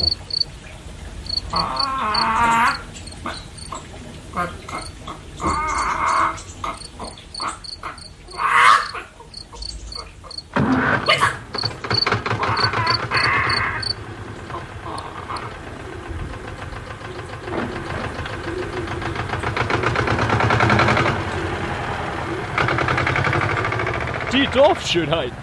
Die Dorfschönheiten.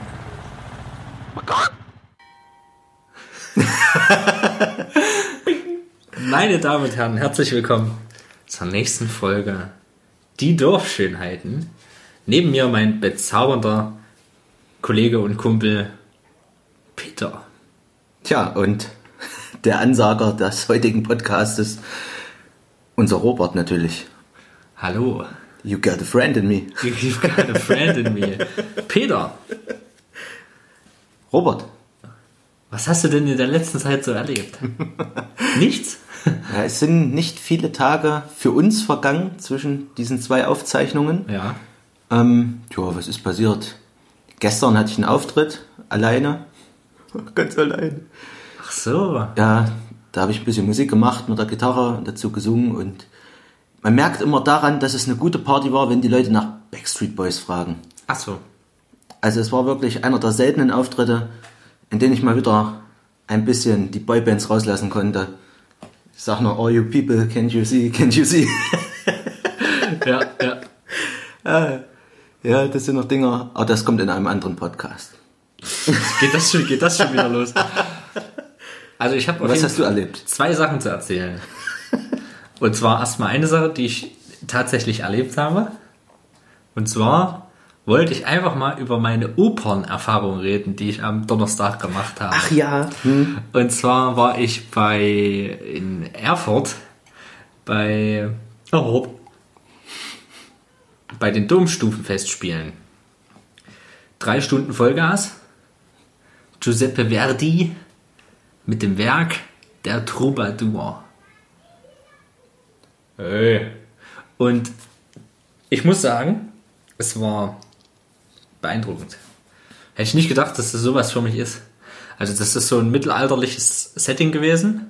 Meine Damen und Herren, herzlich willkommen zur nächsten Folge Die Dorfschönheiten. Neben mir mein bezaubernder Kollege und Kumpel Peter. Tja, und der Ansager des heutigen Podcastes, unser Robert natürlich. Hallo. You got a friend in me. You've got a friend in me. Peter. Robert. Was hast du denn in der letzten Zeit so erlebt? Nichts? Ja, es sind nicht viele Tage für uns vergangen zwischen diesen zwei Aufzeichnungen. Ja. Was ist passiert? Gestern hatte ich einen Auftritt, alleine. Ganz alleine. Ach so. Ja, da habe ich ein bisschen Musik gemacht mit der Gitarre und dazu gesungen. Und man merkt immer daran, dass es eine gute Party war, wenn die Leute nach Backstreet Boys fragen. Ach so. Also es war wirklich einer der seltenen Auftritte, in denen ich mal wieder ein bisschen die Boybands rauslassen konnte. Ich sag nur, all you people, can't you see? Ja. Ja, das sind noch Dinger, aber das kommt in einem anderen Podcast. Geht das schon wieder los? Also ich habe Was hast du erlebt? 2 Sachen zu erzählen. Und zwar erstmal eine Sache, die ich tatsächlich erlebt habe. Und zwar wollte ich einfach mal über meine Opernerfahrung reden, die ich am Donnerstag gemacht habe. Ach ja. Und zwar war ich in Erfurt bei den Domstufenfestspielen. 3 Stunden Vollgas. Giuseppe Verdi mit dem Werk Der Troubadour. Hey. Und ich muss sagen, es war beeindruckend. Hätte ich nicht gedacht, dass das sowas für mich ist. Also das ist so ein mittelalterliches Setting gewesen.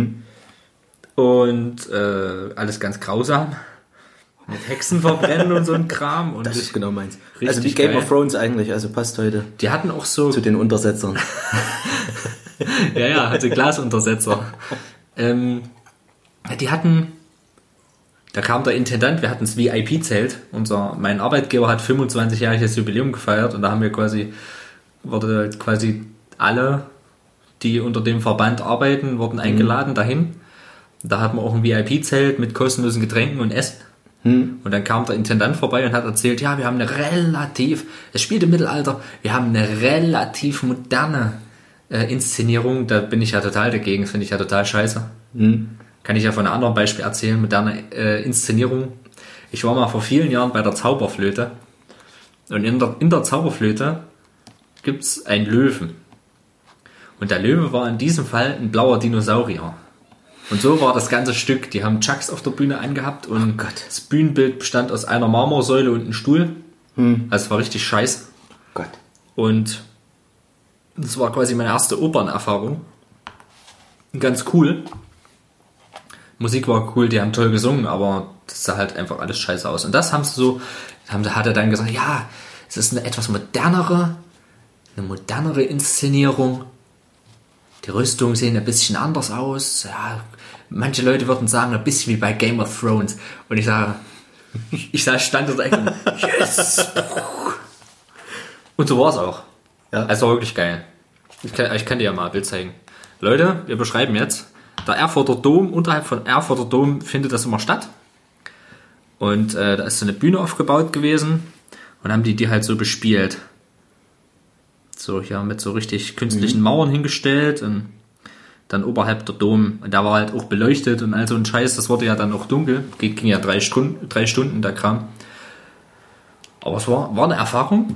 Und alles ganz grausam. Mit Hexen verbrennen und so ein Kram. Und Das ist genau meins. Richtig Also wie Game geil. of Thrones eigentlich, also passt heute Die hatten auch so... zu den Untersetzern. Ja, also Glasuntersetzer. Die hatten... Da kam der Intendant, wir hatten das VIP-Zelt. Mein Arbeitgeber hat 25-jähriges Jubiläum gefeiert und da haben wir wurde quasi alle, die unter dem Verband arbeiten, wurden eingeladen dahin. Da hatten wir auch ein VIP-Zelt mit kostenlosen Getränken und Essen. Und dann kam der Intendant vorbei und hat erzählt, ja, wir haben es spielt im Mittelalter, wir haben eine relativ moderne Inszenierung. Da bin ich ja total dagegen, das finde ich ja total scheiße. Kann ich ja von einem anderen Beispiel erzählen, moderne Inszenierung. Ich war mal vor vielen Jahren bei der Zauberflöte und in der Zauberflöte gibt es einen Löwen. Und der Löwe war in diesem Fall ein blauer Dinosaurier. Und so war das ganze Stück. Die haben Chucks auf der Bühne angehabt und das Bühnenbild bestand aus einer Marmorsäule und einem Stuhl. Also es war richtig scheiße. Gott. Und das war quasi meine erste Opernerfahrung. Ganz cool. Musik war cool, die haben toll gesungen, aber das sah halt einfach alles scheiße aus. Und das hat er dann gesagt, ja, es ist eine etwas modernere Inszenierung. Die Rüstungen sehen ein bisschen anders aus. Ja, manche Leute würden sagen, ein bisschen wie bei Game of Thrones. Und ich stand da echt yes! Und so war es auch. Ja. Es war wirklich geil. Ich kann dir ja mal ein Bild zeigen. Leute, wir beschreiben jetzt. Der Erfurter Dom, unterhalb von Erfurter Dom findet das immer statt. Und da ist so eine Bühne aufgebaut gewesen und haben die halt so bespielt. So, hier mit so richtig künstlichen Mauern hingestellt und dann oberhalb der Dom. Und da war halt auch beleuchtet und all so ein Scheiß. Das wurde ja dann auch dunkel. Ging ja 3 Stunden der Kram. Aber es war eine Erfahrung.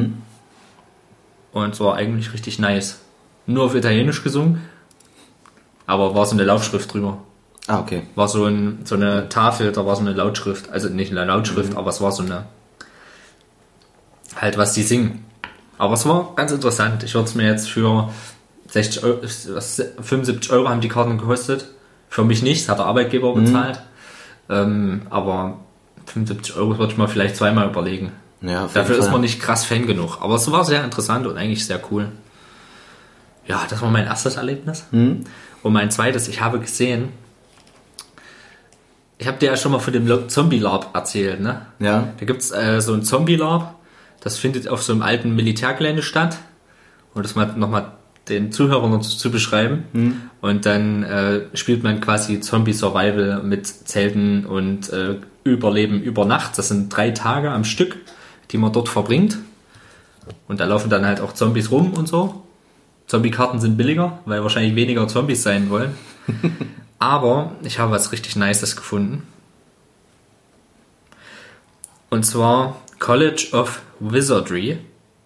Und es war eigentlich richtig nice. Nur auf Italienisch gesungen. Aber war so eine Lautschrift drüber. Ah, okay. War so eine Tafel, da war so eine Lautschrift. Also nicht eine Lautschrift, aber es war so eine... Halt, was die singen. Aber es war ganz interessant. Ich würde es mir jetzt für 60 Euro, 75 Euro haben die Karten gekostet. Für mich nicht, das hat der Arbeitgeber bezahlt. Aber 75 Euro würde ich mal vielleicht zweimal überlegen. Ja, dafür ist man nicht krass Fan genug. Aber es war sehr interessant und eigentlich sehr cool. Ja, das war mein erstes Erlebnis. Und mein zweites, ich habe gesehen, ich habe dir ja schon mal von dem Zombie-Lab erzählt, ne? Ja. Da gibt es so ein Zombie-Lab, das findet auf so einem alten Militärgelände statt. Und das mal nochmal den Zuhörern noch zu beschreiben. Und dann spielt man quasi Zombie-Survival mit Zelten und Überleben über Nacht. Das sind 3 Tage am Stück, die man dort verbringt. Und da laufen dann halt auch Zombies rum und so. Zombie-Karten sind billiger, weil wahrscheinlich weniger Zombies sein wollen. Aber ich habe was richtig Nices gefunden. Und zwar College of Wizardry.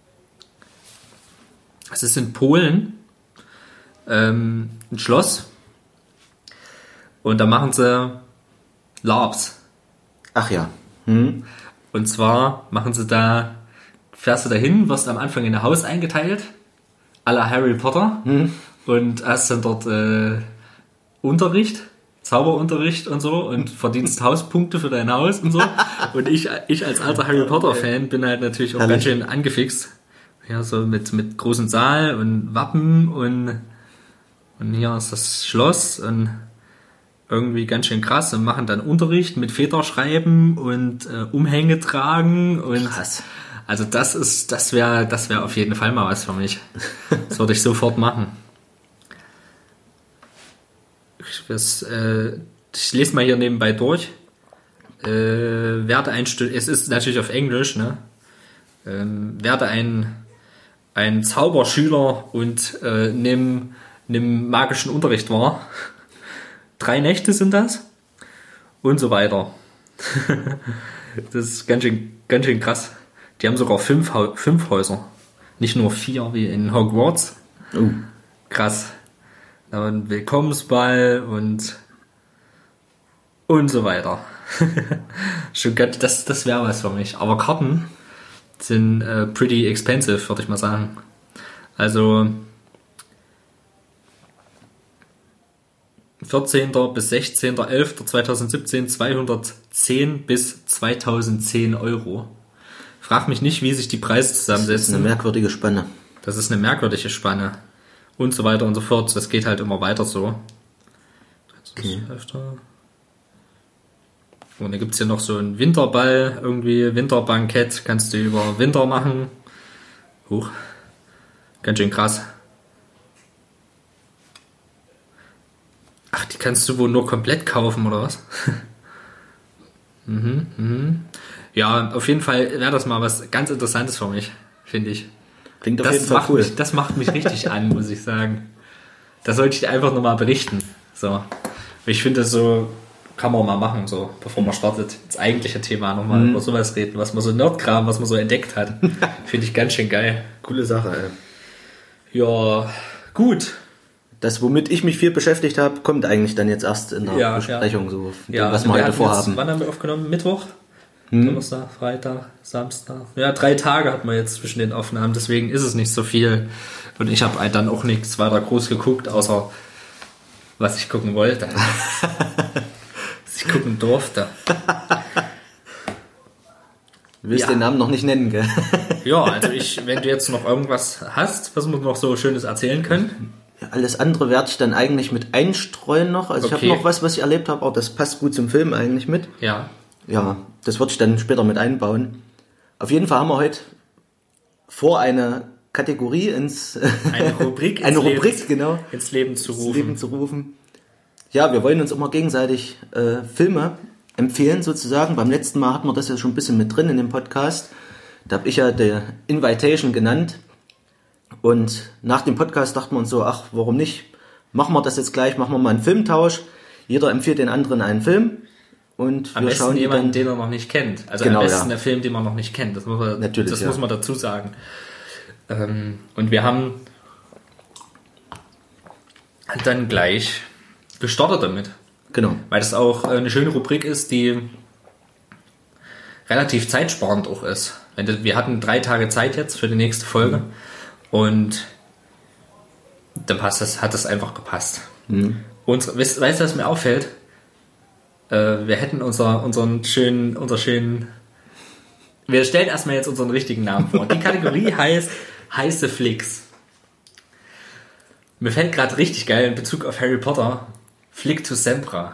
Es ist in Polen ein Schloss. Und da machen sie LARPs. Ach ja. Und zwar machen sie da, fährst du dahin, wirst am Anfang in ein Haus eingeteilt, à la Harry Potter, und hast dann dort Unterricht, Zauberunterricht und so und verdienst Hauspunkte für dein Haus und so. Und ich als alter Harry Potter Fan bin halt natürlich auch ganz schön angefixt. Ja, so mit großem Saal und Wappen und hier ist das Schloss und irgendwie ganz schön krass und machen dann Unterricht mit Federschreiben und Umhänge tragen und Krass. also das wäre auf jeden Fall mal was für mich. Das würde ich sofort machen. Ich lese mal hier nebenbei durch. Werde es ist natürlich auf Englisch, ne? Werde ein Zauberschüler und nimm magischen Unterricht wahr. 3 Nächte sind das und so weiter. Das ist ganz schön krass. Die haben sogar 5 Häuser, nicht nur 4 wie in Hogwarts. Krass. Aber ein Willkommensball und so weiter. Schon ganz, das wäre was für mich. Aber Karten sind pretty expensive, würde ich mal sagen. Also 14. bis 16.11.2017 210 bis 2010 Euro. Frag mich nicht, wie sich die Preise zusammensetzen. Das ist eine merkwürdige Spanne. Das ist eine merkwürdige Spanne. Und so weiter und so fort. Das geht halt immer weiter so. Okay. Und dann gibt es hier noch so einen Winterball, irgendwie Winterbankett. Kannst du über Winter machen. Huch. Ganz schön krass. Ach, die kannst du wohl nur komplett kaufen, oder was? Ja, auf jeden Fall wäre das mal was ganz Interessantes für mich, finde ich. Klingt auf jeden Fall cool. Das macht mich richtig an, muss ich sagen. Das sollte ich einfach nochmal berichten. So. Ich finde, so kann man mal machen, so, bevor man startet. Das eigentliche Thema nochmal über sowas reden, was man so Nerdkram, was man so entdeckt hat. Finde ich ganz schön geil. Coole Sache, ey. Ja, gut. Das, womit ich mich viel beschäftigt habe, kommt eigentlich dann jetzt erst in der Besprechung, so, ja, was wir heute vorhaben. Wann haben wir aufgenommen? Mittwoch? Donnerstag, Freitag, Samstag. Ja, 3 Tage hat man jetzt zwischen den Aufnahmen, deswegen ist es nicht so viel. Und ich habe dann auch nichts weiter groß geguckt, außer was ich gucken wollte. Was ich gucken durfte. Du willst den Namen noch nicht nennen, gell? Ja, also wenn du jetzt noch irgendwas hast, was wir noch so Schönes erzählen können. Ja, alles andere werde ich dann eigentlich mit einstreuen noch. Also okay. Ich habe noch was ich erlebt habe, aber das passt gut zum Film eigentlich mit. Ja. Ja, das würde ich dann später mit einbauen. Auf jeden Fall haben wir heute vor, eine Kategorie eine Rubrik genau, ins Leben zu rufen. Ja, wir wollen uns immer gegenseitig Filme empfehlen sozusagen. Beim letzten Mal hatten wir das ja schon ein bisschen mit drin in dem Podcast. Da habe ich ja The Invitation genannt. Und nach dem Podcast dachten wir uns so, ach, warum nicht? Machen wir das jetzt gleich, machen wir mal einen Filmtausch. Jeder empfiehlt den anderen einen Film. Und am besten jemanden, den er noch nicht kennt. Also genau, am besten der Film, den man noch nicht kennt. Das muss man dazu sagen. Und wir haben dann gleich gestartet damit. Genau. Weil das auch eine schöne Rubrik ist, die relativ zeitsparend auch ist. Wir hatten 3 Tage Zeit jetzt für die nächste Folge. Und dann hat das einfach gepasst. Weißt du, was mir auffällt? Wir hätten unseren schönen. Wir stellen erstmal jetzt unseren richtigen Namen vor. Die Kategorie heißt heiße Flicks. Mir fällt gerade richtig geil in Bezug auf Harry Potter Flick to Sempra.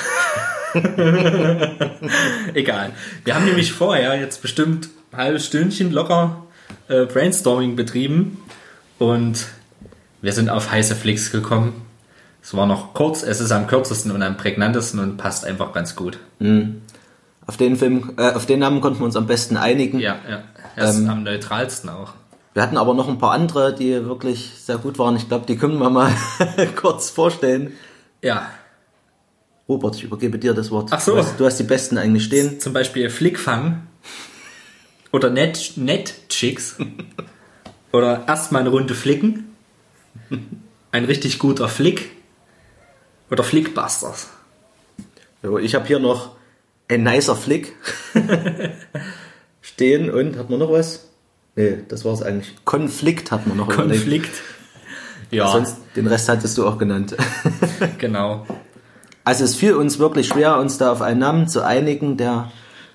Egal. Wir haben nämlich vorher jetzt bestimmt ein halbes Stündchen locker Brainstorming betrieben und wir sind auf heiße Flicks gekommen. Es war noch kurz, es ist am kürzesten und am prägnantesten und passt einfach ganz gut. Auf den Namen konnten wir uns am besten einigen. Ja. Er ist am neutralsten auch. Wir hatten aber noch ein paar andere, die wirklich sehr gut waren. Ich glaube, die können wir mal kurz vorstellen. Ja. Robert, ich übergebe dir das Wort. Ach so. Du hast die besten eigentlich stehen. Zum Beispiel Flickfang oder Net-Chicks oder erstmal eine Runde flicken. Ein richtig guter Flick oder Flickbusters. Jo, ich habe hier noch ein nicer Flick stehen und hat man noch was? Nee, das war es eigentlich. Konflikt hat man noch überlegt. Konflikt. Ja. Sonst den Rest hattest du auch genannt. Genau. Also es fiel uns wirklich schwer, uns da auf einen Namen zu einigen, der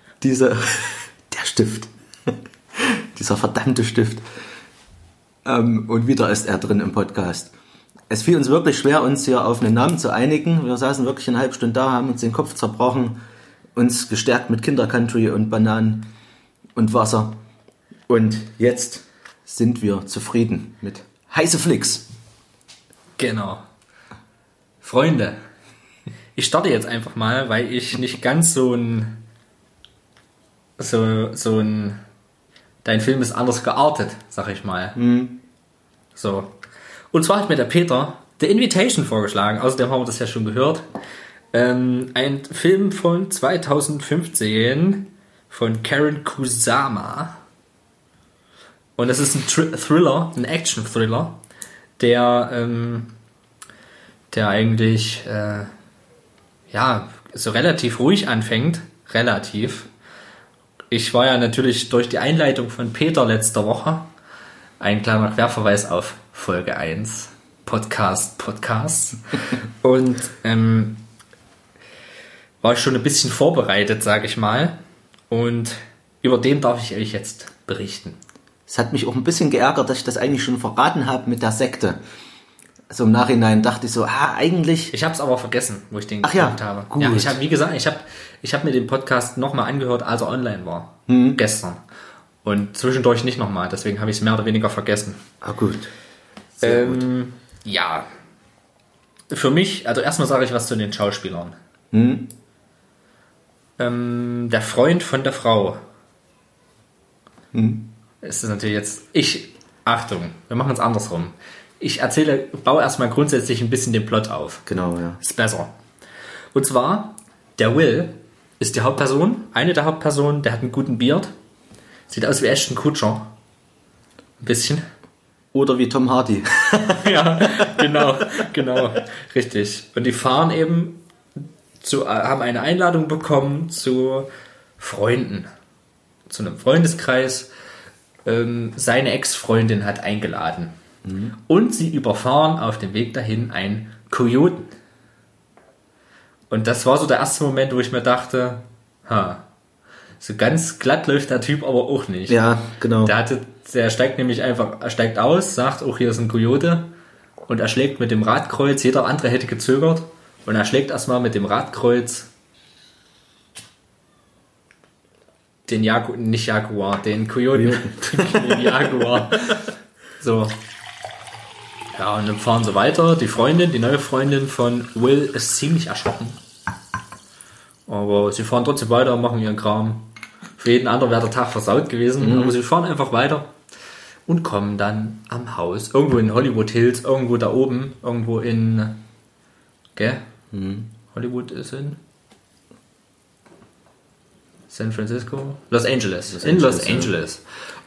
Stift. Dieser verdammte Stift. Und wieder ist er drin im Podcast. Es fiel uns wirklich schwer, uns hier auf einen Namen zu einigen. Wir saßen wirklich eine halbe Stunde da, haben uns den Kopf zerbrochen, uns gestärkt mit Kindercountry und Bananen und Wasser. Und jetzt sind wir zufrieden mit heiße Flicks. Genau. Freunde, ich starte jetzt einfach mal, weil ich nicht ganz so ein dein Film ist anders geartet, sag ich mal. So. Und zwar hat mir der Peter The Invitation vorgeschlagen, außerdem haben wir das ja schon gehört. Ein Film von 2015 von Karen Kusama. Und das ist ein Thriller, ein Action-Thriller, der eigentlich so relativ ruhig anfängt. Relativ. Ich war ja natürlich durch die Einleitung von Peter letzter Woche ein kleiner Querverweis auf Folge 1 Podcasts und war ich schon ein bisschen vorbereitet, sage ich mal, und über den darf ich euch jetzt berichten. Es hat mich auch ein bisschen geärgert, dass ich das eigentlich schon verraten habe mit der Sekte. Also im Nachhinein dachte ich so, eigentlich... Ich habe es aber vergessen, wo ich den geguckt habe. Gut. Ja, ich habe, wie gesagt, ich habe mir den Podcast nochmal angehört, als er online war, gestern. Und zwischendurch nicht nochmal, deswegen habe ich es mehr oder weniger vergessen. Gut. Sehr gut. Ja. Für mich, also erstmal sage ich was zu den Schauspielern. Der Freund von der Frau. Ist das natürlich jetzt... Achtung, wir machen es andersrum. Ich baue erstmal grundsätzlich ein bisschen den Plot auf. Genau, ja. Ist besser. Und zwar, der Will ist die Hauptperson, eine der Hauptpersonen, der hat einen guten Beard. Sieht aus wie Ashton Kutcher. Ein bisschen. Oder wie Tom Hardy. Ja, genau. Richtig. Und die fahren eben, haben eine Einladung bekommen zu Freunden. Zu einem Freundeskreis. Seine Ex-Freundin hat eingeladen. Und sie überfahren auf dem Weg dahin einen Kojoten. Und das war so der erste Moment, wo ich mir dachte, so ganz glatt läuft der Typ aber auch nicht. Ja, genau. Der steigt aus, sagt, auch hier ist ein Kojote und er schlägt mit dem Radkreuz, jeder andere hätte gezögert und er schlägt erstmal mit dem Radkreuz den den Kojoten, den Jaguar. So. Ja, und dann fahren sie weiter. Die neue Freundin von Will ist ziemlich erschrocken. Aber sie fahren trotzdem weiter und machen ihren Kram. Für jeden anderen wäre der Tag versaut gewesen. Aber sie fahren einfach weiter und kommen dann am Haus. Irgendwo in Hollywood Hills, irgendwo da oben. Irgendwo in... Gell? Hollywood ist in... San Francisco? Los Angeles. Los Angeles.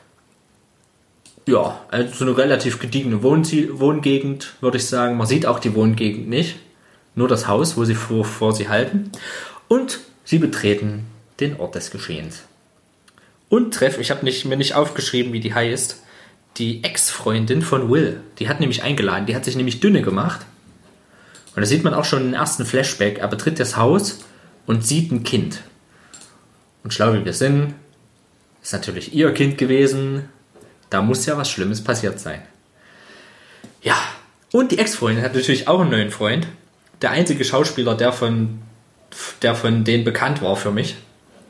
Ja, also so eine relativ gediegene Wohngegend, würde ich sagen. Man sieht auch die Wohngegend nicht. Nur das Haus, wo sie vor sie halten. Und sie betreten den Ort des Geschehens. Und ich habe mir nicht aufgeschrieben, wie die heißt. die Ex-Freundin von Will. Die hat nämlich eingeladen. Die hat sich nämlich dünne gemacht. Und da sieht man auch schon im ersten Flashback. Er betritt das Haus und sieht ein Kind. Und schlau wie wir sind, ist natürlich ihr Kind gewesen. Da muss ja was Schlimmes passiert sein. Ja, und die Ex-Freundin hat natürlich auch einen neuen Freund. Der einzige Schauspieler, der von denen bekannt war für mich.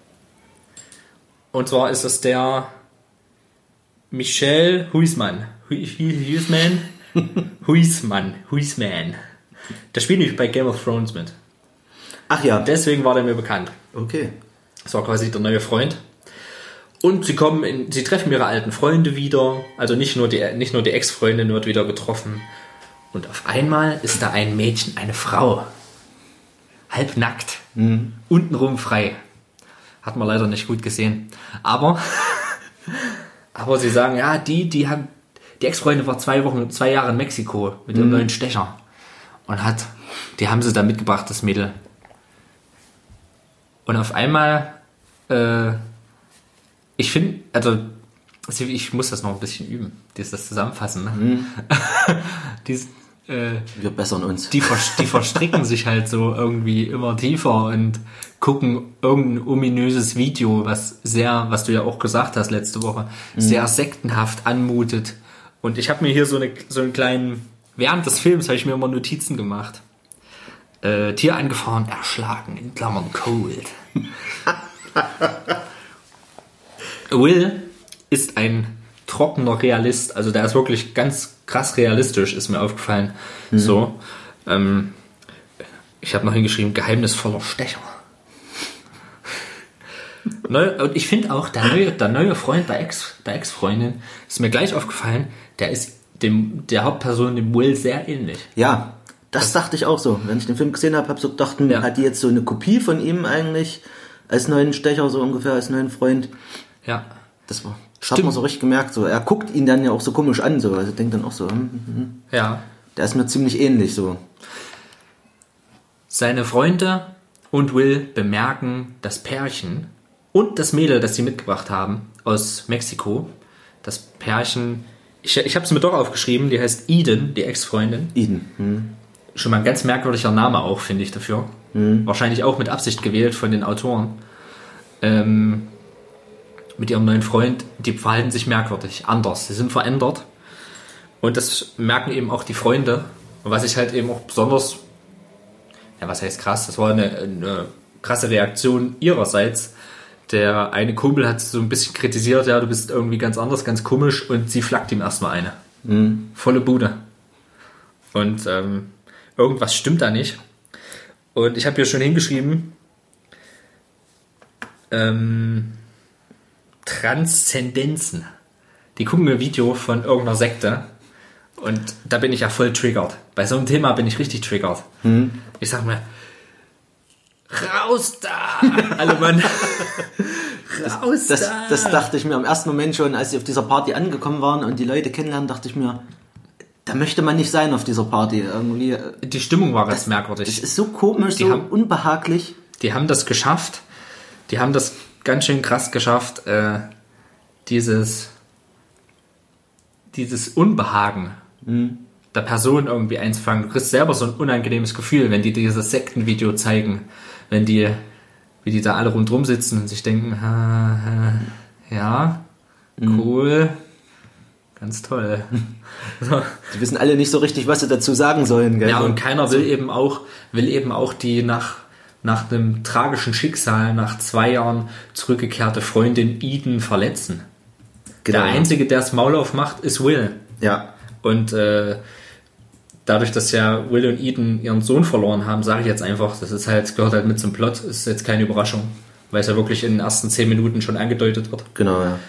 Und zwar ist es der Michel Huisman. Huisman. Der spielt nämlich bei Game of Thrones mit. Ach ja. Deswegen war der mir bekannt. Okay. Das war quasi der neue Freund. Und sie treffen ihre alten Freunde wieder. Also nicht nur die Ex-Freundin wird wieder getroffen. Und auf einmal ist da ein Mädchen, eine Frau. Halbnackt. Untenrum frei. Hat man leider nicht gut gesehen. Aber sie sagen, ja, die Ex-Freundin war 2 Jahre in Mexiko mit ihrem neuen Stecher. Und die haben sie da mitgebracht, das Mädel. Und auf einmal, ich finde, also, ich muss das noch ein bisschen üben, das Zusammenfassen. Ne? Wir bessern uns. Die verstricken sich halt so irgendwie immer tiefer und gucken irgendein ominöses Video, was du ja auch gesagt hast letzte Woche, sehr sektenhaft anmutet. Und ich habe mir hier so einen kleinen, während des Films habe ich mir immer Notizen gemacht. Tier angefahren, erschlagen, in Klammern cold. Will ist ein trockener Realist, also der ist wirklich ganz krass realistisch, ist mir aufgefallen. So, ich habe noch hingeschrieben, geheimnisvoller Stecher. Und ich finde auch, der neue Freund der Ex-Freundin, ist mir gleich aufgefallen, der ist der Hauptperson, dem Will, sehr ähnlich. Ja, das dachte ich auch so. Wenn ich den Film gesehen habe, so gedacht, hat die jetzt so eine Kopie von ihm eigentlich als neuen Stecher, so ungefähr als neuen Freund. Ja. Das hat man so richtig gemerkt. So. Er guckt ihn dann ja auch so komisch an, so. Also denkt dann auch so, Ja. Der ist mir ziemlich ähnlich, so. Seine Freunde und Will bemerken das Pärchen und das Mädel, das sie mitgebracht haben aus Mexiko. Das Pärchen, ich habe es mir doch aufgeschrieben, die heißt Eden, die Ex-Freundin. Eden. Schon mal ein ganz merkwürdiger Name auch, finde ich, dafür. Wahrscheinlich auch mit Absicht gewählt von den Autoren. Mit ihrem neuen Freund, die verhalten sich merkwürdig, anders. Sie sind verändert. Und das merken eben auch die Freunde. Und was ich halt eben auch besonders, ja, was heißt krass, das war eine krasse Reaktion ihrerseits. Der eine Kumpel hat so ein bisschen kritisiert, ja, du bist irgendwie ganz anders, ganz komisch, und sie flackt ihm erstmal eine. Volle Bude. Und irgendwas stimmt da nicht. Und ich habe hier schon hingeschrieben, Transzendenzen. Die gucken ein Video von irgendeiner Sekte und da bin ich ja voll triggert. Bei so einem Thema bin ich richtig triggert. Ich sag mir, raus da! Alle Mann. Raus da! Das dachte ich mir im ersten Moment schon, als sie auf dieser Party angekommen waren und die Leute kennenlernen, dachte ich mir, da möchte man nicht sein auf dieser Party. Irgendwie. Die Stimmung war ganz merkwürdig. Das ist so komisch, unbehaglich. Die haben das geschafft. Die haben das ganz schön krass geschafft, dieses Unbehagen der Person irgendwie einzufangen. Du kriegst selber so ein unangenehmes Gefühl, wenn die dieses Sektenvideo zeigen, wie die da alle rundherum sitzen und sich denken, ja, cool, ganz toll. So. Die wissen alle nicht so richtig, was sie dazu sagen sollen. Gell? Ja, und keiner will eben auch die nach einem tragischen Schicksal, nach 2 Jahren zurückgekehrte Freundin Eden verletzen. Genau. Der Einzige, der das Maul aufmacht, ist Will. Ja. Und dadurch, dass ja Will und Eden ihren Sohn verloren haben, sage ich jetzt einfach, gehört halt mit zum Plot, ist jetzt keine Überraschung, weil es ja wirklich in den ersten 10 Minuten schon angedeutet wird. Genau, ja.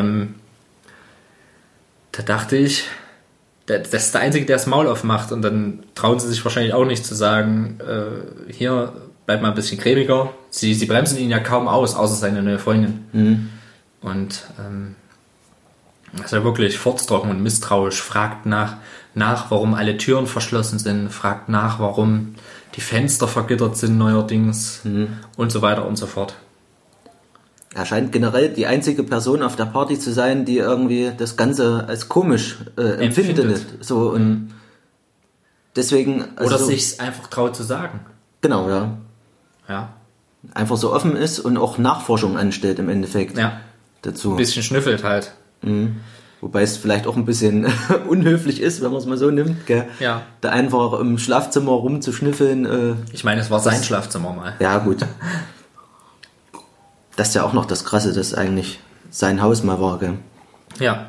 Da dachte ich, das ist der Einzige, der das Maul aufmacht, und dann trauen sie sich wahrscheinlich auch nicht zu sagen, hier, bleib mal ein bisschen cremiger. Sie bremsen ihn ja kaum aus, außer seine neue Freundin. Und ist ja wirklich furztrocken und misstrauisch, fragt nach, warum alle Türen verschlossen sind, fragt nach, warum die Fenster vergittert sind neuerdings und so weiter und so fort. Er scheint generell die einzige Person auf der Party zu sein, die irgendwie das Ganze als komisch empfindet. So, und deswegen... Also oder sich's einfach traut zu sagen. Genau, ja. Ja. Einfach so offen ist und auch Nachforschung anstellt im Endeffekt. Ja. Dazu. Ein bisschen schnüffelt halt. Wobei es vielleicht auch ein bisschen unhöflich ist, wenn man es mal so nimmt. Gell? Ja. Da einfach im Schlafzimmer rumzuschnüffeln. Ich meine, es war sein Schlafzimmer mal. Ja, gut. Das ist ja auch noch das Krasse, dass eigentlich sein Haus mal war. Gell? Ja.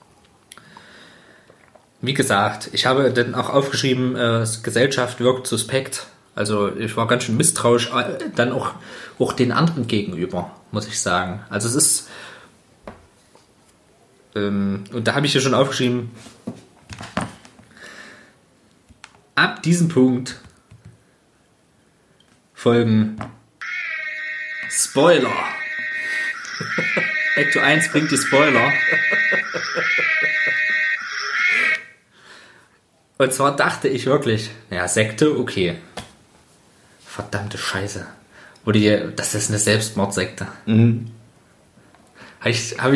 Wie gesagt, ich habe dann auch aufgeschrieben, Gesellschaft wirkt suspekt. Also ich war ganz schön misstrauisch, dann auch den anderen gegenüber, muss ich sagen. Also es ist... und da habe ich hier schon aufgeschrieben, ab diesem Punkt folgen Spoiler. Ecto 1 bringt die Spoiler. Und zwar dachte ich wirklich, ja, Sekte, okay. Verdammte Scheiße. Das ist eine Selbstmordsekte. Habe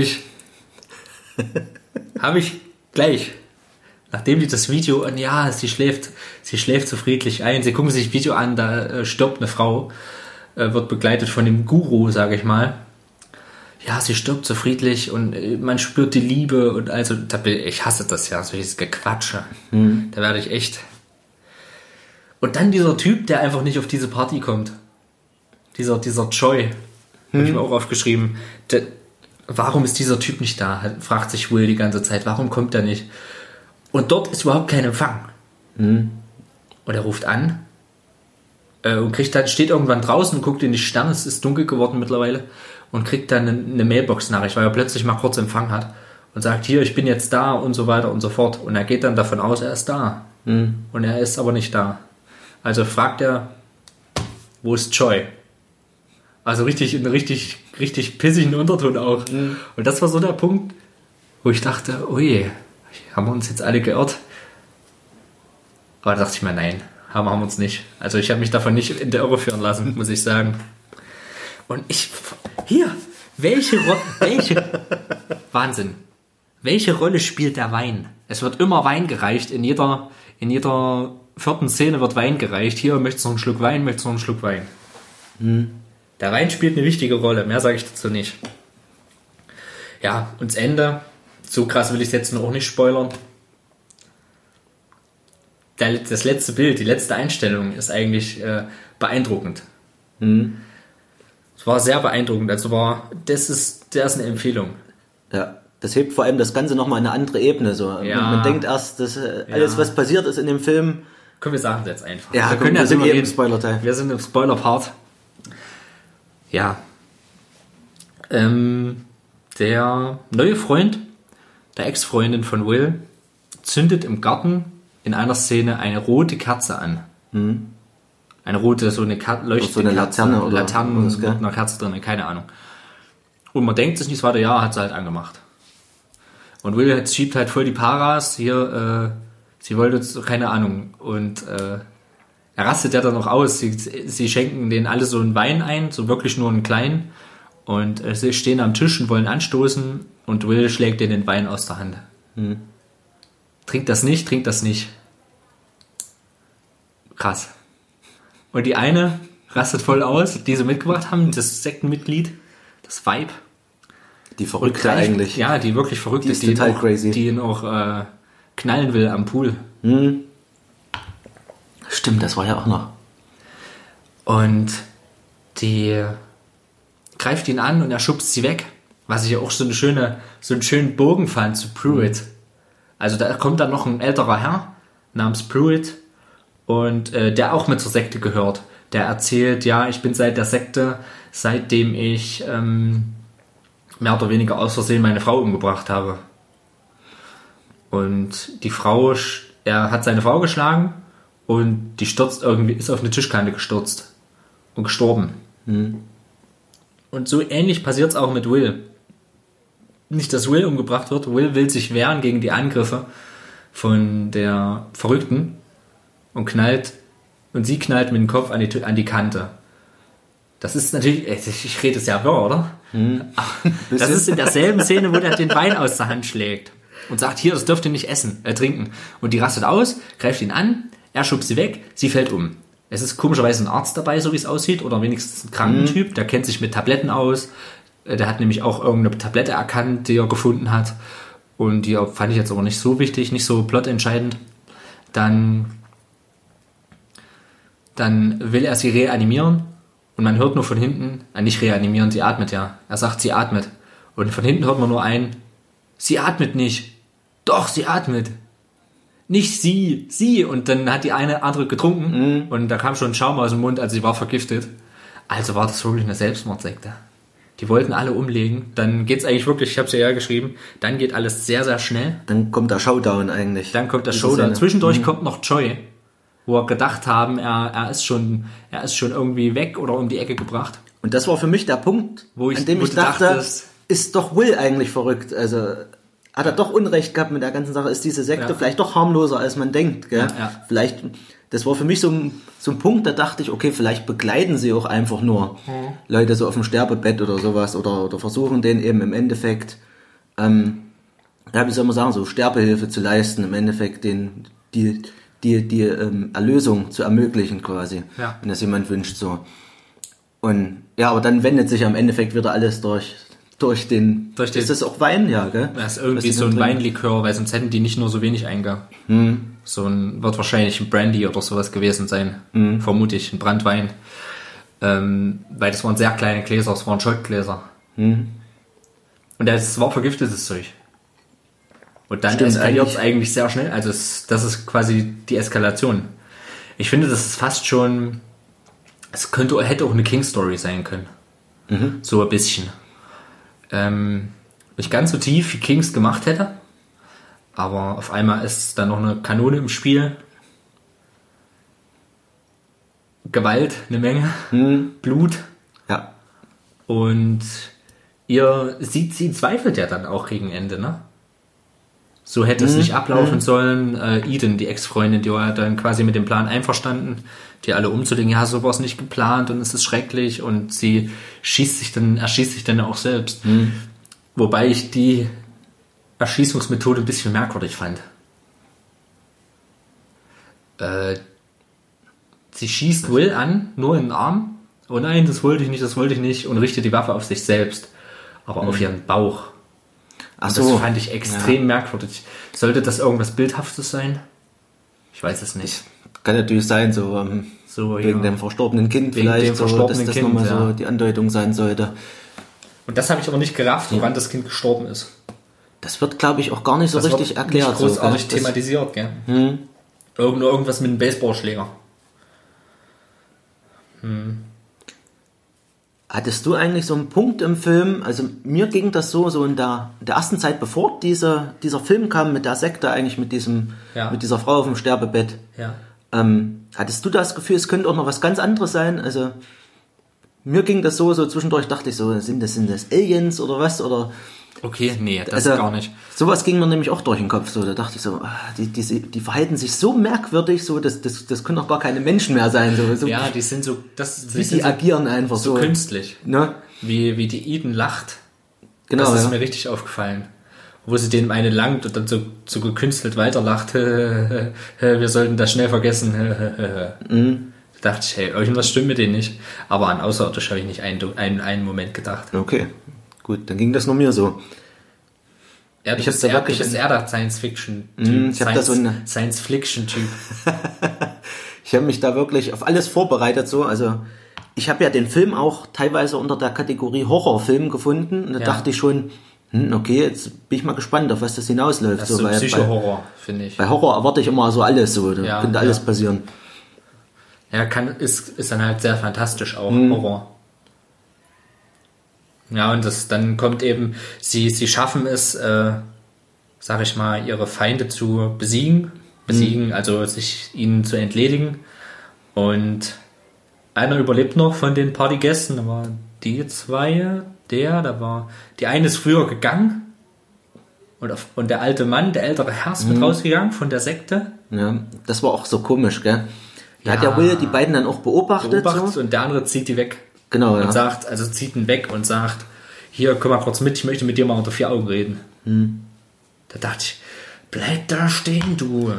ich gleich, nachdem die das Video, und ja, sie schläft so friedlich ein, sie gucken sich das Video an, da stirbt eine Frau, wird begleitet von dem Guru, sage ich mal. Ja, sie stirbt so friedlich und man spürt die Liebe und also, ich hasse das ja, solches Gequatsche. Da werde ich echt... Und dann dieser Typ, der einfach nicht auf diese Party kommt. Dieser Joy, habe ich mir auch aufgeschrieben. Warum ist dieser Typ nicht da? Fragt sich Will die ganze Zeit. Warum kommt er nicht? Und dort ist überhaupt kein Empfang. Und er ruft an und steht irgendwann draußen und guckt in die Sterne. Es ist dunkel geworden mittlerweile. Und kriegt dann eine Mailbox-Nachricht, weil er plötzlich mal kurz Empfang hat. Und sagt, hier, ich bin jetzt da und so weiter und so fort. Und er geht dann davon aus, er ist da. Und er ist aber nicht da. Also fragt er, wo ist Joy? Also richtig pissigen Unterton auch. Und das war so der Punkt, wo ich dachte, oh je, haben wir uns jetzt alle geirrt? Aber da dachte ich mir, nein, haben wir uns nicht. Also ich habe mich davon nicht in der Irre führen lassen, muss ich sagen. Und welche Wahnsinn. Welche Rolle spielt der Wein? Es wird immer Wein gereicht, in jeder 4. Szene wird Wein gereicht. Hier, möchtest du noch einen Schluck Wein, Der Wein spielt eine wichtige Rolle, mehr sage ich dazu nicht. Ja, und das Ende, so krass will ich es jetzt noch auch nicht spoilern. Das letzte Bild, die letzte Einstellung ist eigentlich beeindruckend. Es war sehr beeindruckend, das ist eine Empfehlung. Ja, das hebt vor allem das Ganze nochmal eine andere Ebene. So. Ja. Man denkt erst, dass alles, was passiert ist in dem Film... Können wir sagen jetzt einfach. Ja, wir sind im Spoiler-Teil. Wir sind im Spoiler-Part. Ja. Der neue Freund der Ex-Freundin von Will zündet im Garten in einer Szene eine rote Kerze an. Eine rote, so eine leuchtende so eine Laterne oder Laterne mit einer Kerze drin, keine Ahnung. Und man denkt sich nicht weiter, ja, hat sie halt angemacht. Und Will schiebt halt voll die Paras, hier, sie wollte jetzt, keine Ahnung. Und er rastet ja dann noch aus. Sie schenken denen alle so einen Wein ein, so wirklich nur einen kleinen. Und sie stehen am Tisch und wollen anstoßen. Und Will schlägt denen den Wein aus der Hand. Trinkt das nicht. Krass. Und die eine rastet voll aus, die sie mitgebracht haben, das Sektenmitglied, das Weib. Die Verrückte eigentlich. Ja, die wirklich Verrückte. Die ist total crazy. Die ihn auch knallen will am Pool. Stimmt, das war ja auch noch. Und die greift ihn an und er schubst sie weg. Was ich ja auch so einen schönen Bogen fand zu Pruitt. Also da kommt dann noch ein älterer Herr namens Pruitt und der auch mit zur Sekte gehört. Der erzählt, ja, ich bin seit der Sekte, seitdem ich mehr oder weniger aus Versehen meine Frau umgebracht habe. Und die Frau, er hat seine Frau geschlagen und die ist auf eine Tischkante gestürzt und gestorben. Und so ähnlich passiert es auch mit Will. Nicht, dass Will umgebracht wird. Will will sich wehren gegen die Angriffe von der Verrückten und sie knallt mit dem Kopf an die Kante. Das ist natürlich, ich rede sehr wirr, oder? Das ist in derselben Szene, wo der den Wein aus der Hand schlägt und sagt, hier, das dürft ihr nicht trinken. Und die rastet aus, greift ihn an, er schubst sie weg, sie fällt um. Es ist komischerweise ein Arzt dabei, so wie es aussieht, oder wenigstens ein Krankentyp, der kennt sich mit Tabletten aus. Der hat nämlich auch irgendeine Tablette erkannt, die er gefunden hat. Und die fand ich jetzt aber nicht so wichtig, nicht so plotentscheidend. Dann will er sie reanimieren und man hört nur von hinten, nicht reanimieren, sie atmet ja. Er sagt, sie atmet. Und von hinten hört man nur sie atmet nicht. Doch, sie atmet. Nicht sie. Und dann hat die eine andere getrunken und da kam schon Schaum aus dem Mund, also sie war vergiftet. Also war das wirklich eine Selbstmordsekte. Die wollten alle umlegen. Dann geht's eigentlich wirklich, ich habe es ja geschrieben, dann geht alles sehr, sehr schnell. Dann kommt der Showdown eigentlich. Dann kommt der Showdown. Zwischendurch kommt noch Joy, wo wir gedacht haben, er ist schon irgendwie weg oder um die Ecke gebracht. Und das war für mich der Punkt, an dem ich dachte, ist doch Will eigentlich verrückt. Also hat er doch Unrecht gehabt mit der ganzen Sache. Ist diese Sekte vielleicht doch harmloser, als man denkt. Gell? Ja. Vielleicht, das war für mich so ein Punkt, da dachte ich, okay, vielleicht begleiten sie auch einfach nur Leute so auf dem Sterbebett oder sowas oder versuchen denen eben im Endeffekt, wie soll man sagen, so Sterbehilfe zu leisten, im Endeffekt die Erlösung zu ermöglichen quasi, wenn das jemand wünscht so. Und ja, aber dann wendet sich am Endeffekt wieder alles durch den ist das auch Wein, ja, gell? Das ist irgendwie so ein Weinlikör, weil sonst hätten die nicht nur so wenig wird wahrscheinlich ein Brandy oder sowas gewesen sein, vermute ich, ein Brandwein. Weil das waren sehr kleine Gläser, das waren Schottgläser. Und das war vergiftetes Zeug. Und dann eskaliert es eigentlich sehr schnell. Also das ist quasi die Eskalation. Ich finde, das ist fast schon, hätte auch eine King-Story sein können. So ein bisschen. Nicht ganz so tief, wie Kings gemacht hätte. Aber auf einmal ist dann noch eine Kanone im Spiel. Gewalt, eine Menge. Blut. Ja. Und sie zweifelt ja dann auch gegen Ende, ne? So hätte es nicht ablaufen sollen. Eden, die Ex-Freundin, die war dann quasi mit dem Plan einverstanden, die alle umzulegen. Ja, so war es nicht geplant und es ist schrecklich. Und sie erschießt sich dann auch selbst. Wobei ich die Erschießungsmethode ein bisschen merkwürdig fand. Sie schießt Will an, nur in den Arm. Oh nein, das wollte ich nicht. Und richtet die Waffe auf sich selbst. Aber auf ihren Bauch. Ach so. Das fand ich extrem merkwürdig. Sollte das irgendwas Bildhaftes sein? Ich weiß es nicht. Kann natürlich sein, wegen dem verstorbenen Kind vielleicht, dass das nochmal so die Andeutung sein sollte. Und das habe ich aber nicht gerafft, woran das Kind gestorben ist. Das wird, glaube ich, auch gar nicht so richtig erklärt. Nicht großartig thematisiert, gell? Irgendwas mit einem Baseballschläger. Hattest du eigentlich so einen Punkt im Film, also mir ging das so in der ersten Zeit, bevor dieser Film kam mit der Sekte eigentlich, mit dieser Frau auf dem Sterbebett, hattest du das Gefühl, es könnte auch noch was ganz anderes sein? Also mir ging das so zwischendurch, dachte ich so, sind das Aliens oder was? Oder okay, nee, das gar nicht. Sowas ging mir nämlich auch durch den Kopf, so, da dachte ich so, die verhalten sich so merkwürdig, so, das können doch gar keine Menschen mehr sein, so. Ja, die sind so, die agieren einfach so. Künstlich. Ne? Wie die Eden lacht. Genau. Das ist mir richtig aufgefallen. Wo sie denen eine langt und dann so gekünstelt weiterlacht, wir sollten das schnell vergessen, Da dachte ich, hey, irgendwas stimmt mit denen nicht. Aber an Außerirdisch habe ich nicht einen Moment gedacht. Okay, gut, dann ging das nur mir so. Ja, du bist eher der Science-Fiction-Typ. Science-Fiction-Typ. Ich habe mich da wirklich auf alles vorbereitet. So. Also ich habe ja den Film auch teilweise unter der Kategorie Horrorfilm gefunden. Und da dachte ich schon, okay, jetzt bin ich mal gespannt, auf was das hinausläuft. Das ist so Psycho-Horror, finde ich. Bei Horror erwarte ich immer so alles. So. Da könnte alles passieren. Ja, ist dann halt sehr fantastisch auch, Horror. Ja, und dann kommt eben, sie schaffen es, sag ich mal, ihre Feinde zu besiegen, also ihnen zu entledigen. Und einer überlebt noch von den Partygästen, da waren die zwei, die eine ist früher gegangen und der alte Mann, der ältere Herr ist mit rausgegangen von der Sekte. Ja, das war auch so komisch, gell? Da hat ja Will die beiden dann auch beobachtet so. Und der andere zieht die weg. Genau, und ja. sagt, also zieht ihn weg und sagt, hier, komm mal kurz mit, ich möchte mit dir mal unter 4 Augen reden. Da dachte ich, bleib da stehen, du.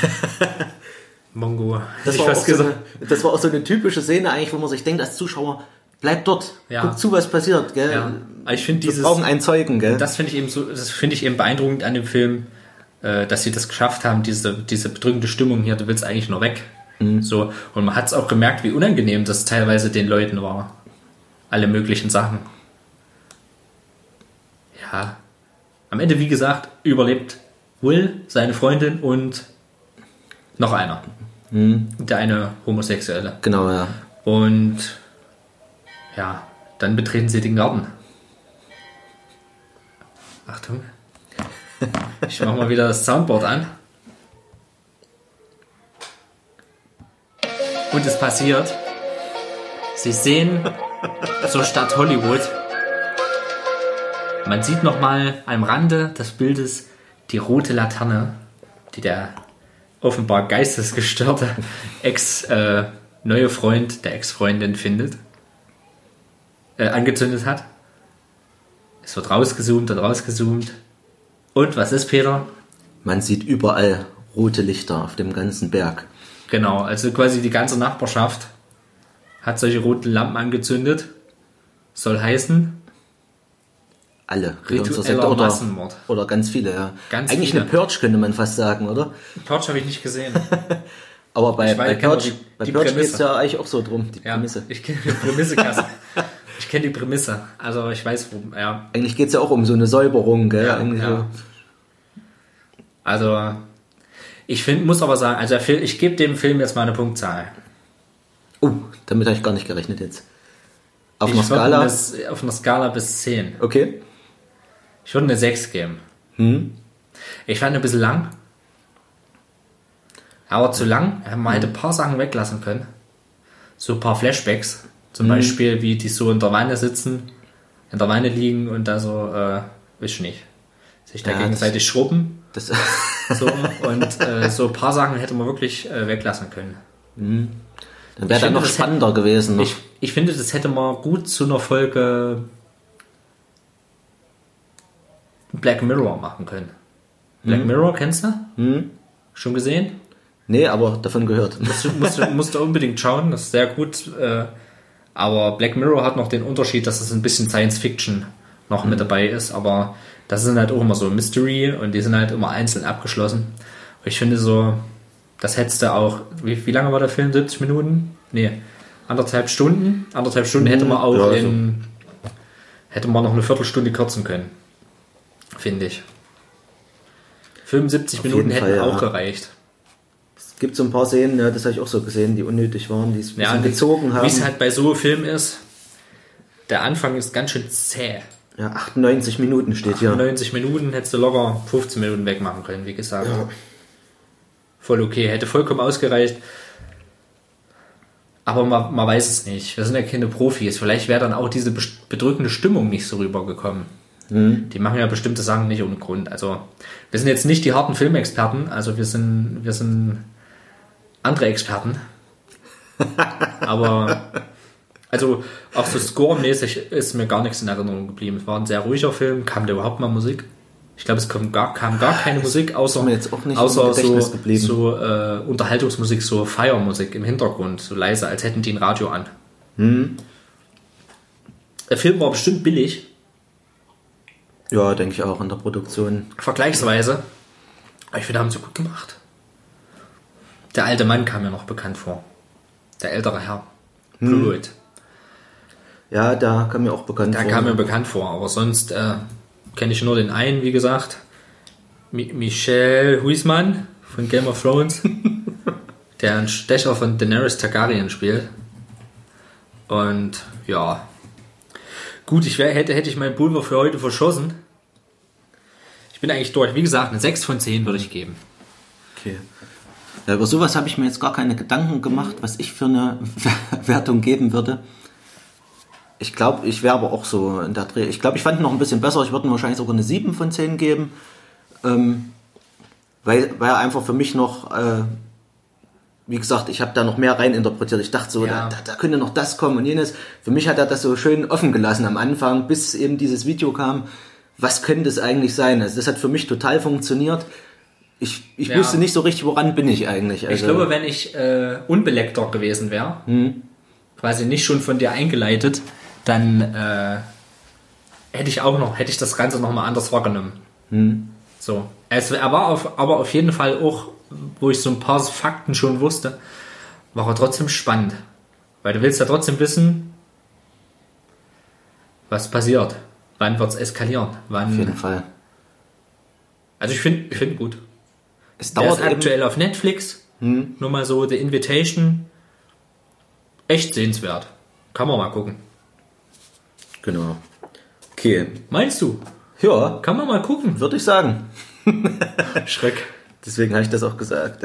Mongo. Das war auch so eine typische Szene eigentlich, wo man sich denkt als Zuschauer, bleib dort, guck zu, was passiert. Gell? Ja. Ich finde wir brauchen einen Zeugen. Gell? Das finde ich eben beeindruckend an dem Film, dass sie das geschafft haben, diese bedrückende Stimmung hier, du willst eigentlich nur weg. So, und man hat es auch gemerkt, wie unangenehm das teilweise den Leuten war. Alle möglichen Sachen. Ja. Am Ende, wie gesagt, überlebt Will, seine Freundin und noch einer. Der eine Homosexuelle. Genau, ja. Und ja, dann betreten sie den Garten. Achtung. Ich mache mal wieder das Soundboard an. Und es passiert. Sie sehen zur Stadt Hollywood. Man sieht nochmal am Rande des Bildes die rote Laterne, die der offenbar geistesgestörte neue Freund der Ex-Freundin angezündet hat. Es wird rausgezoomt und rausgezoomt. Und was ist, Peter? Man sieht überall rote Lichter auf dem ganzen Berg. Genau, also quasi die ganze Nachbarschaft hat solche roten Lampen angezündet. Soll heißen, alle. ritueller Massenmord. Oder ganz viele, ja. Ganz Eigentlich viele. eine Purge, könnte man fast sagen, oder? Purge habe ich nicht gesehen. Aber bei Purge die geht es Prämisse. ja eigentlich auch so drum, die Prämisse. Ich kenne die Prämisse, Kasse. Ich kenne die Prämisse. Also ich weiß, wo, ja. Eigentlich geht es ja auch um so eine Säuberung, gell? Ja. So. Also, muss aber sagen, also ich gebe dem Film jetzt mal eine Punktzahl. Damit habe ich gar nicht gerechnet jetzt. Auf Ich einer würde Skala? auf einer Skala bis 10. Okay. Ich würde eine 6 geben. Ich fand ihn ein bisschen lang. Aber zu lang. Man hätte ein paar Sachen weglassen können. So ein paar Flashbacks. Zum Beispiel, wie die so in der Wanne sitzen, in der Wanne liegen und da so, weiß ich nicht, sich da gegenseitig schrubben. So, und so ein paar Sachen hätte man wirklich weglassen können. Dann wäre das noch spannender gewesen. Noch. Ich finde, das hätte man gut zu einer Folge Black Mirror machen können. Black Mirror, kennst du? Schon gesehen? Nee, aber davon gehört. Musst du unbedingt schauen, das ist sehr gut. Aber Black Mirror hat noch den Unterschied, dass es ein bisschen Science Fiction noch mit dabei ist. Aber das sind halt auch immer so Mystery und die sind halt immer einzeln abgeschlossen. Und ich finde so, das hättest du auch, wie lange war der Film? 70 Minuten? Nee, 1,5 Stunden. 1,5 Stunden hätte man auch hätte man noch eine Viertelstunde kürzen können. Finde ich. 75 Minuten hätten auch gereicht. Es gibt so ein paar Szenen, ja, das habe ich auch so gesehen, die unnötig waren, die es ein bisschen gezogen haben. Wie es halt bei so einem Film ist, der Anfang ist ganz schön zäh. Ja, 98 Minuten steht hier. 98 Minuten hättest du locker 15 Minuten wegmachen können, wie gesagt. Ja. Voll okay, hätte vollkommen ausgereicht. Aber man weiß es nicht. Wir sind ja keine Profis. Vielleicht wäre dann auch diese bedrückende Stimmung nicht so rübergekommen. Die machen ja bestimmte Sachen nicht ohne Grund. Also wir sind jetzt nicht die harten Filmexperten, also wir sind andere Experten. Aber also auch so score-mäßig ist mir gar nichts in Erinnerung geblieben. Es war ein sehr ruhiger Film. Kam da überhaupt mal Musik? Ich glaube, es kam gar keine Musik, außer, mir jetzt auch nicht außer im Gedächtnis geblieben. so Unterhaltungsmusik, so Feiermusik im Hintergrund, so leise, als hätten die ein Radio an. Der Film war bestimmt billig. Ja, denke ich auch, in der Produktion. Vergleichsweise. Aber ich finde, haben sie gut gemacht. Der alte Mann kam mir noch bekannt vor. Der ältere Herr. Blue Lloyd. Ja, da kam mir auch bekannt vor. Der kam mir bekannt vor, aber sonst kenne ich nur den einen, wie gesagt. Michelle Huisman von Game of Thrones. Der einen Stecher von Daenerys Targaryen spielt. Und ja. Gut, hätte ich mein Pulver für heute verschossen. Ich bin eigentlich durch. Wie gesagt, eine 6 von 10 würde ich geben. Okay. Ja, über sowas habe ich mir jetzt gar keine Gedanken gemacht, was ich für eine Wertung geben würde. Ich glaube, ich wäre aber auch so in der Dreh. Ich glaube, ich fand ihn noch ein bisschen besser. Ich würde ihm wahrscheinlich sogar eine 7 von 10 geben. Weil er einfach für mich noch wie gesagt, ich habe da noch mehr rein interpretiert. Ich dachte so, da könnte noch das kommen und jenes. Für mich hat er das so schön offen gelassen am Anfang, bis eben dieses Video kam. Was könnte es eigentlich sein? Also das hat für mich total funktioniert. Ich wusste nicht so richtig, woran bin ich eigentlich. Also, ich glaube, wenn ich unbeleckter gewesen wäre, quasi nicht schon von dir eingeleitet, dann hätte ich das Ganze nochmal anders wahrgenommen. So. Er war aber auf jeden Fall auch, wo ich so ein paar Fakten schon wusste, war er trotzdem spannend. Weil du willst ja trotzdem wissen, was passiert. Wann wird es eskalieren? Auf jeden Fall. Also ich finde gut. Es Der dauert ist aktuell auf Netflix. Nur mal so The Invitation. Echt sehenswert. Kann man mal gucken. Genau. Okay. Meinst du? Ja, Kann man mal gucken. würde ich sagen. Schreck. Deswegen habe ich das auch gesagt.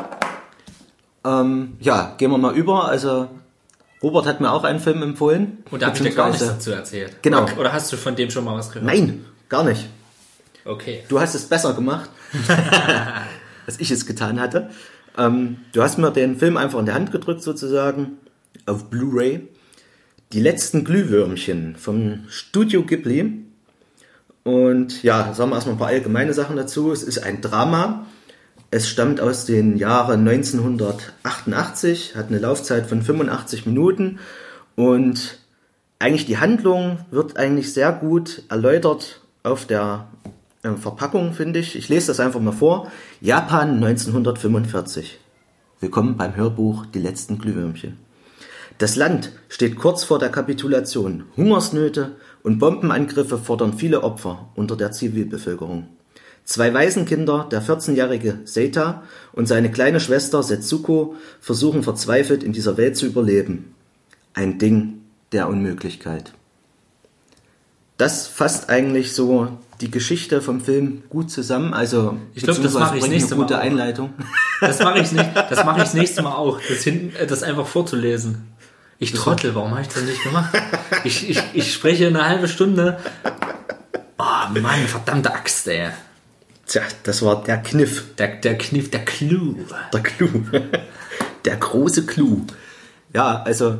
Ja, gehen wir mal über. Also Robert hat mir auch einen Film empfohlen. Und da habe ich dir gar nichts beziehungsweise- dazu erzählt. Genau. Oder hast du von dem schon mal was gehört? Nein, gar nicht. Okay. Du hast es besser gemacht, als ich es getan hatte. Du hast mir den Film einfach in die Hand gedrückt sozusagen, auf Blu-ray. Die letzten Glühwürmchen vom Studio Ghibli. Und ja, sagen wir erstmal ein paar allgemeine Sachen dazu. Es ist ein Drama. Es stammt aus den Jahren 1988, hat eine Laufzeit von 85 Minuten und eigentlich die Handlung wird eigentlich sehr gut erläutert auf der Verpackung, finde ich. Ich lese das einfach mal vor. Japan 1945. Willkommen beim Hörbuch Die letzten Glühwürmchen. Das Land steht kurz vor der Kapitulation. Hungersnöte und Bombenangriffe fordern viele Opfer unter der Zivilbevölkerung. 2 Waisenkinder, der 14-jährige Seita und seine kleine Schwester Setsuko, versuchen verzweifelt in dieser Welt zu überleben. Ein Ding der Unmöglichkeit. Das fasst eigentlich so die Geschichte vom Film gut zusammen. Also Ich glaube, das mache ich das nächste Mal. Gute Auch. Einleitung. Das mache ich nicht. Das mache ich das nächste Mal auch. Das einfach vorzulesen. Ich Trottel, warum habe ich das nicht gemacht? Ich spreche eine halbe Stunde. Oh Mann, verdammte Axt, ey. Tja, das war der Kniff. Der Kniff, der Clou. Der Clou. Der große Clou. Ja, also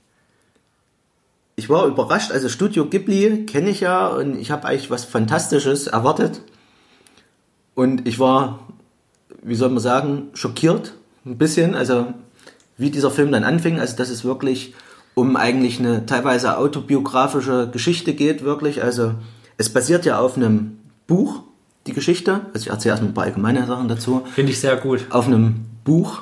ich war überrascht. Also Studio Ghibli kenne ich ja und ich habe eigentlich was Fantastisches erwartet. Und ich war, wie soll man sagen, schockiert. Ein bisschen, also wie dieser Film dann anfing. Also dass es wirklich um eigentlich eine teilweise autobiografische Geschichte geht, wirklich. Also es basiert ja auf einem Buch, die Geschichte. Also ich erzähle erstmal ein paar allgemeine Sachen dazu. Finde ich sehr gut. Auf einem Buch.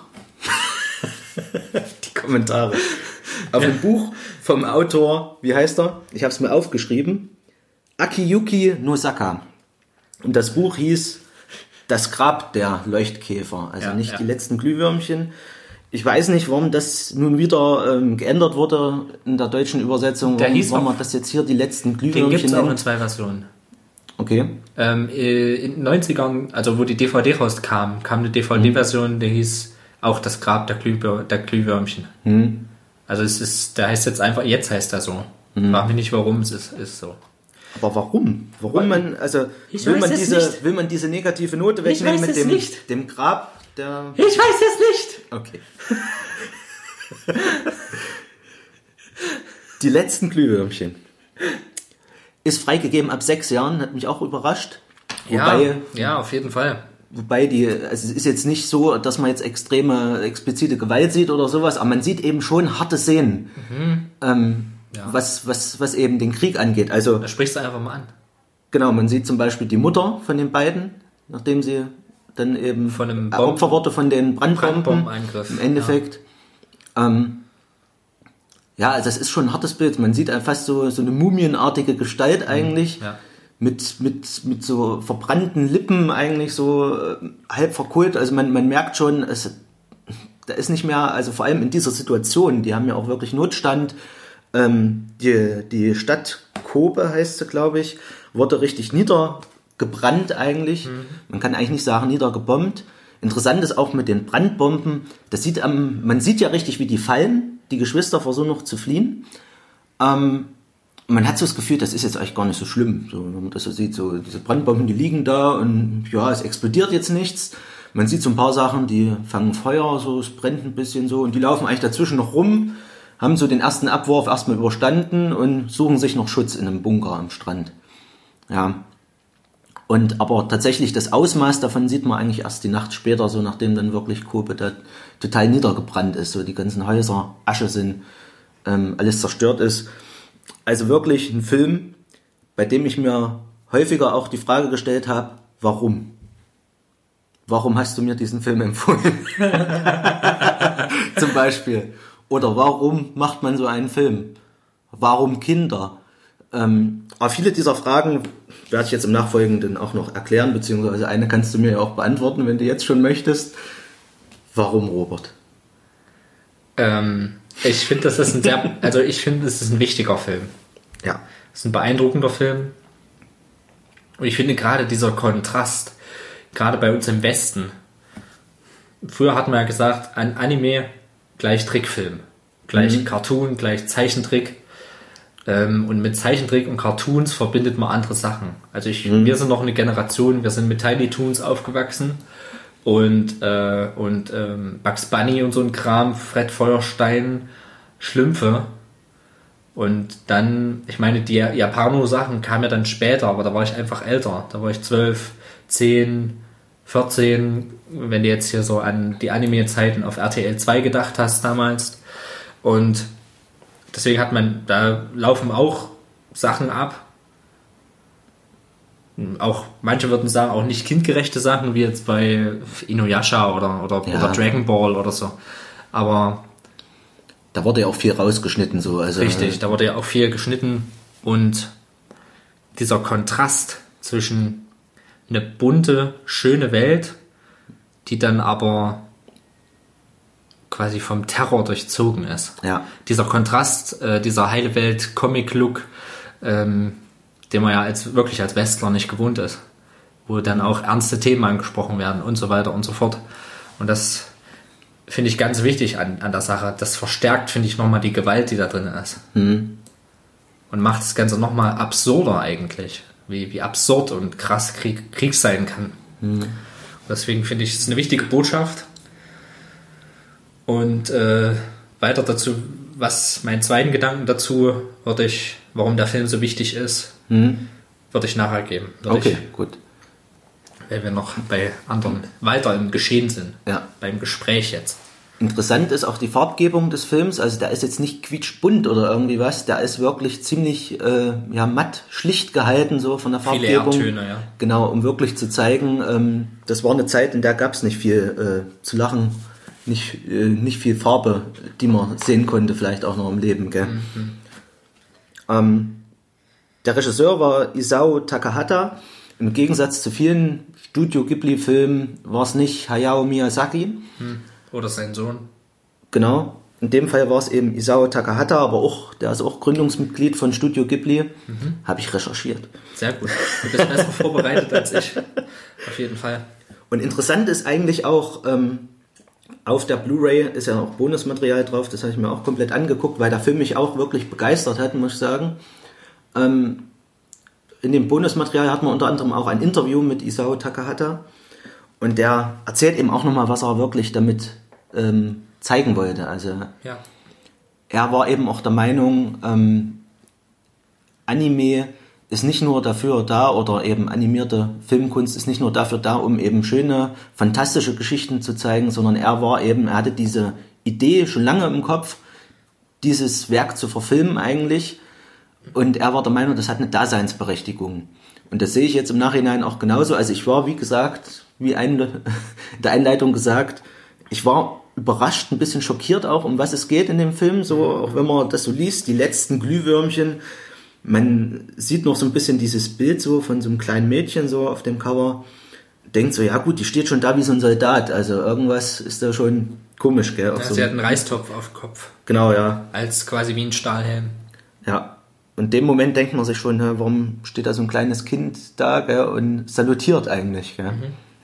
Die Kommentare. Auf einem Buch vom Autor, wie heißt er? Ich habe es mir aufgeschrieben. Akiyuki Nosaka. Und das Buch hieß Das Grab der Leuchtkäfer. Also nicht die letzten Glühwürmchen. Ich weiß nicht, warum das nun wieder geändert wurde in der deutschen Übersetzung. Warum man das jetzt hier die letzten Glühwürmchen Den gibt es auch in nennt. 2 Versionen. Okay. In den 90ern, also wo die DVD rauskam, kam eine DVD-Version, die hieß auch Das Grab der Glühwürmchen. Also der heißt jetzt einfach, jetzt heißt er so. Frag mich nicht, warum, es ist so. Aber warum? Warum man, also will man diese negative Note wegnehmen mit dem Grab der... Ich weiß es nicht! Okay. Die letzten Glühwürmchen. Ist freigegeben ab 6 Jahren, hat mich auch überrascht. Ja, auf jeden Fall. Wobei also es ist jetzt nicht so, dass man jetzt explizite Gewalt sieht oder sowas, aber man sieht eben schon harte Szenen, was eben den Krieg angeht. Also, Da sprichst du einfach mal an. genau, man sieht zum Beispiel die Mutter von den beiden, nachdem sie dann eben Von einem Opfer wurde von den Brandbomben Brandbombenangriff. im Endeffekt. Ja, also das ist schon ein hartes Bild. Man sieht fast so eine mumienartige Gestalt eigentlich. Ja. Mit so verbrannten Lippen eigentlich so halb verkohlt. Also man merkt schon, da ist nicht mehr, also vor allem in dieser Situation, die haben ja auch wirklich Notstand. Die Stadt Kobe heißt sie, glaube ich, wurde richtig niedergebrannt eigentlich. Man kann eigentlich nicht sagen niedergebombt. Interessant ist auch mit den Brandbomben, man sieht ja richtig, wie die fallen. Die Geschwister versuchen noch zu fliehen. Man hat so das Gefühl, das ist jetzt eigentlich gar nicht so schlimm. So, wenn man das so sieht, so diese Brandbomben, die liegen da und ja, es explodiert jetzt nichts. Man sieht so ein paar Sachen, die fangen Feuer, so es brennt ein bisschen so und die laufen eigentlich dazwischen noch rum, haben so den ersten Abwurf erstmal überstanden und suchen sich noch Schutz in einem Bunker am Strand. Ja. Und aber tatsächlich das Ausmaß davon sieht man eigentlich erst die Nacht später, so nachdem dann wirklich Kobe da total niedergebrannt ist, so die ganzen Häuser Asche sind, alles zerstört ist. Also wirklich ein Film, bei dem ich mir häufiger auch die Frage gestellt habe, warum? Warum hast du mir diesen Film empfohlen? Zum Beispiel. Oder warum macht man so einen Film? Warum Kinder? Aber viele dieser Fragen werde ich jetzt im Nachfolgenden auch noch erklären, beziehungsweise eine kannst du mir ja auch beantworten, wenn du jetzt schon möchtest. Warum, Robert? Ich finde, das ist ein wichtiger Film. Ja. Es ist ein beeindruckender Film. Und ich finde gerade dieser Kontrast, gerade bei uns im Westen. Früher hat man ja gesagt, ein Anime gleich Trickfilm, gleich Cartoon, gleich Zeichentrick. Und mit Zeichentrick und Cartoons verbindet man andere Sachen. Also wir sind noch eine Generation, wir sind mit Tiny Toons aufgewachsen und Bugs Bunny und so ein Kram, Fred Feuerstein, Schlümpfe. Und dann, ich meine, die Japano-Sachen kamen ja dann später, aber da war ich einfach älter. Da war ich 12, 10, 14, wenn du jetzt hier so an die Anime-Zeiten auf RTL 2 gedacht hast damals. Und deswegen da laufen auch Sachen ab. Auch, manche würden sagen, auch nicht kindgerechte Sachen, wie jetzt bei Inuyasha oder Dragon Ball oder so. Aber da wurde ja auch viel rausgeschnitten, so. Also, richtig, da wurde ja auch viel geschnitten und dieser Kontrast zwischen eine bunte, schöne Welt, die dann aber quasi vom Terror durchzogen ist. Ja. Dieser Kontrast, dieser heile Welt Comic-Look, den man ja wirklich als Westler nicht gewohnt ist, wo dann auch ernste Themen angesprochen werden und so weiter und so fort. Und das finde ich ganz wichtig an der Sache. Das verstärkt, finde ich, nochmal die Gewalt, die da drin ist. Und macht das Ganze nochmal absurder eigentlich. Wie absurd und krass Krieg sein kann. Und deswegen finde ich es eine wichtige Botschaft. Und weiter dazu, was meinen zweiten Gedanken dazu, warum der Film so wichtig ist, würde ich nachher geben. Gut. Weil wir noch bei anderen weiter im Geschehen sind. Ja. Beim Gespräch jetzt. Interessant ist auch die Farbgebung des Films. Also der ist jetzt nicht quietschbunt oder irgendwie was. Der ist wirklich ziemlich matt, schlicht gehalten so von der Farbgebung. Viele Erdtöne, ja. Genau, um wirklich zu zeigen, das war eine Zeit, in der gab es nicht viel zu lachen, nicht viel Farbe, die man sehen konnte, vielleicht auch noch im Leben. Gell? Der Regisseur war Isao Takahata. Im Gegensatz zu vielen Studio Ghibli-Filmen war es nicht Hayao Miyazaki. Oder sein Sohn. Genau. In dem Fall war es eben Isao Takahata, aber der ist auch Gründungsmitglied von Studio Ghibli. Habe ich recherchiert. Sehr gut. Du bist besser vorbereitet als ich. Auf jeden Fall. Und interessant ist eigentlich auch, auf der Blu-ray ist ja auch Bonusmaterial drauf, das habe ich mir auch komplett angeguckt, weil der Film mich auch wirklich begeistert hat, muss ich sagen. In dem Bonusmaterial hat man unter anderem auch ein Interview mit Isao Takahata und der erzählt eben auch nochmal, was er wirklich damit zeigen wollte. Also er war eben auch der Meinung, Anime ist nicht nur dafür da, oder eben animierte Filmkunst ist nicht nur dafür da, um eben schöne, fantastische Geschichten zu zeigen, sondern er hatte diese Idee schon lange im Kopf, dieses Werk zu verfilmen eigentlich. Und er war der Meinung, das hat eine Daseinsberechtigung. Und das sehe ich jetzt im Nachhinein auch genauso. Also ich war, wie gesagt, in der Einleitung gesagt, ich war überrascht, ein bisschen schockiert auch, um was es geht in dem Film. So, auch wenn man das so liest, die letzten Glühwürmchen. Man sieht noch so ein bisschen dieses Bild so von so einem kleinen Mädchen so auf dem Cover. Denkt so, ja gut, die steht schon da wie so ein Soldat. Also irgendwas ist da schon komisch, gell? Ja, sie hat einen Reistopf auf dem Kopf. Genau, ja. Als quasi wie ein Stahlhelm. Ja. Und in dem Moment denkt man sich schon, warum steht da so ein kleines Kind da, gell, und salutiert eigentlich. Gell?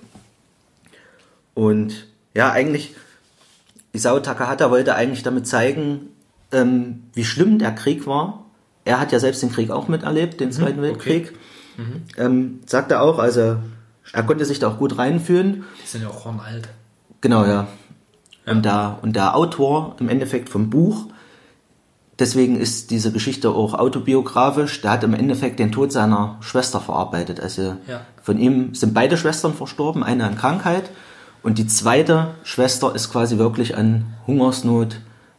Und ja, eigentlich, Isao Takahata wollte eigentlich damit zeigen, wie schlimm der Krieg war. Er hat ja selbst den Krieg auch miterlebt, den Zweiten Weltkrieg. Sagt er auch, also er konnte sich da auch gut reinfühlen. Die sind ja auch hornalt. Genau, ja. Und der Autor im Endeffekt vom Buch, deswegen ist diese Geschichte auch autobiografisch, der hat im Endeffekt den Tod seiner Schwester verarbeitet. Also von ihm sind beide Schwestern verstorben, eine an Krankheit und die zweite Schwester ist quasi wirklich an Hungersnot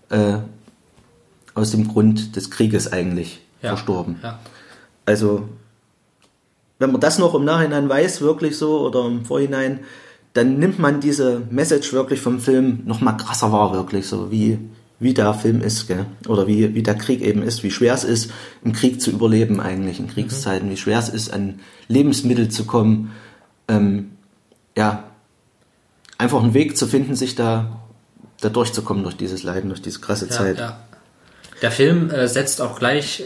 aus dem Grund des Krieges eigentlich verstorben. Ja. Also wenn man das noch im Nachhinein weiß, wirklich so, oder im Vorhinein, dann nimmt man diese Message wirklich vom Film noch mal krasser wahr, wirklich so, wie der Film ist, gell? Oder wie der Krieg eben ist, wie schwer es ist, im Krieg zu überleben eigentlich, in Kriegszeiten, wie schwer es ist, an Lebensmittel zu kommen, einfach einen Weg zu finden, sich da durchzukommen durch dieses Leiden, durch diese krasse Zeit. Ja. Der Film setzt auch gleich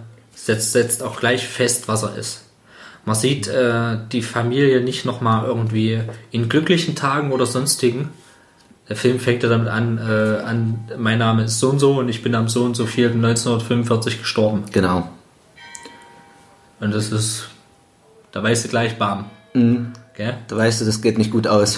fest, was er ist. Man sieht die Familie nicht nochmal irgendwie in glücklichen Tagen oder sonstigen. Der Film fängt ja damit an, mein Name ist so und ich bin am so und so viel 1945 gestorben. Genau. Und das ist, da weißt du gleich, bam. Mhm. Gell? Da weißt du, das geht nicht gut aus.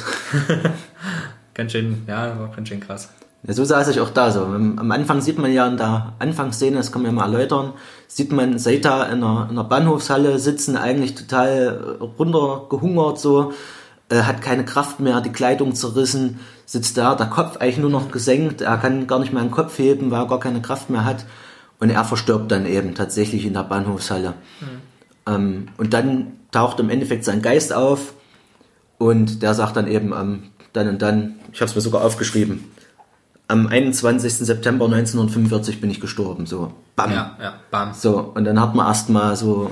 War ganz schön krass. Ja, so saß ich auch da so. Am Anfang sieht man ja in der Anfangsszene, das kann man ja mal erläutern, sieht man Zeta in einer Bahnhofshalle sitzen, eigentlich total runtergehungert so, hat keine Kraft mehr, die Kleidung zerrissen, sitzt da, der Kopf eigentlich nur noch gesenkt, er kann gar nicht mehr den Kopf heben, weil er gar keine Kraft mehr hat und er verstirbt dann eben tatsächlich in der Bahnhofshalle. Und dann taucht im Endeffekt sein Geist auf und der sagt dann eben dann und dann, ich habe es mir sogar aufgeschrieben, am 21. September 1945 bin ich gestorben, so, bam. Ja, bam. So, und dann hat man erstmal so,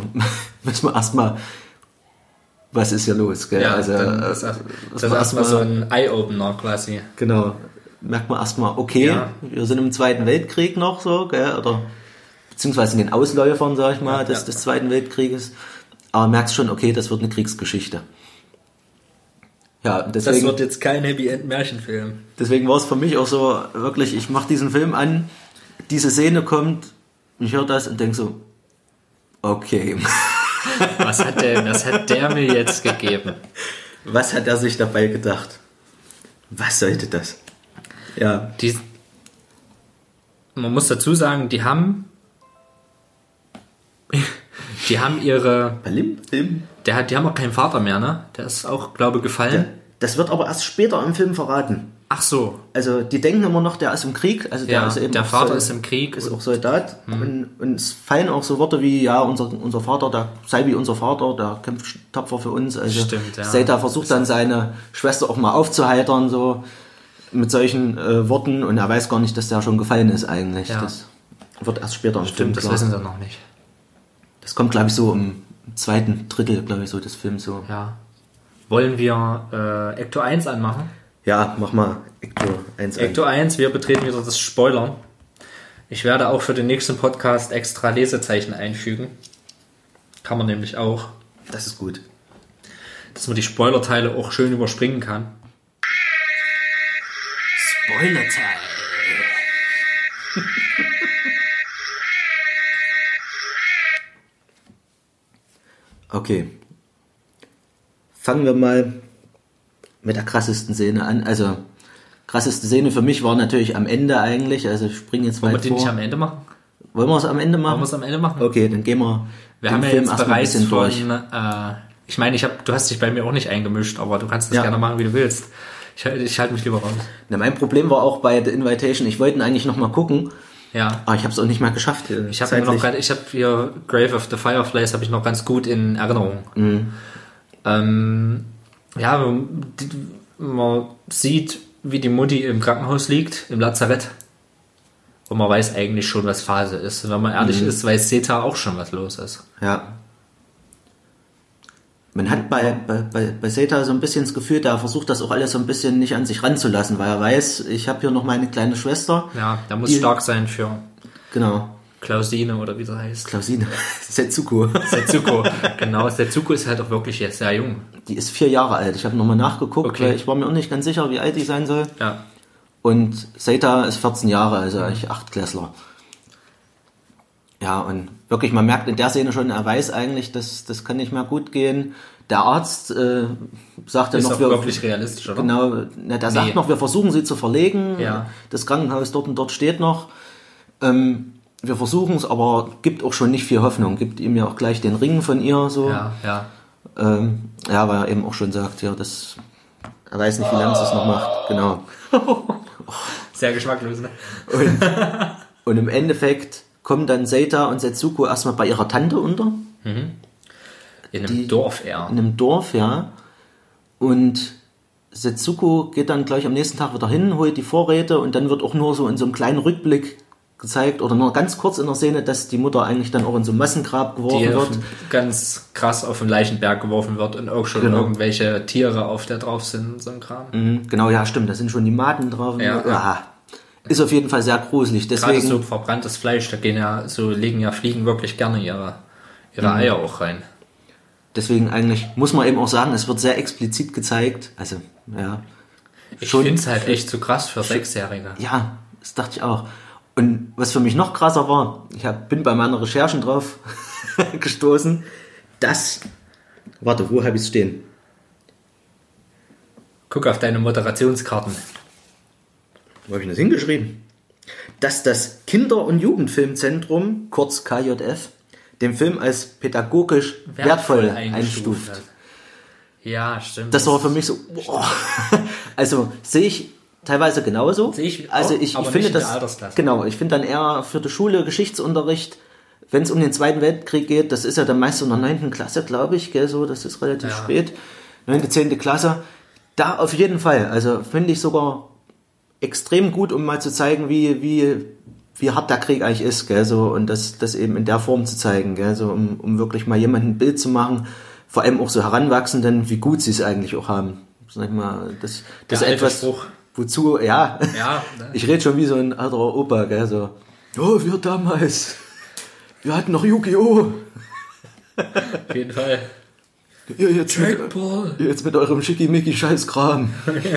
was ist hier los, gell? Ja, also, das ist erstmal so ein Eye-Opener quasi. Genau. Merkt man erstmal, okay, wir sind im Zweiten Weltkrieg noch so, gell? Oder, beziehungsweise in den Ausläufern, sag ich mal, des Zweiten Weltkrieges. Aber merkst schon, okay, das wird eine Kriegsgeschichte. Ja, deswegen, das wird jetzt kein Happy-End-Märchenfilm. Deswegen war es für mich auch so, wirklich, ich mache diesen Film an, diese Szene kommt, ich höre das und denke so, okay. Was hat der mir jetzt gegeben? Was hat er sich dabei gedacht? Was sollte das? Ja. Man muss dazu sagen, die haben ihre... Die haben auch keinen Vater mehr, ne? Der ist auch, glaube ich, gefallen. Das wird aber erst später im Film verraten. Ach so. Also die denken immer noch, der ist im Krieg. Also der ist eben der Vater ist im Krieg. Ist auch Soldat. Und es fallen auch so Worte wie, ja, unser Vater, der sei wie unser Vater, der kämpft tapfer für uns. Also stimmt, ja. Zeta versucht dann seine Schwester auch mal aufzuheitern, so mit solchen Worten. Und er weiß gar nicht, dass der schon gefallen ist eigentlich. Ja. Das wird erst später im Film klar. Das wissen sie noch nicht. Das kommt, glaube ich, so im zweiten Drittel, glaube ich, so des Films so. Ja. Wollen wir Ecto 1 anmachen? Ja, mach mal Ecto 1 Ecto 1, wir betreten wieder das Spoilern. Ich werde auch für den nächsten Podcast extra Lesezeichen einfügen. Kann man nämlich auch. Das ist gut. Dass man die Spoilerteile auch schön überspringen kann. Spoilerteil. Okay. Fangen wir mal mit der krassesten Szene an. Also, krasseste Szene für mich war natürlich am Ende eigentlich. Also, ich springe jetzt weit vor. Wollen wir die nicht am Ende machen? Wollen wir es am Ende machen? Wollen wir es am Ende machen? Okay, dann gehen wir haben ja Film jetzt bereits von, durch. Ich meine, du hast dich bei mir auch nicht eingemischt, aber du kannst das gerne machen, wie du willst. Ich halte mich lieber raus. Na, mein Problem war auch bei The Invitation, ich wollte ihn eigentlich noch mal gucken. Ja. Aber ich habe es auch nicht mal geschafft. Ich habe hier Grave of the Fireflies habe ich noch ganz gut in Erinnerung. Mhm. Man sieht, wie die Mutti im Krankenhaus liegt, im Lazarett. Und man weiß eigentlich schon, was Phase ist. Und wenn man ehrlich ist, weiß Zeta auch schon, was los ist. Ja. Man hat bei Zeta so ein bisschen das Gefühl, da versucht das auch alles so ein bisschen nicht an sich ranzulassen, weil er weiß, ich habe hier noch meine kleine Schwester. Ja, der muss stark sein für Klausine oder wie das heißt. Klausine, Setsuko. Genau. Setsuko ist halt auch wirklich jetzt sehr jung. Die ist 4 Jahre alt. Ich habe nochmal nachgeguckt, weil ich war mir auch nicht ganz sicher, wie alt die sein soll. Ja. Und Zeta ist 14 Jahre, also eigentlich 8-Klässler. Ja, und wirklich, man merkt in der Szene schon, er weiß eigentlich, das kann nicht mehr gut gehen. Der Arzt sagt ja Ist noch... auch wirklich realistisch, oder? Genau, der sagt noch, wir versuchen sie zu verlegen. Ja. Das Krankenhaus dort und dort steht noch. Wir versuchen es, aber gibt auch schon nicht viel Hoffnung. Gibt ihm ja auch gleich den Ring von ihr. So. Ja. Ja, weil er eben auch schon sagt, ja, er weiß nicht, wie lange es noch macht. Genau. Sehr geschmacklos, ne? Und im Endeffekt kommen dann Seita und Setsuko erstmal bei ihrer Tante unter. In einem Dorf eher. In einem Dorf, ja. Und Setsuko geht dann gleich am nächsten Tag wieder hin, holt die Vorräte und dann wird auch nur so in so einem kleinen Rückblick gezeigt oder nur ganz kurz in der Szene, dass die Mutter eigentlich dann auch in so ein Massengrab geworfen wird. Ganz krass auf den Leichenberg geworfen wird und auch schon irgendwelche Tiere auf der drauf sind, so ein Kram. Genau, ja, stimmt, da sind schon die Maden drauf. Ja. Ist auf jeden Fall sehr gruselig. Deswegen, gerade so verbranntes Fleisch, da legen ja Fliegen wirklich gerne ihre Eier auch rein. Deswegen eigentlich muss man eben auch sagen, es wird sehr explizit gezeigt. Also, ja. Ich finde es halt echt zu krass für Sechsjährige. Ja, das dachte ich auch. Und was für mich noch krasser war, bin bei meinen Recherchen drauf gestoßen, warte, wo habe ich es stehen? Guck auf deine Moderationskarten. Wo habe ich das hingeschrieben? Dass das Kinder- und Jugendfilmzentrum, kurz KJF, den Film als pädagogisch wertvoll einstuft. Hat. Ja, stimmt. Das war für mich so, boah. Also sehe ich teilweise genauso. Sehe ich auch, also ich aber finde nicht in der das, Altersklasse. genau, ich finde dann eher für die Schule Geschichtsunterricht, wenn es um den Zweiten Weltkrieg geht, das ist ja dann meist in der 9. Klasse, glaube ich, gell, so, das ist relativ spät, 9., 10. Klasse, da auf jeden Fall, also finde ich sogar extrem gut, um mal zu zeigen, wie hart der Krieg eigentlich ist, gell, so, und das eben in der Form zu zeigen, gell, so, um wirklich mal jemandem ein Bild zu machen, vor allem auch so Heranwachsenden, wie gut sie es eigentlich auch haben. Sag ich mal, das ist etwas, Spruch. Wozu, ja, ne? Ich rede schon wie so ein alter Opa, gell, so, oh, wir damals, wir hatten noch Yu-Gi-Oh! Auf jeden Fall. Ihr jetzt mit eurem Schickimicki-Scheißkram.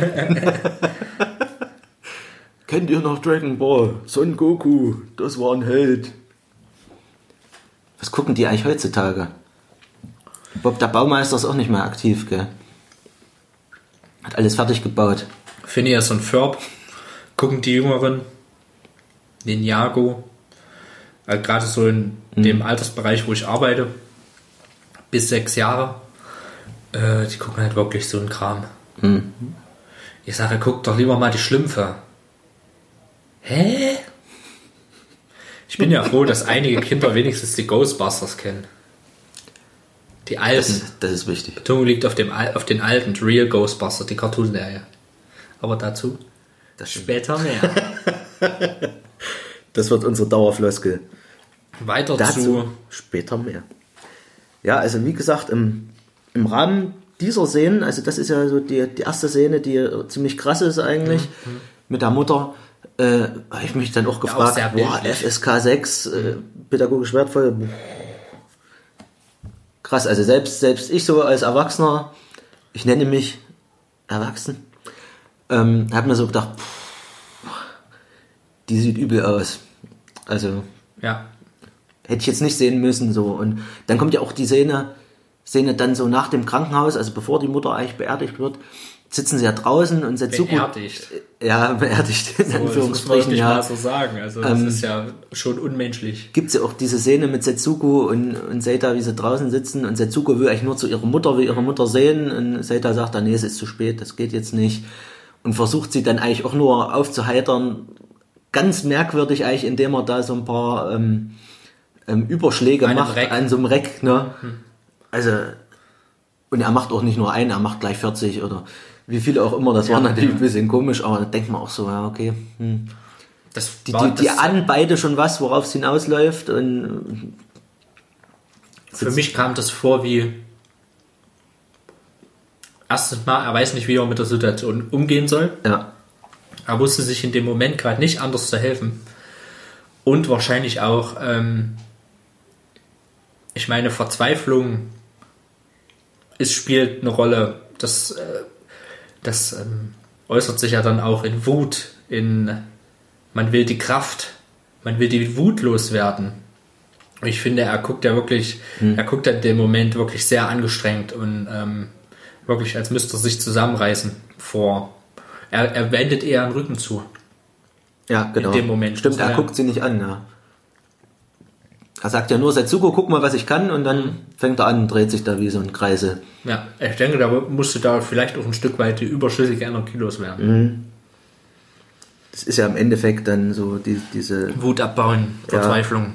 Kennt ihr noch Dragon Ball? Son Goku, das war ein Held. Was gucken die eigentlich heutzutage? Bob der Baumeister ist auch nicht mehr aktiv, gell? Hat alles fertig gebaut. Phineas und Ferb gucken die Jüngeren, Ninjago, gerade so in dem Altersbereich, wo ich arbeite, bis 6 Jahre, die gucken halt wirklich so einen Kram. Ich sage, guck doch lieber mal die Schlümpfe. Hä? Ich bin ja froh, dass einige Kinder wenigstens die Ghostbusters kennen. Die alten. Das ist wichtig. Betonung liegt auf den alten Real Ghostbusters, die Cartoon-Serie. Aber dazu später mehr. Das wird unsere Dauerfloskel. Weiter Dazu später mehr. Ja, also wie gesagt, im Rahmen dieser Szenen, also das ist ja so die erste Szene, die ziemlich krass ist eigentlich, mit der Mutter, habe ich mich dann auch gefragt, FSK 6, pädagogisch wertvoll. Krass, also selbst ich so als Erwachsener, ich nenne mich erwachsen, habe mir so gedacht, die sieht übel aus. Also hätte ich jetzt nicht sehen müssen. So. Und dann kommt ja auch die Szene dann so nach dem Krankenhaus, also bevor die Mutter eigentlich beerdigt wird, sitzen sie ja draußen und Setsuko... Beerdigt. Ja, beerdigt, in Anführungsstrichen. Das muss man nicht mal so sagen, also das ist ja schon unmenschlich. Gibt es ja auch diese Szene mit Setsuko und Seita, wie sie draußen sitzen und Setsuko will eigentlich nur zu ihrer Mutter, will ihre Mutter sehen und Seita sagt dann, nee, es ist zu spät, das geht jetzt nicht und versucht sie dann eigentlich auch nur aufzuheitern, ganz merkwürdig eigentlich, indem er da so ein paar Überschläge macht an so einem Reck, ne? Also, und er macht auch nicht nur einen, er macht gleich 40 oder wie viele auch immer, das war natürlich ein bisschen komisch, aber da denkt man auch so, ja, okay. Die ahnen beide schon was, worauf es hinausläuft und für mich kam das vor wie erstens mal, er weiß nicht, wie er mit der Situation umgehen soll. Ja. Er wusste sich in dem Moment gerade nicht anders zu helfen. Und wahrscheinlich auch, ich meine, Verzweiflung spielt eine Rolle. Das äußert sich ja dann auch in Wut, man will die Kraft, man will die Wut loswerden. Ich finde, er guckt ja den Moment wirklich sehr angestrengt und wirklich, als müsste er sich zusammenreißen er wendet eher den Rücken zu. Ja, genau. In dem Moment. Stimmt, er guckt sie nicht an, ja. Er sagt ja nur, Setsuko, guck mal, was ich kann, und dann fängt er an, dreht sich da wie so ein Kreisel. Ja, ich denke, da musste da vielleicht auch ein Stück weit die überschüssige Energie loswerden. Das ist ja im Endeffekt dann so diese... Wut abbauen, Verzweiflung.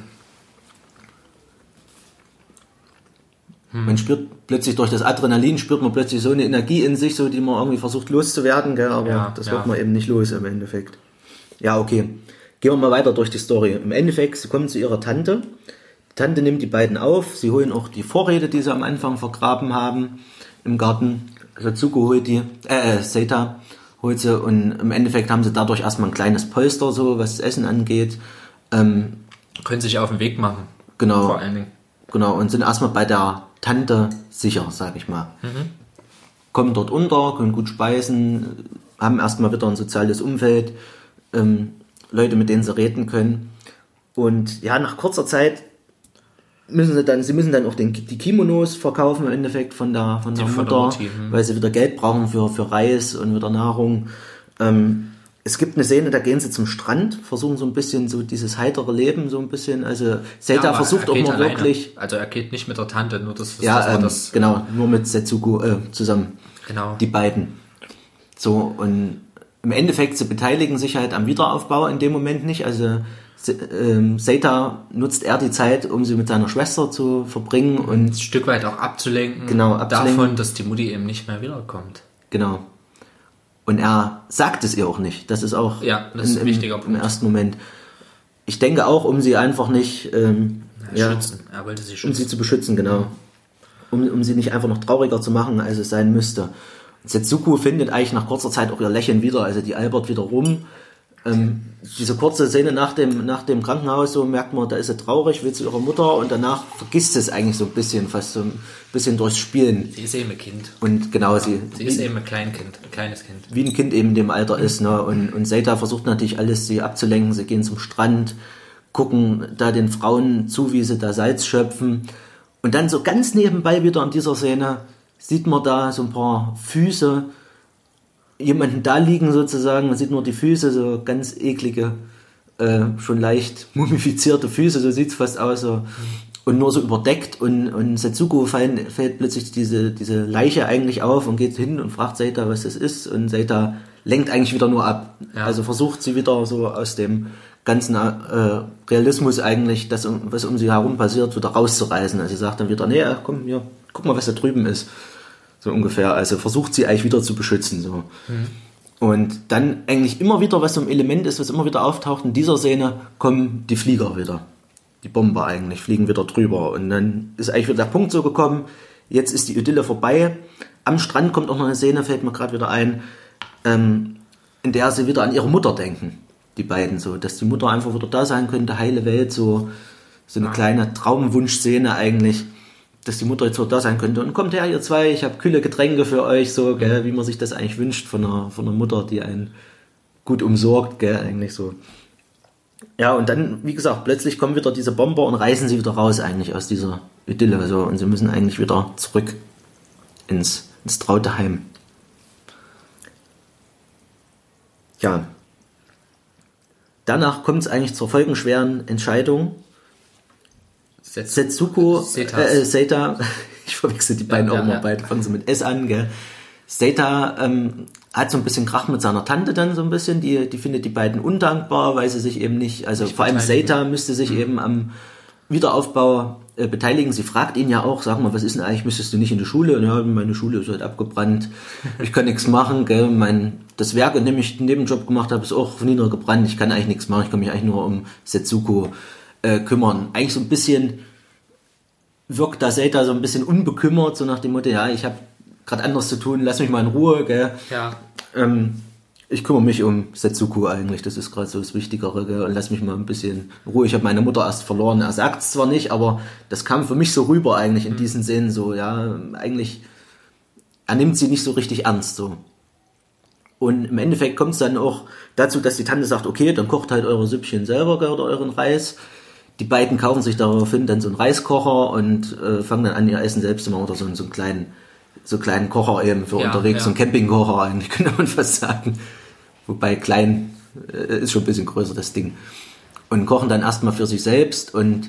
Man spürt plötzlich durch das Adrenalin, spürt man plötzlich so eine Energie in sich, so die man irgendwie versucht loszuwerden, gell, aber das wird man eben nicht los im Endeffekt. Ja, okay. Gehen wir mal weiter durch die Story. Im Endeffekt, sie kommen zu ihrer Tante. Die Tante nimmt die beiden auf. Sie holen auch die Vorräte, die sie am Anfang vergraben haben im Garten. Setsuko holt Seita holt sie, und im Endeffekt haben sie dadurch erstmal ein kleines Polster, so was das Essen angeht. Können sich auf den Weg machen. Genau. Vor allen Dingen. Genau, und sind erstmal bei der Tante sicher, sag ich mal. Kommen dort unter, können gut speisen, haben erstmal wieder ein soziales Umfeld, Leute, mit denen sie reden können. Und ja, nach kurzer Zeit müssen sie dann auch die Kimonos verkaufen im Endeffekt von der Mutter, weil sie wieder Geld brauchen für Reis und wieder Nahrung. Es gibt eine Szene, da gehen sie zum Strand, versuchen so ein bisschen so dieses heitere Leben so ein bisschen, also Seita versucht auch mal wirklich... Also er geht nicht mit der Tante, nur genau, nur mit Setsuko zusammen. Genau. Die beiden. So, und im Endeffekt, sie beteiligen sich halt am Wiederaufbau in dem Moment nicht, also Seita nutzt die Zeit, um sie mit seiner Schwester zu verbringen und ein Stück weit auch abzulenken, davon, dass die Mutti eben nicht mehr wiederkommt. Genau. Und er sagt es ihr auch nicht. Das ist auch das ist ein wichtiger Punkt. Im ersten Moment. Ich denke auch, um sie einfach nicht schützen. Er wollte sie schützen. Um sie zu beschützen, genau. Um sie nicht einfach noch trauriger zu machen, als es sein müsste. Setsuko findet eigentlich nach kurzer Zeit auch ihr Lächeln wieder, also die albert wieder rum. Diese kurze Szene nach dem Krankenhaus, so merkt man, da ist sie traurig, will zu ihrer Mutter, und danach vergisst es eigentlich so ein bisschen, fast so ein bisschen durchs Spielen. Sie ist eben ein Kind. Und genau, sie ist eben ein kleines Kind. Wie ein Kind eben in dem Alter ist, ne? Und Seita versucht natürlich alles, sie abzulenken. Sie gehen zum Strand, gucken da den Frauen zu, wie sie da Salz schöpfen. Und dann so ganz nebenbei wieder in dieser Szene sieht man da so ein paar Füße, jemanden da liegen sozusagen, man sieht nur die Füße, so ganz eklige, schon leicht mumifizierte Füße, so sieht es fast aus, so. Und nur so überdeckt, und Setsuko fällt plötzlich diese Leiche eigentlich auf und geht hin und fragt Seita, was das ist, und Seita lenkt eigentlich wieder nur ab. Ja. Also versucht sie wieder so aus dem ganzen Realismus eigentlich, das, was um sie herum passiert, wieder rauszureißen. Also sie sagt dann wieder, nee, komm, hier, guck mal, was da drüben ist. So ungefähr. Also versucht sie eigentlich wieder zu beschützen. So. Und dann eigentlich immer wieder, was so ein Element ist, was immer wieder auftaucht, in dieser Szene kommen die Flieger wieder. Die Bomber eigentlich, fliegen wieder drüber. Und dann ist eigentlich wieder der Punkt so gekommen, jetzt ist die Idylle vorbei. Am Strand kommt auch noch eine Szene, fällt mir gerade wieder ein, in der sie wieder an ihre Mutter denken. Die beiden so, dass die Mutter einfach wieder da sein könnte, heile Welt, so eine kleine Traumwunschszene eigentlich, dass die Mutter jetzt wieder da sein könnte. Und kommt her, ihr zwei, ich habe kühle Getränke für euch, so, gell, wie man sich das eigentlich wünscht von einer Mutter, die einen gut umsorgt, gell, eigentlich so. Ja, und dann, wie gesagt, plötzlich kommen wieder diese Bomber und reißen sie wieder raus eigentlich aus dieser Idylle, so, und sie müssen eigentlich wieder zurück ins traute Heim. Ja. Danach kommt es eigentlich zur folgenschweren Entscheidung. Seita, ich verwechsel die beiden auch immer, beide fangen so mit S an, gell. Seita hat so ein bisschen Krach mit seiner Tante dann so ein bisschen, die findet die beiden undankbar, weil sie sich eben nicht, also vor allem Seita müsste sich eben am Wiederaufbau beteiligen. Sie fragt ihn ja auch, sag mal, was ist denn eigentlich, müsstest du nicht in die Schule? Und ja, meine Schule ist halt abgebrannt, ich kann nichts machen, gell. Das Werk, in dem ich den Nebenjob gemacht habe, ist auch niedergebrannt, ich kann eigentlich nichts machen, ich kann mich eigentlich nur um Setsuko kümmern. Eigentlich so ein bisschen wirkt da Seita so ein bisschen unbekümmert, so nach dem Motto, ja, ich habe gerade anderes zu tun, lass mich mal in Ruhe, gell. Ja. Ich kümmere mich um Setsuko eigentlich, das ist gerade so das Wichtigere, gell, und lass mich mal ein bisschen in Ruhe. Ich habe meine Mutter erst verloren, er sagt es zwar nicht, aber das kam für mich so rüber eigentlich in diesen Szenen, so, ja, eigentlich, er nimmt sie nicht so richtig ernst, so. Und im Endeffekt kommt es dann auch dazu, dass die Tante sagt, okay, dann kocht halt eure Süppchen selber, gell, oder euren Reis. Die beiden kaufen sich daraufhin dann so einen Reiskocher und fangen dann an, ihr Essen selbst zu machen oder so einen kleinen Kocher eben für unterwegs, so einen Campingkocher eigentlich, könnte man fast sagen. Wobei klein ist schon ein bisschen größer, das Ding. Und kochen dann erstmal für sich selbst und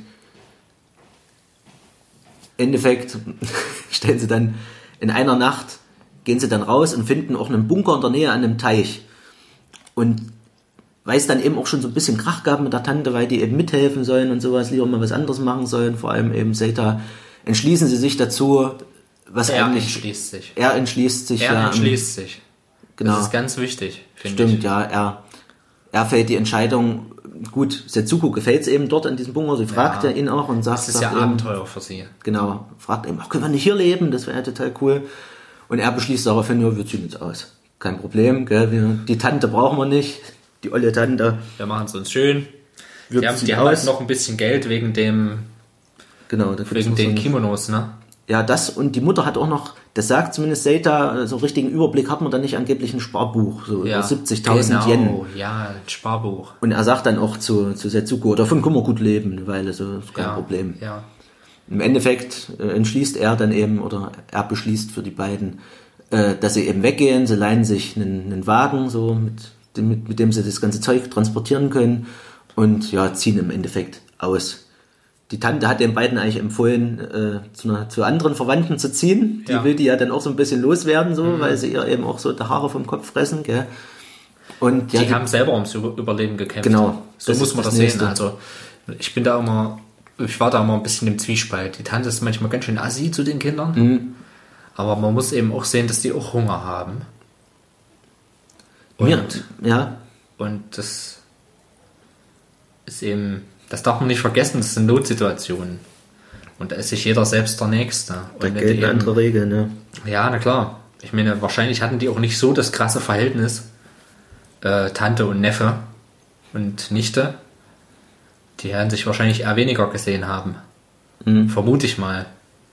im Endeffekt stellen sie dann in einer Nacht, gehen sie dann raus und finden auch einen Bunker in der Nähe an einem Teich. Und weil es dann eben auch schon so ein bisschen Krach gab mit der Tante, weil die eben mithelfen sollen und sowas, lieber mal was anderes machen sollen, vor allem eben Zeta, entschließen sie sich dazu, was er eigentlich... entschließt sich. Er entschließt sich. Genau. Das ist ganz wichtig, finde ich. Stimmt, ja. Er fällt die Entscheidung, gut, Setsuko gefällt es eben dort in diesem Bunker, sie fragt ihn auch und sagt... Das ist ja Abenteuer für sie. Genau, fragt eben, können wir nicht hier leben, das wäre ja total cool. Und er beschließt daraufhin, ja, wir ziehen uns aus. Kein Problem, gell? Die Tante brauchen wir nicht, die olle Tante. Wir machen es uns schön. Die haben halt noch ein bisschen Geld wegen den Kimonos, ne? Ja, das und die Mutter hat auch noch, das sagt zumindest Zeta, so richtigen Überblick hat man dann nicht, angeblich ein Sparbuch, so über 70.000 Yen. Ja, ein Sparbuch. Und er sagt dann auch zu Setsuko, davon können wir gut leben, eine Weile, so ist kein Problem. Ja. Im Endeffekt entschließt er dann eben, oder er beschließt für die beiden, dass sie eben weggehen, sie leihen sich einen Wagen, so mit dem sie das ganze Zeug transportieren können und ziehen im Endeffekt aus. Die Tante hat den beiden eigentlich empfohlen, zu anderen Verwandten zu ziehen. Die will die ja dann auch so ein bisschen loswerden, so, weil sie ihr eben auch so die Haare vom Kopf fressen. Gell? Und, die haben selber ums Überleben gekämpft. Genau. So muss man das sehen. Also ich war da immer ein bisschen im Zwiespalt. Die Tante ist manchmal ganz schön assi zu den Kindern. Aber man muss eben auch sehen, dass die auch Hunger haben. Und das ist eben... Das darf man nicht vergessen, das sind Notsituationen. Und da ist sich jeder selbst der Nächste. Da gelten andere Regeln, ne? Ja, na klar. Ich meine, wahrscheinlich hatten die auch nicht so das krasse Verhältnis. Tante und Neffe und Nichte. Die werden sich wahrscheinlich eher weniger gesehen haben. Vermute ich mal.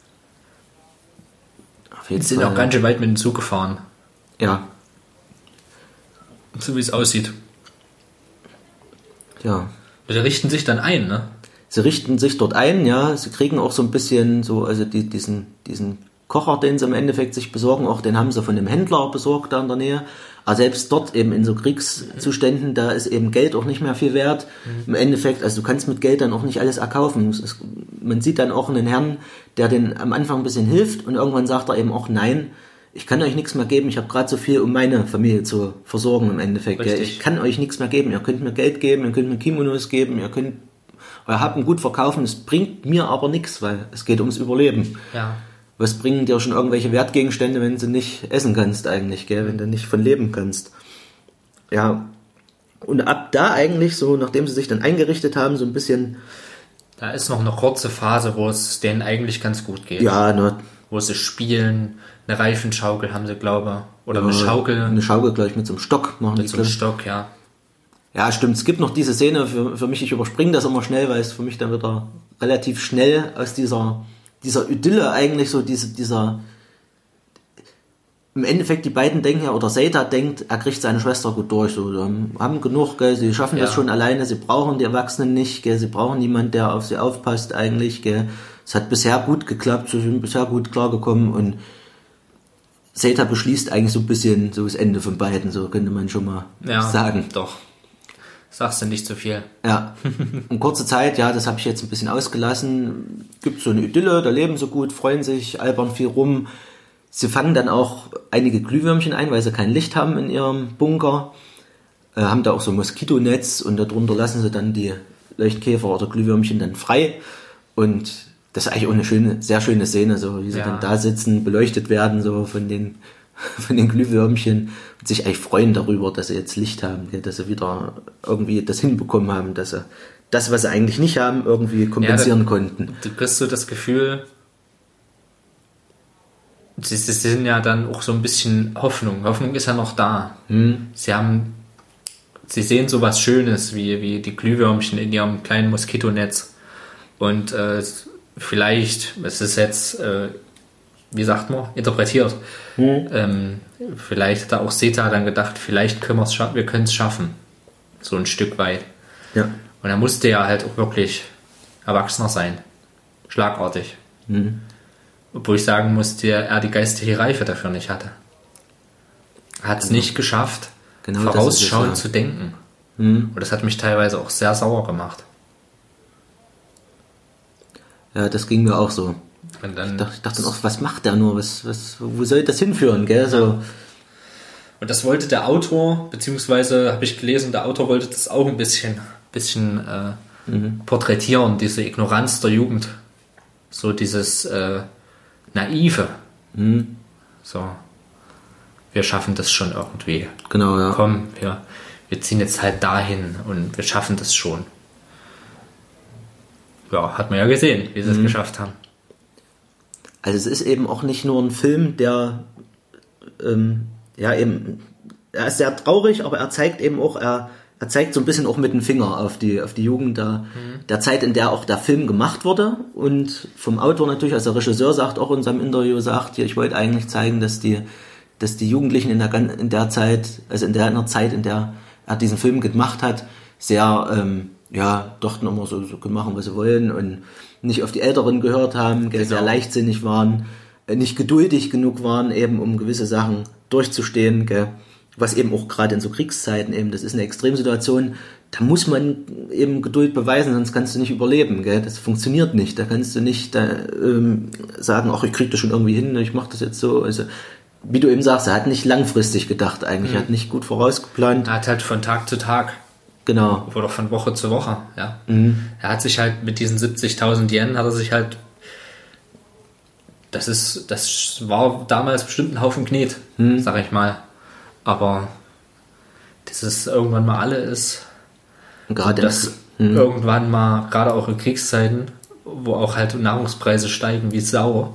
Auf jeden Die sind auch ganz schön weit mit dem Zug gefahren. Ja. So wie es aussieht. Ja. Die richten sich dann ein, ne? Sie richten sich dort ein, ja. Sie kriegen auch so ein bisschen so, also diesen Kocher, den sie im Endeffekt sich besorgen, auch den haben sie von dem Händler besorgt da in der Nähe. Aber selbst dort eben in so Kriegszuständen, da ist eben Geld auch nicht mehr viel wert. Im Endeffekt, also du kannst mit Geld dann auch nicht alles erkaufen. Man sieht dann auch einen Herrn, der den am Anfang ein bisschen hilft und irgendwann sagt er eben auch, nein, ich kann euch nichts mehr geben, ich habe gerade so viel, um meine Familie zu versorgen im Endeffekt. Ja. Ich kann euch nichts mehr geben, ihr könnt mir Geld geben, ihr könnt mir Kimonos geben, ihr könnt euer Happen gut verkaufen, es bringt mir aber nichts, weil es geht ums Überleben. Ja. Was bringen dir schon irgendwelche Wertgegenstände, wenn du nicht essen kannst eigentlich, gell? Wenn du nicht von leben kannst. Ja, und ab da eigentlich so, nachdem sie sich dann eingerichtet haben, so ein bisschen... Da ist noch eine kurze Phase, wo es denen eigentlich ganz gut geht. Ja, ne? Wo sie spielen, eine Reifenschaukel haben sie, glaube ich. Oder eine Schaukel. Eine Schaukel gleich mit so einem Stock machen die. Mit so einem Stock, ja. Ja, stimmt. Es gibt noch diese Szene, für mich, ich überspringe das immer schnell, weil es für mich dann wieder relativ schnell aus dieser Idylle eigentlich so dieser im Endeffekt die beiden denken ja, oder Zeta denkt, er kriegt seine Schwester gut durch, so, haben genug, gell, sie schaffen das schon alleine, sie brauchen die Erwachsenen nicht, gell, sie brauchen niemanden, der auf sie aufpasst eigentlich, gell. Es hat bisher gut geklappt, sie sind bisher gut klargekommen und Zeta beschließt eigentlich so ein bisschen so das Ende von beiden, so könnte man schon mal sagen. Doch. Sagst du nicht zu viel. Ja, in kurzer Zeit, ja, das habe ich jetzt ein bisschen ausgelassen, gibt so eine Idylle, da leben sie gut, freuen sich, albern viel rum. Sie fangen dann auch einige Glühwürmchen ein, weil sie kein Licht haben in ihrem Bunker, haben da auch so ein Moskitonetz und darunter lassen sie dann die Leuchtkäfer oder Glühwürmchen dann frei und das ist eigentlich auch eine sehr schöne Szene, so wie sie dann da sitzen, beleuchtet werden so von den Glühwürmchen und sich eigentlich freuen darüber, dass sie jetzt Licht haben, dass sie wieder irgendwie das hinbekommen haben, dass sie das, was sie eigentlich nicht haben, irgendwie kompensieren konnten. Du kriegst so das Gefühl, sie sind ja dann auch so ein bisschen Hoffnung. Hoffnung ist ja noch da. Sie sehen so was Schönes wie die Glühwürmchen in ihrem kleinen Moskitonetz und vielleicht, es ist jetzt wie sagt man, interpretiert. Vielleicht hat auch Zeta dann gedacht, vielleicht wir können es schaffen. So ein Stück weit. Ja. Und er musste ja halt auch wirklich Erwachsener sein. Schlagartig. Obwohl ich sagen muss, er die geistige Reife dafür nicht hatte. Er hat es nicht geschafft, vorausschauend zu denken. Und das hat mich teilweise auch sehr sauer gemacht. Ja, das ging mir auch so. Und dann, ich dachte dann auch, was macht der nur? Wo soll das hinführen? Gell? So. Und das wollte der Autor, beziehungsweise habe ich gelesen, der Autor wollte das auch ein bisschen porträtieren, diese Ignoranz der Jugend. So dieses Naive. So, wir schaffen das schon irgendwie. Genau, ja. Komm, wir ziehen jetzt halt dahin und wir schaffen das schon. Ja, hat man ja gesehen, wie sie es geschafft haben. Also es ist eben auch nicht nur ein Film, der er ist sehr traurig, aber er zeigt eben auch, er zeigt so ein bisschen auch mit dem Finger auf die Jugend der Zeit, in der auch der Film gemacht wurde, und vom Autor natürlich, also der Regisseur sagt auch in seinem Interview, ich wollte eigentlich zeigen, dass die Jugendlichen in der Zeit, also in der Zeit, in der er diesen Film gemacht hat, sehr dachten immer so machen, was sie wollen, und nicht auf die Älteren gehört haben, sehr leichtsinnig waren, nicht geduldig genug waren, eben um gewisse Sachen durchzustehen, was eben auch gerade in so Kriegszeiten eben, das ist eine Extremsituation, da muss man eben Geduld beweisen, sonst kannst du nicht überleben, das funktioniert nicht, da kannst du nicht sagen, ach, ich krieg das schon irgendwie hin, ich mach das jetzt so, also wie du eben sagst, er hat nicht langfristig gedacht eigentlich, er hat nicht gut vorausgeplant. Er hat halt von Tag zu Tag. Genau. Oder von Woche zu Woche, ja. Er hat sich halt mit diesen 70.000 Yen, das war damals bestimmt ein Haufen Knet, sag ich mal. Aber dieses irgendwann mal alle ist, gerade das irgendwann mal, gerade auch in Kriegszeiten, wo auch halt Nahrungspreise steigen wie Sau,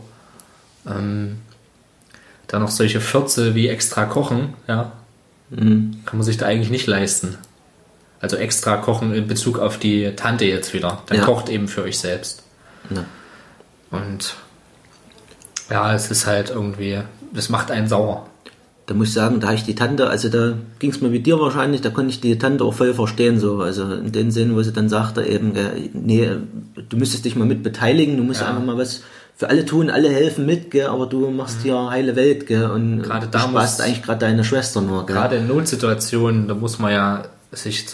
da noch solche Fürze wie extra kochen, ja, kann man sich da eigentlich nicht leisten. Also extra kochen in Bezug auf die Tante jetzt wieder. Dann kocht eben für euch selbst. Ja. Und ja, es ist halt irgendwie, das macht einen sauer. Da muss ich sagen, da habe ich die Tante, also da ging es mir wie dir wahrscheinlich, da konnte ich die Tante auch voll verstehen, so, also in dem Sinn, wo sie dann sagte eben, nee, du müsstest dich mal mit beteiligen, du musst einfach mal was für alle tun, alle helfen mit, aber du machst hier heile Welt, und gerade du sparst eigentlich gerade deine Schwester nur. Gerade in Notsituationen, da muss man ja sich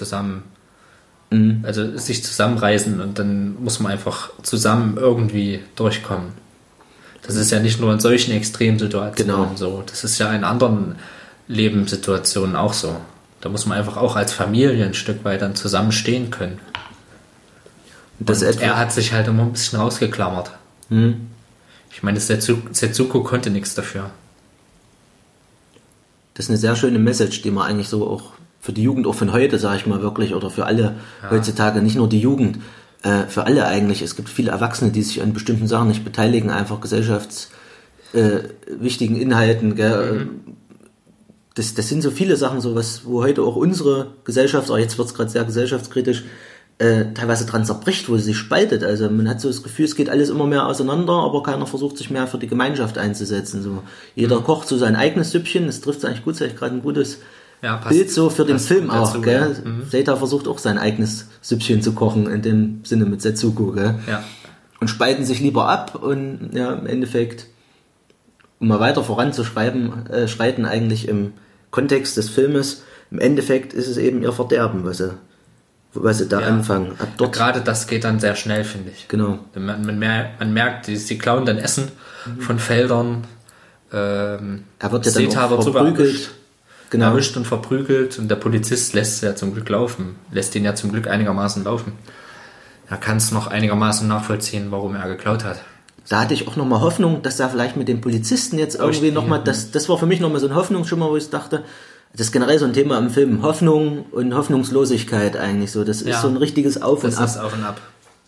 zusammenreißen, und dann muss man einfach zusammen irgendwie durchkommen. Das ist ja nicht nur in solchen Extremsituationen so, das ist ja in anderen Lebenssituationen auch so. Da muss man einfach auch als Familie ein Stück weit dann zusammenstehen können. Und er hat sich halt immer ein bisschen rausgeklammert. Ich meine, Setsuko konnte nichts dafür. Das ist eine sehr schöne Message, die man eigentlich so auch für die Jugend, auch von heute, sage ich mal wirklich, oder für alle heutzutage, nicht nur die Jugend, für alle eigentlich. Es gibt viele Erwachsene, die sich an bestimmten Sachen nicht beteiligen, einfach gesellschaftswichtigen Inhalten. Das sind so viele Sachen, so was, wo heute auch unsere Gesellschaft, auch jetzt wird es gerade sehr gesellschaftskritisch, teilweise dran zerbricht, wo sie sich spaltet. Also man hat so das Gefühl, es geht alles immer mehr auseinander, aber keiner versucht sich mehr für die Gemeinschaft einzusetzen. So. Jeder kocht so sein eigenes Süppchen, das trifft es eigentlich gut, das ist gerade ein gutes Bild so für den Film auch. Seita versucht auch sein eigenes Süppchen zu kochen, in dem Sinne mit Setsuko. Und spalten sich lieber ab, und im Endeffekt, um mal weiter voranzuschreiten eigentlich im Kontext des Filmes, im Endeffekt ist es eben ihr Verderben, was sie da anfangen. Ab dort. Gerade das geht dann sehr schnell, finde ich. Genau. Man merkt, sie klauen dann Essen von Feldern. Er wird ja dann auch verprügelt. Erwischt und verprügelt, und der Polizist lässt ihn ja zum Glück einigermaßen laufen. Er kann es noch einigermaßen nachvollziehen, warum er geklaut hat. Da hatte ich auch nochmal Hoffnung, dass da vielleicht mit den Polizisten jetzt irgendwie nochmal, das war für mich nochmal so ein Hoffnungsschimmer, wo ich dachte, das ist generell so ein Thema im Film, Hoffnung und Hoffnungslosigkeit eigentlich so, das ist so ein richtiges Auf und Ab. Das ist Auf und Ab.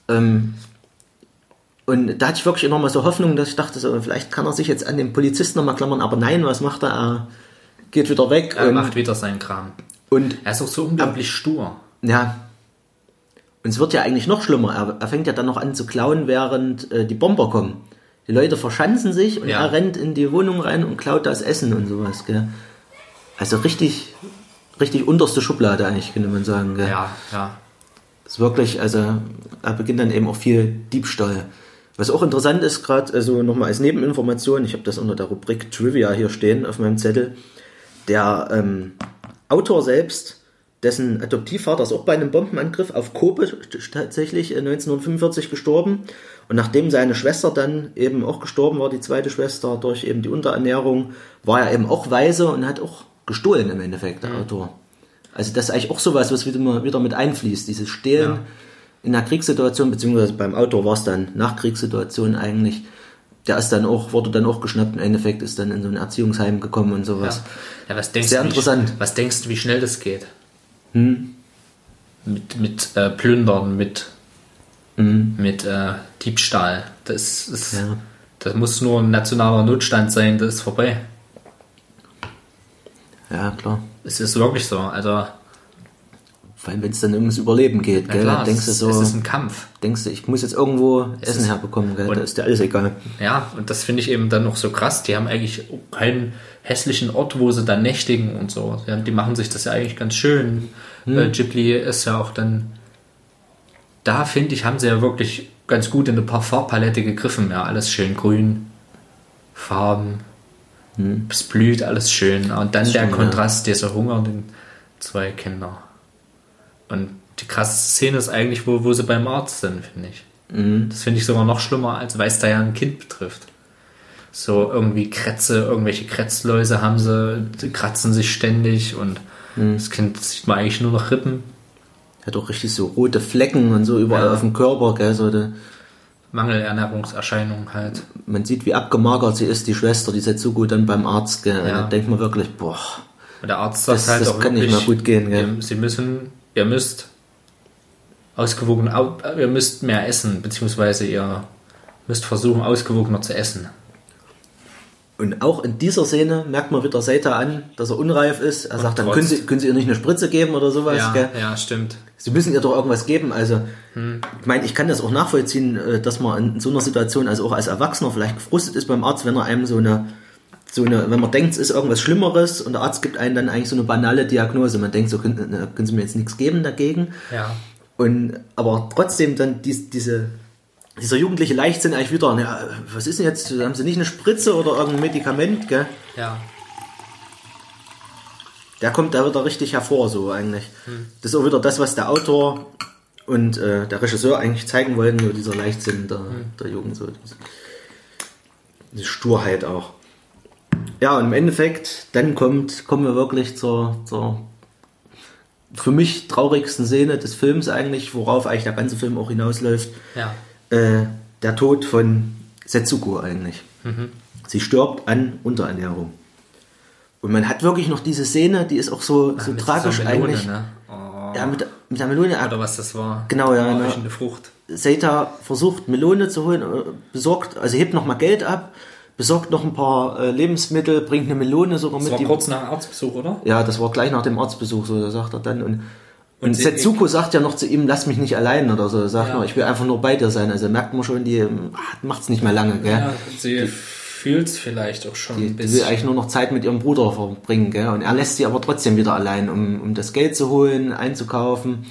Und da hatte ich wirklich nochmal so Hoffnung, dass ich dachte, so, vielleicht kann er sich jetzt an den Polizisten nochmal klammern, aber nein, was macht er? Er geht wieder weg. Er macht wieder seinen Kram. Und er ist auch so unglaublich stur. Ja. Und es wird ja eigentlich noch schlimmer. Er fängt ja dann noch an zu klauen, während die Bomber kommen. Die Leute verschanzen sich und er rennt in die Wohnung rein und klaut das Essen und sowas. Gell? Also richtig unterste Schublade eigentlich, könnte man sagen. Gell? Ja. Ist wirklich, also er beginnt dann eben auch viel Diebstahl. Was auch interessant ist, gerade, also nochmal als Nebeninformation, ich habe das unter der Rubrik Trivia hier stehen auf meinem Zettel, der Autor selbst, dessen Adoptivvater ist auch bei einem Bombenangriff auf Kobe tatsächlich 1945 gestorben. Und nachdem seine Schwester dann eben auch gestorben war, die zweite Schwester, durch eben die Unterernährung, war er eben auch Waise und hat auch gestohlen im Endeffekt, der Autor. Also das ist eigentlich auch sowas, was wieder mit einfließt, dieses Stehlen in der Kriegssituation, beziehungsweise beim Autor war es dann Nachkriegssituation eigentlich. Der ist dann auch, wurde dann auch geschnappt, im Endeffekt ist dann in so ein Erziehungsheim gekommen und sowas. Ja, was denkst Sehr du, interessant. Was denkst du, wie schnell das geht? Mit Plündern, mit Diebstahl. Das muss nur ein nationaler Notstand sein, das ist vorbei. Ja, klar. Es ist wirklich so. Also, Vor allem, wenn es dann ums Überleben geht, gell? klar, Dann denkst du so, es ist ein Kampf. denkst du, ich muss jetzt irgendwo Essen herbekommen, gell? Da ist dir alles egal. Ja, und das finde ich eben dann noch so krass. Die haben eigentlich keinen hässlichen Ort, wo sie dann nächtigen und so. Ja, die machen sich das ja eigentlich ganz schön. Ghibli ist ja auch dann... Da, finde ich, haben sie ja wirklich ganz gut in eine Farbpalette gegriffen. Ja, alles schön grün, Farben, es blüht, alles schön. Und dann der Kontrast, dieser hungernden zwei Kinder. Und die krasse Szene ist eigentlich, wo sie beim Arzt sind, finde ich. Das finde ich sogar noch schlimmer, als weil es da ja ein Kind betrifft. So irgendwie irgendwelche Krätzläuse haben sie, die kratzen sich ständig und das Kind sieht man eigentlich nur noch Rippen. Hat auch richtig so rote Flecken und so überall auf dem Körper, gell? So Mangelernährungserscheinungen halt. Man sieht, wie abgemagert sie ist, die Schwester, die Setsuko, dann beim Arzt, gell? Da denkt man wirklich, boah. Und der Arzt sagt das auch kann wirklich, nicht mehr gut gehen, gell? Ihr müsst mehr essen, beziehungsweise ihr müsst versuchen, ausgewogener zu essen. Und auch in dieser Szene merkt man wieder Seita an, dass er unreif ist. Er sagt dann, können Sie ihr nicht eine Spritze geben oder sowas? Ja, gell? ja, stimmt. Sie müssen ihr doch irgendwas geben. Also, ich meine, ich kann das auch nachvollziehen, dass man in so einer Situation, also auch als Erwachsener, vielleicht gefrustet ist beim Arzt, wenn er einem wenn man denkt, es ist irgendwas Schlimmeres und der Arzt gibt einem dann eigentlich so eine banale Diagnose. Man denkt so, können Sie mir jetzt nichts geben dagegen? Ja. Aber trotzdem dann dieser jugendliche Leichtsinn eigentlich wieder, ja, was ist denn jetzt, haben Sie nicht eine Spritze oder irgendein Medikament, gell? Ja. Der kommt da wieder richtig hervor, so eigentlich. Das ist auch wieder das, was der Autor und der Regisseur eigentlich zeigen wollten, nur dieser Leichtsinn der Jugend, so diese Sturheit auch. Ja, und im Endeffekt, dann kommen wir wirklich zur für mich traurigsten Szene des Films eigentlich, worauf eigentlich der ganze Film auch hinausläuft. Ja. Der Tod von Setsuko eigentlich. Sie stirbt an Unterernährung. Und man hat wirklich noch diese Szene, die ist auch so tragisch Melone, eigentlich. ne? Oh. Ja, mit der Melone. Oder was das war. Genau, ja. Eine Frucht. Seita versucht Melone zu holen, hebt noch mal Geld ab, besorgt noch ein paar Lebensmittel, bringt eine Melone sogar mit. Das war kurz nach dem Arztbesuch, oder? Ja, das war gleich nach dem Arztbesuch, so sagt er dann. Und Setsuko sagt ja noch zu ihm, lass mich nicht allein oder so. Er sagt nur, ich will einfach nur bei dir sein. Also merkt man schon, die macht's nicht mehr lange, gell? Ja, sie fühlt es vielleicht auch schon ein bisschen. Die will eigentlich nur noch Zeit mit ihrem Bruder verbringen, gell? Und er lässt sie aber trotzdem wieder allein, um das Geld zu holen, einzukaufen.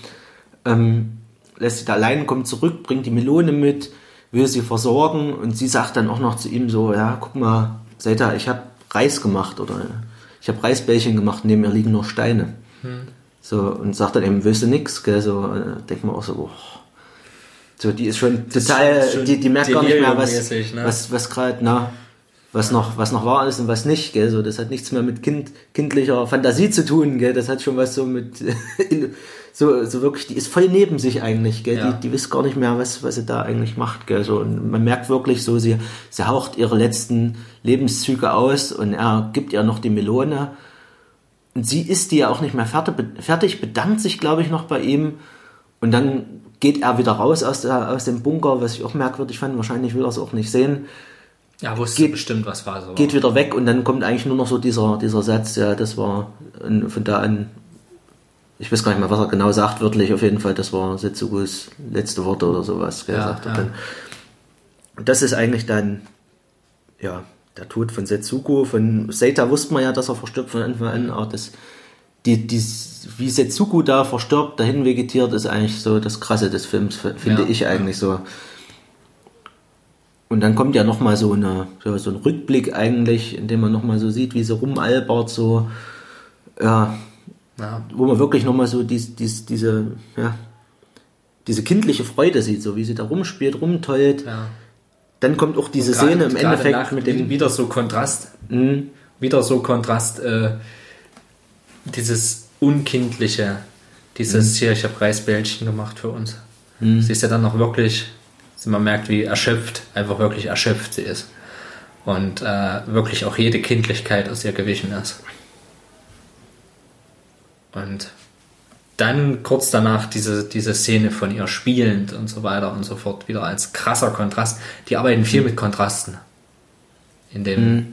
Lässt sie da allein, kommt zurück, bringt die Melone mit, will sie versorgen und sie sagt dann auch noch zu ihm so, ja, guck mal, Seita, ich habe Reis gemacht oder ich habe Reisbällchen gemacht, neben mir liegen noch Steine. So, und sagt dann eben, willst du nix, gell, so, denkt man auch so, boah. So, die ist schon total, die merkt gar nicht mehr, was gerade, was noch wahr ist und was nicht, gell, so, das hat nichts mehr mit kindlicher Fantasie zu tun, gell, das hat schon was so mit, so wirklich, die ist voll neben sich eigentlich, gell, die wisst gar nicht mehr, was sie da eigentlich macht, gell, so, und man merkt wirklich so, sie haucht ihre letzten Lebenszüge aus und er gibt ihr noch die Melone. Und sie isst die ja auch nicht mehr fertig, bedankt sich, glaube ich, noch bei ihm. Und dann geht er wieder raus aus dem Bunker, was ich auch merkwürdig fand. Wahrscheinlich will er es auch nicht sehen. Ja, wusste bestimmt, was war so. Geht wieder weg und dann kommt eigentlich nur noch so dieser Satz, ja, das war von da an, ich weiß gar nicht mehr, was er genau sagt, wörtlich auf jeden Fall, das war Setsukos letzte Worte oder sowas, sagt er dann. Und das ist eigentlich dann, ja, der Tod von Setsuko, von Seita wusste man ja, dass er verstirbt von Anfang an, aber das wie Setsuko da verstirbt, dahin vegetiert, ist eigentlich so das Krasse des Films, finde ich eigentlich so. Und dann kommt ja nochmal so ein Rückblick eigentlich, in dem man nochmal so sieht, wie sie rumalbert, so, wo man wirklich nochmal so diese kindliche Freude sieht, so wie sie da rumspielt, rumtollt. Ja. Dann kommt auch diese Szene im Endeffekt mit dem... Wieder so Kontrast, dieses Unkindliche, hier, ich habe Reisbällchen gemacht für uns. Sie ist ja dann noch wirklich, man merkt, wie einfach wirklich erschöpft sie ist. Und wirklich auch jede Kindlichkeit aus ihr gewichen ist. Und dann kurz danach diese Szene von ihr spielend und so weiter und so fort, wieder als krasser Kontrast. Die arbeiten viel mit Kontrasten in dem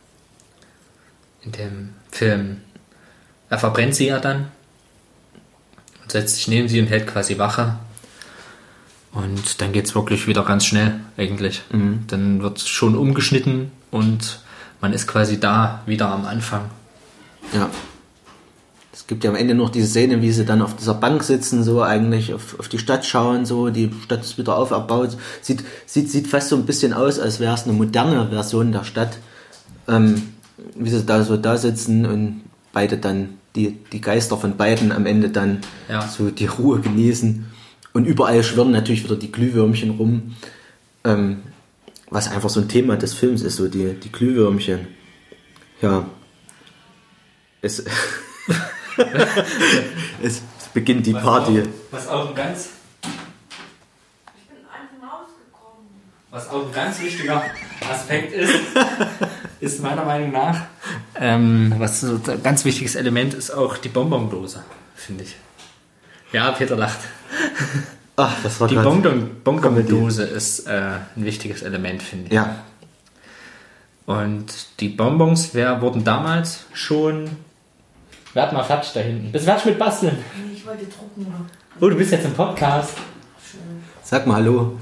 Film. Er verbrennt sie ja dann und setzt sich neben sie und hält quasi Wache. Und dann geht es wirklich wieder ganz schnell eigentlich. Dann wird schon umgeschnitten und man ist quasi da wieder am Anfang. Ja. Es gibt ja am Ende noch diese Szene, wie sie dann auf dieser Bank sitzen, so eigentlich auf die Stadt schauen, so die Stadt ist wieder auferbaut. Sieht fast so ein bisschen aus, als wäre es eine moderne Version der Stadt. Wie sie da sitzen und beide dann, die Geister von beiden am Ende dann so die Ruhe genießen. Und überall schwirren natürlich wieder die Glühwürmchen rum, was einfach so ein Thema des Films ist, so die Glühwürmchen. Ja. Es beginnt die Party. Was auch ein ganz wichtiger Aspekt ist meiner Meinung nach, was so ein ganz wichtiges Element ist, auch die Bonbondose, finde ich. Ja, Peter lacht. Ach, das war die Bonbondose ist ein wichtiges Element, finde ich. Ja. Und die Bonbons wurden damals schon... Werd mal fertig da hinten. Bist du fertig mit Basteln? Ich wollte drucken. Oh, du bist jetzt im Podcast. Schön. Sag mal Hallo.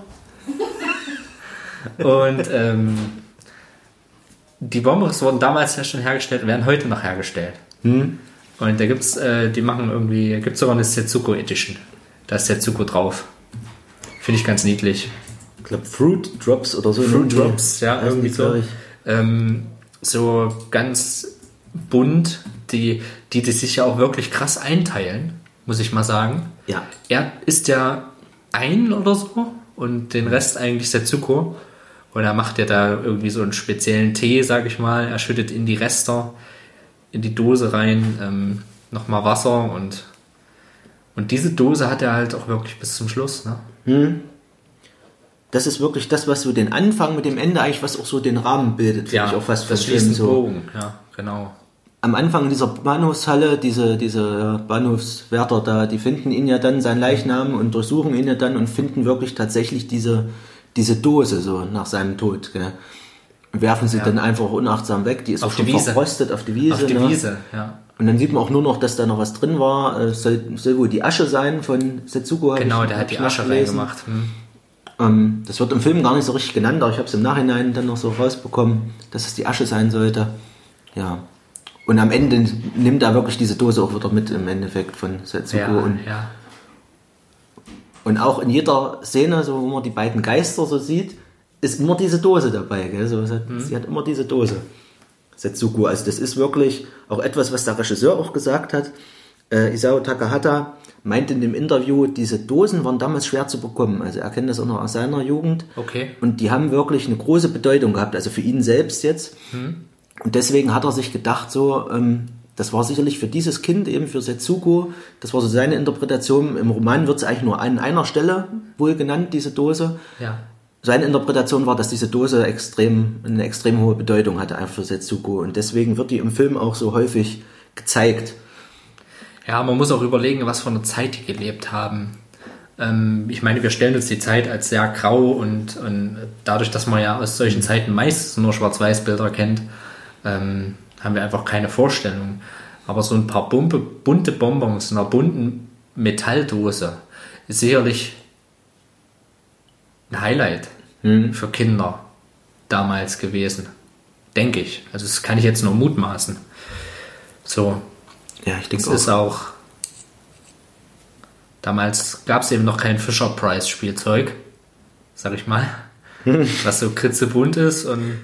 Hallo. Und die Bonbons wurden damals ja schon hergestellt und werden heute noch hergestellt. Und da gibt's sogar eine Setsuko Edition. Da ist Setsuko drauf. Finde ich ganz niedlich. Ich glaube Fruit Drops oder so. Fruit Drops, ja, irgendwie so. So ganz bunt, die sich ja auch wirklich krass einteilen, muss ich mal sagen. Ja. Er isst ja einen oder so und den Rest eigentlich Setsuko. Und er macht ja da irgendwie so einen speziellen Tee, sag ich mal. Er schüttet in die Reste, in die Dose rein, nochmal Wasser und diese Dose hat er halt auch wirklich bis zum Schluss. Ne? Das ist wirklich das, was so den Anfang mit dem Ende eigentlich, was auch so den Rahmen bildet. Ja, ich auch fast das schließt den Bogen. Ja, genau. Am Anfang in dieser Bahnhofshalle, diese Bahnhofswärter da, die finden ihn ja dann, seinen Leichnam, und durchsuchen ihn ja dann und finden wirklich tatsächlich diese Dose so nach seinem Tod. Gell? Und werfen sie dann einfach unachtsam weg. Die ist auch schon verrostet auf die Wiese. Auf die Wiese, ja. Und dann sieht man auch nur noch, dass da noch was drin war. Soll wohl die Asche sein von Setsuko. Genau, der hat die Asche reingemacht. Das wird im Film gar nicht so richtig genannt, aber ich habe es im Nachhinein dann noch so rausbekommen, dass es die Asche sein sollte. Ja. Und am Ende nimmt er wirklich diese Dose auch wieder mit im Endeffekt von Setsuko. Und auch in jeder Szene, so, wo man die beiden Geister so sieht, ist immer diese Dose dabei. Gell? So, sie hat immer diese Dose. Setsuko. Also das ist wirklich auch etwas, was der Regisseur auch gesagt hat. Isao Takahata meint in dem Interview, diese Dosen waren damals schwer zu bekommen. Also er kennt das auch noch aus seiner Jugend. Okay. Und die haben wirklich eine große Bedeutung gehabt, also für ihn selbst jetzt. Und deswegen hat er sich gedacht, so, das war sicherlich für dieses Kind, eben für Setsuko, das war so seine Interpretation. Im Roman wird es eigentlich nur an einer Stelle wohl genannt, diese Dose. Ja. Seine Interpretation war, dass diese Dose eine extrem hohe Bedeutung hatte einfach für Setsuko. Und deswegen wird die im Film auch so häufig gezeigt. Ja, man muss auch überlegen, was für eine Zeit die gelebt haben. Ich meine, wir stellen uns die Zeit als sehr grau und dadurch, dass man ja aus solchen Zeiten meistens nur Schwarz-Weiß-Bilder kennt, haben wir einfach keine Vorstellung. Aber so ein paar bunte Bonbons in einer bunten Metalldose ist sicherlich ein Highlight für Kinder damals gewesen. Denke ich. Also das kann ich jetzt nur mutmaßen. So. Ja, ich denke Das ist auch. Damals gab es eben noch kein Fisher-Price-Spielzeug, sag ich mal, was so kritzebunt ist, und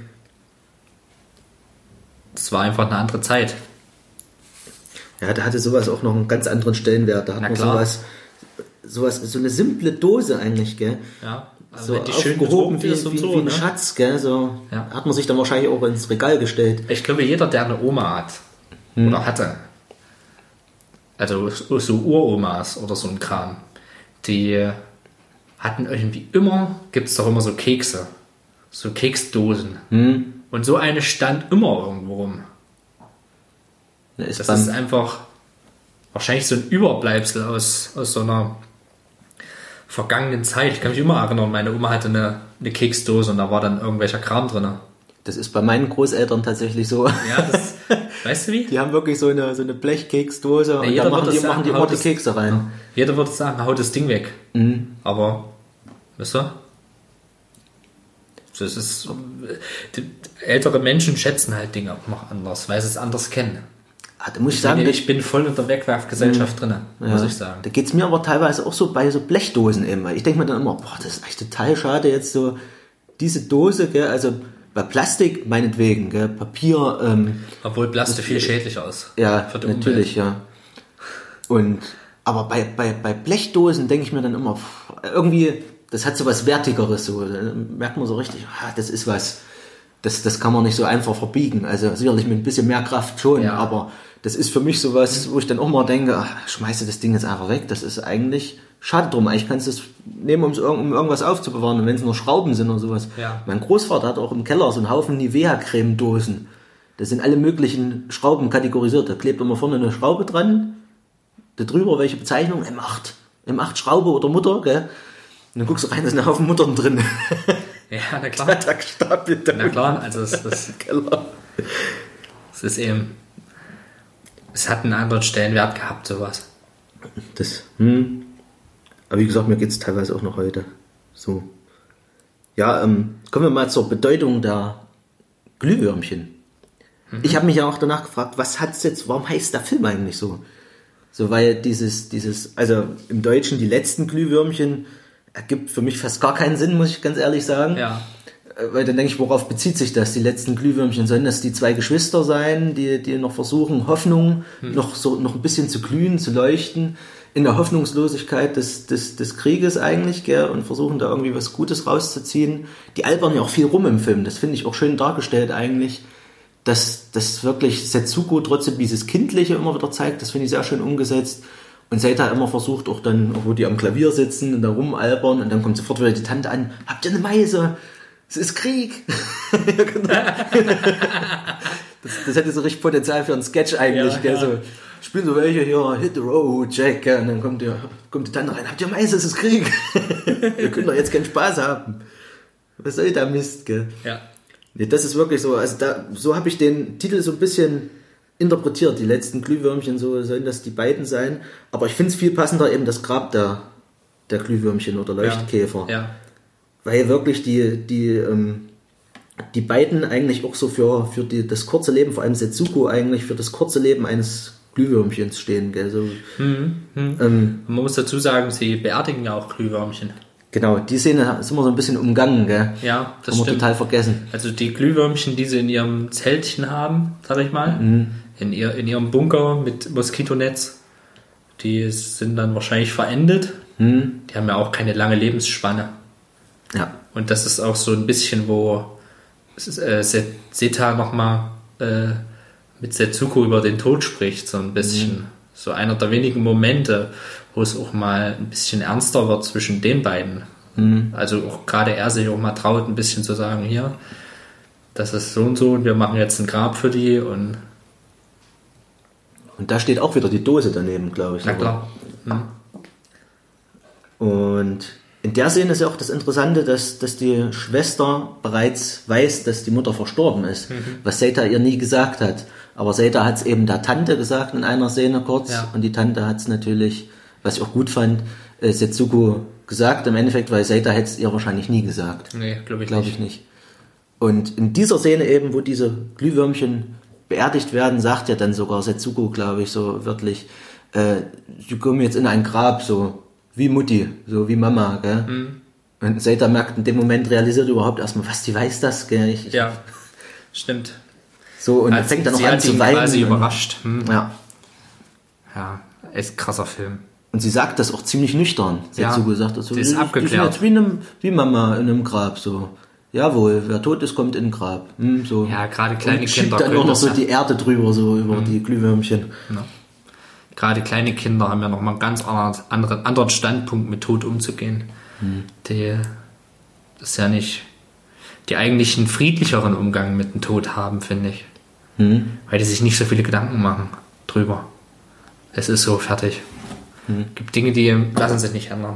es war einfach eine andere Zeit. Ja, da hatte sowas auch noch einen ganz anderen Stellenwert. Da hat Na man klar. sowas, so eine simple Dose eigentlich, gell? Ja, also So wenn die schön aufgehoben gedruckt wie, ist und wie, so. wie ein Ne? Schatz, gell? So Ja. hat man sich dann wahrscheinlich auch ins Regal gestellt. Ich glaube, jeder, der eine Oma hat oder hatte, also so Uromas oder so ein Kram, die hatten irgendwie immer, gibt es doch immer so Kekse, so Keksdosen. Und so eine stand immer irgendwo rum. Da Das ist einfach wahrscheinlich so ein Überbleibsel aus so einer vergangenen Zeit. Ich kann mich immer erinnern, meine Oma hatte eine Keksdose und da war dann irgendwelcher Kram drin. Das ist bei meinen Großeltern tatsächlich so. Ja, das, weißt du wie? Die haben wirklich so eine Blechkeksdose und jeder da machen würde die sagen, immer haut die das- Kekse rein. Jeder würde sagen, haut das Ding weg. Aber, weißt du? Das ist, die ältere Menschen schätzen halt Dinge auch noch anders, weil sie es anders kennen. Da muss ich sagen, Ich bin voll in der Wegwerfgesellschaft drin, muss ich sagen. Da geht es mir aber teilweise auch so bei so Blechdosen eben. Weil ich denke mir dann immer, boah, das ist echt total schade jetzt so diese Dose, gell? Also bei Plastik meinetwegen, gell? Papier, Obwohl Plastik viel schädlicher ist. ja, für die natürlich, ja. Aber bei Blechdosen denke ich mir dann immer, irgendwie, das hat so was Wertigeres, so. Da merkt man so richtig, das ist was, das kann man nicht so einfach verbiegen. Also sicherlich mit ein bisschen mehr Kraft schon, Ja. aber das ist für mich sowas, wo ich dann auch mal denke, schmeiße das Ding jetzt einfach weg. Das ist eigentlich schade drum. Eigentlich kannst du es nehmen, um irgendwas aufzubewahren. Und wenn es nur Schrauben sind oder sowas. Ja. Mein Großvater hat auch im Keller so einen Haufen Nivea-Creme-Dosen. Da sind alle möglichen Schrauben kategorisiert. Da klebt immer vorne eine Schraube dran. Da drüber welche Bezeichnung? M8 Schraube oder Mutter, gell? Und dann guckst du rein, da sind ein Haufen Muttern drin. Ja, na klar. Da gestapelt Na klar, also es Keller. ist eben, es hat einen anderen Stellenwert gehabt, sowas. Aber wie gesagt, mir geht es teilweise auch noch heute so. Ja, kommen wir mal zur Bedeutung der Glühwürmchen. Ich habe mich ja auch danach gefragt, warum heißt der Film eigentlich so? So, weil also im Deutschen die letzten Glühwürmchen ergibt für mich fast gar keinen Sinn, muss ich ganz ehrlich sagen. Ja. Weil dann denke ich, worauf bezieht sich das? Die letzten Glühwürmchen, sollen das die zwei Geschwister sein, die noch versuchen, Hoffnung noch ein bisschen zu glühen, zu leuchten, in der Hoffnungslosigkeit des Krieges eigentlich, gell, und versuchen da irgendwie was Gutes rauszuziehen. Die albern ja auch viel rum im Film, das finde ich auch schön dargestellt eigentlich, dass das wirklich Setsuko trotzdem dieses Kindliche immer wieder zeigt, das finde ich sehr schön umgesetzt. Und Seita immer versucht, auch dann, wo die am Klavier sitzen und da rumalbern, und dann kommt sofort wieder die Tante an, habt ihr eine Meise? Es ist Krieg. Ja, genau. das hätte so richtig Potenzial für einen Sketch eigentlich. Ja, gell? ja. So, spielen so welche hier, Hit the Road, Jack, gell? Und dann kommt die Tante rein, habt ihr Meise? Es ist Krieg. Wir können doch jetzt keinen Spaß haben. Was soll der Mist, gell? Ja. Nee, das ist wirklich so, also so habe ich den Titel so ein bisschen interpretiert. Die letzten Glühwürmchen, so sollen das die beiden sein. Aber ich finde es viel passender eben das Grab der Glühwürmchen oder Leuchtkäfer. Ja. Weil wirklich die beiden eigentlich auch so für das kurze Leben, vor allem Setsuko eigentlich, für das kurze Leben eines Glühwürmchens stehen. Gell? So, Man muss dazu sagen, sie beerdigen ja auch Glühwürmchen. genau, die Szene sind wir so ein bisschen umgangen. Gell? Ja, das haben wir stimmt. total vergessen. Also die Glühwürmchen, die sie in ihrem Zeltchen haben, sag ich mal, in ihrem Bunker mit Moskitonetz, die sind dann wahrscheinlich verendet. Die haben ja auch keine lange Lebensspanne. Ja. Und das ist auch so ein bisschen, wo Seta nochmal mit Setsuko über den Tod spricht, so ein bisschen. So einer der wenigen Momente, wo es auch mal ein bisschen ernster wird zwischen den beiden. Also auch gerade er sich auch mal traut, ein bisschen zu sagen, hier, das ist so und wir machen jetzt ein Grab für die und Und da steht auch wieder die Dose daneben, glaube ich. na klar. Und in der Szene ist ja auch das Interessante, dass die Schwester bereits weiß, dass die Mutter verstorben ist, was Seita ihr nie gesagt hat. Aber Seita hat es eben der Tante gesagt in einer Szene kurz, Ja. und die Tante hat es natürlich, was ich auch gut fand, Setsuko gesagt im Endeffekt, weil Seita hätte es ihr wahrscheinlich nie gesagt. Nee, glaube ich Glaube nicht. ich nicht. Und in dieser Szene eben, wo diese Glühwürmchen beerdigt werden, sagt ja dann sogar Setsuko, glaube ich, so wörtlich, sie kommen jetzt in ein Grab, so wie Mutti, so wie Mama, gell? Und Seita merkt in dem Moment, realisiert überhaupt erstmal, was, die weiß das, gell? Ja, stimmt. So, und Also fängt dann sie auch an hat zu ihn weinen. quasi überrascht. Ja. Ja, ist ein krasser Film. Und sie sagt das auch ziemlich nüchtern. Setsuko sagt das so, sie ist die abgeklärt. sind jetzt wie Mama in einem Grab, so. Jawohl, wer tot ist, kommt in ein Grab. So. Ja, gerade kleine und Kinder schiebt dann auch noch so das die Erde drüber, so über die Glühwürmchen. Ja. Gerade kleine Kinder haben ja noch mal einen ganz anderen Standpunkt, mit Tod umzugehen. Die das ja nicht die eigentlich einen friedlicheren Umgang mit dem Tod haben, finde ich. Weil die sich nicht so viele Gedanken machen drüber. Es ist so fertig. Gibt Dinge, die lassen sich nicht ändern.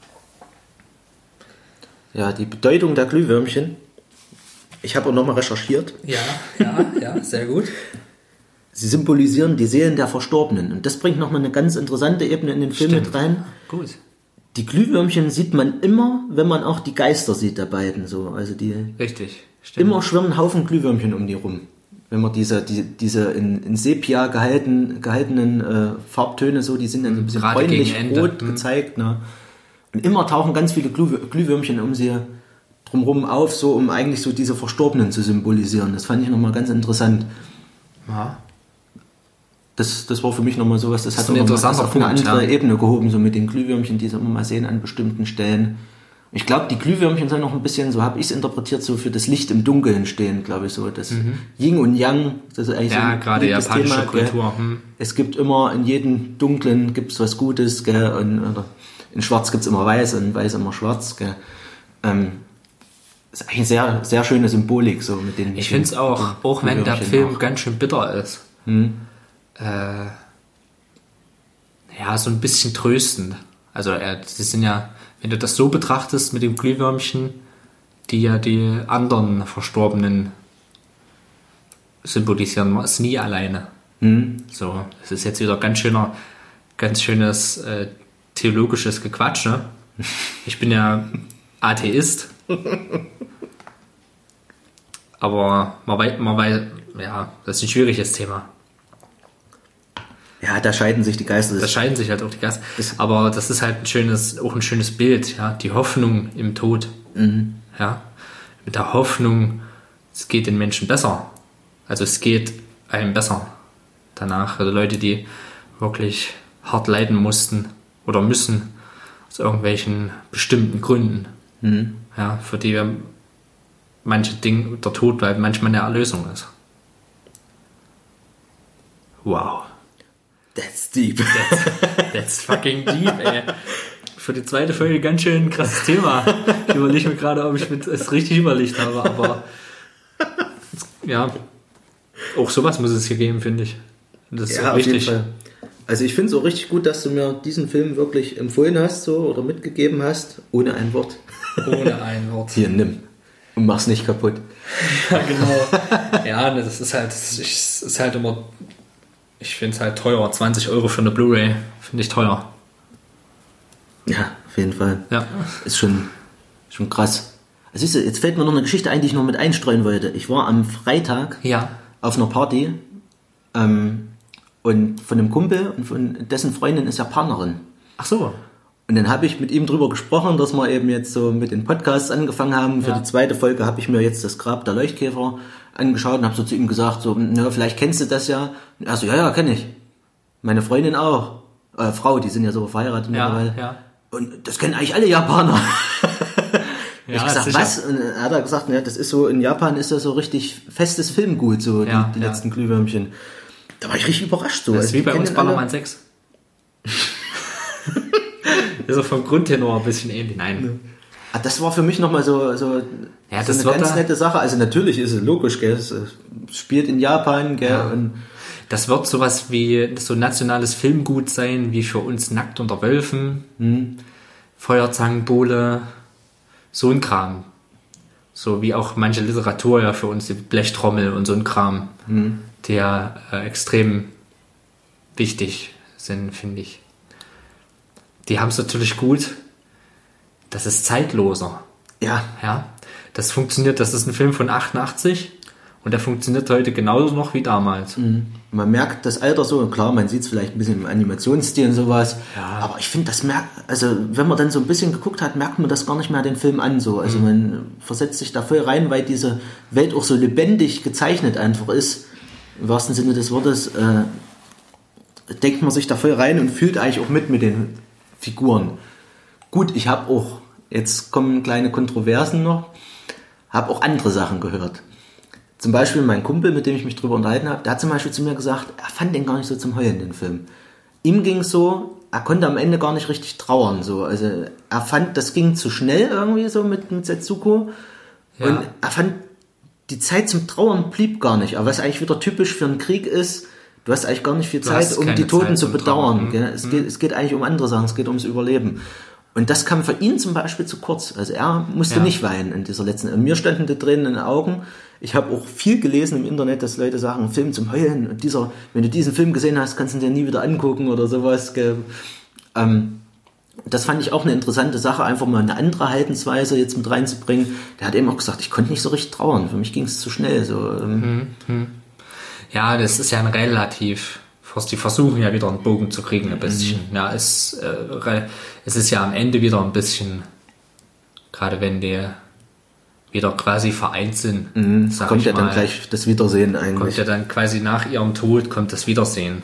Ja, die Bedeutung der Glühwürmchen. Ich habe auch nochmal recherchiert. Ja, sehr gut. Sie symbolisieren die Seelen der Verstorbenen. Und das bringt nochmal eine ganz interessante Ebene in den Film mit rein. Gut. Die Glühwürmchen sieht man immer, wenn man auch die Geister sieht der beiden. So. Also die Richtig. Stimmt. immer schwimmen Haufen Glühwürmchen um die rum. Wenn man diese in Sepia gehaltenen Farbtöne, so, die sind dann so ein bisschen Gerade gegen bräunlich Ende. rot gezeigt. Ne? Und immer tauchen ganz viele Glühwürmchen um sie drumherum auf, so um eigentlich so diese Verstorbenen zu symbolisieren. Das fand ich nochmal ganz interessant. Ja. Das war für mich nochmal sowas, das hat ein auch noch mal interessanter auf eine Punkt, andere ja. Ebene gehoben, so mit den Glühwürmchen, die sie immer mal sehen an bestimmten Stellen. Ich glaube, die Glühwürmchen sollen noch ein bisschen, so habe ich es interpretiert, so für das Licht im Dunkeln stehen, glaube ich, so das Yin und Yang, das ist eigentlich so ein gerade beliebtes japanische Thema, Kultur. Gell? Es gibt immer in jedem Dunklen gibt's was Gutes, gell? Oder in Schwarz gibt's immer Weiß und in Weiß immer Schwarz. Gell? Ist eigentlich eine sehr, sehr schöne Symbolik, so mit den. Ich finde es auch wenn der Film ganz schön bitter ist. Ja, so ein bisschen tröstend. Also, die sind ja, wenn du das so betrachtest mit dem Glühwürmchen, die ja die anderen Verstorbenen symbolisieren, man ist nie alleine. So, das ist jetzt wieder ganz schönes theologisches Gequatsch, ne? Ich bin ja Atheist. Aber man weiß, ja, das ist ein schwieriges Thema. Ja, da scheiden sich die Geister. Da scheiden sich halt auch die Geister. Aber das ist halt auch ein schönes Bild, ja, die Hoffnung im Tod. Ja, mit der Hoffnung, es geht den Menschen besser. Also es geht einem besser danach. Also Leute, die wirklich hart leiden mussten oder müssen, aus irgendwelchen bestimmten Gründen. Ja, für die manche Dinge, der Tod bleibt, manchmal eine Erlösung ist. Wow. That's deep. That's fucking deep, ey. Für die zweite Folge ganz schön krasses Thema. Ich überlege mir gerade, ob ich es richtig überlegt habe, aber ja, auch sowas muss es hier geben, finde ich. Das ist Ja, auch auf jeden wichtig. Fall. Also ich finde es auch richtig gut, dass du mir diesen Film wirklich empfohlen hast, so, oder mitgegeben hast, ohne ein Wort. Ohne ein Wort. Hier, nimm. Und mach's nicht kaputt. Ja, genau. Ja, das ist halt immer, ich finde es halt teuer. 20 € für eine Blu-ray finde ich teuer. Ja, auf jeden Fall. Ja. Ist schon krass. Also siehst du, jetzt fällt mir noch eine Geschichte ein, die ich noch mit einstreuen wollte. Ich war am Freitag Ja. auf einer Party und von einem Kumpel und von dessen Freundin ist Japanerin. Ach so. Und dann habe ich mit ihm drüber gesprochen, dass wir eben jetzt so mit den Podcasts angefangen haben. Für Ja. die zweite Folge habe ich mir jetzt das Grab der Leuchtkäfer angeschaut und habe so zu ihm gesagt, so, ja, vielleicht kennst du das ja. Und er so, ja, kenne ich. Meine Freundin auch. Frau, die sind ja so verheiratet mittlerweile. Ja. Und das kennen eigentlich alle Japaner. Ja, ich gesagt, sicher. was? Und dann hat er gesagt, ja, das ist so, in Japan ist das so richtig festes Filmgut, so Ja, die ja. letzten Glühwürmchen. Da war ich richtig überrascht. So. Das ist Also, wie die bei uns kennen alle- Ballermann 6. Ist auch vom Grundtenor ein bisschen ähnlich. Nein. Ah, das war für mich nochmal so Ja, so das eine wird ganz da- nette Sache. Also natürlich ist es logisch, gell? Es spielt in Japan, gell? Ja. Und Das wird sowas wie so nationales Filmgut sein, wie für uns Nackt unter Wölfen, Feuerzangenbowle, so ein Kram. So wie auch manche Literatur ja für uns, die Blechtrommel und so ein Kram, die ja extrem wichtig sind, finde ich. Die haben es natürlich gut. Das ist zeitloser. ja, Ja, das funktioniert. Das ist ein Film von 88 Und der funktioniert heute genauso noch wie damals. Man merkt das Alter so, klar, man sieht es vielleicht ein bisschen im Animationsstil und sowas, Ja. aber ich finde, also wenn man dann so ein bisschen geguckt hat, merkt man das gar nicht mehr den Film an, so. Also man versetzt sich da voll rein, weil diese Welt auch so lebendig gezeichnet einfach ist, im wahrsten Sinne des Wortes, denkt man sich da voll rein und fühlt eigentlich auch mit den Figuren. Gut, ich habe auch, jetzt kommen kleine Kontroversen noch, habe auch andere Sachen gehört. Zum Beispiel mein Kumpel, mit dem ich mich drüber unterhalten habe, der hat zum Beispiel zu mir gesagt, er fand den gar nicht so zum Heulen, den Film. Ihm ging es so, er konnte am Ende gar nicht richtig trauern. So. Also er fand, das ging zu schnell irgendwie so mit Setsuko. Ja. Und er fand, die Zeit zum Trauern blieb gar nicht. Aber was eigentlich wieder typisch für einen Krieg ist, du hast eigentlich gar nicht viel Zeit, um die Toten zu bedauern. Gell? Es geht eigentlich um andere Sachen, es geht ums Überleben. Und das kam für ihn zum Beispiel zu kurz. Also er musste nicht weinen in dieser letzten. Mir standen die Tränen in den Augen. Ich habe auch viel gelesen im Internet, dass Leute sagen, ein Film zum Heulen. Und wenn du diesen Film gesehen hast, kannst du ihn dir nie wieder angucken oder sowas. Das fand ich auch eine interessante Sache, einfach mal eine andere Haltensweise jetzt mit reinzubringen. Der hat eben auch gesagt, ich konnte nicht so richtig trauern. Für mich ging es zu schnell. So. Ja, das ist ja ein relativ... Die versuchen ja wieder einen Bogen zu kriegen, ein bisschen. Ja, es ist ja am Ende wieder ein bisschen, gerade wenn die wieder quasi vereint sind. Kommt ja dann gleich das Wiedersehen eigentlich. Kommt ja dann quasi nach ihrem Tod, kommt das Wiedersehen.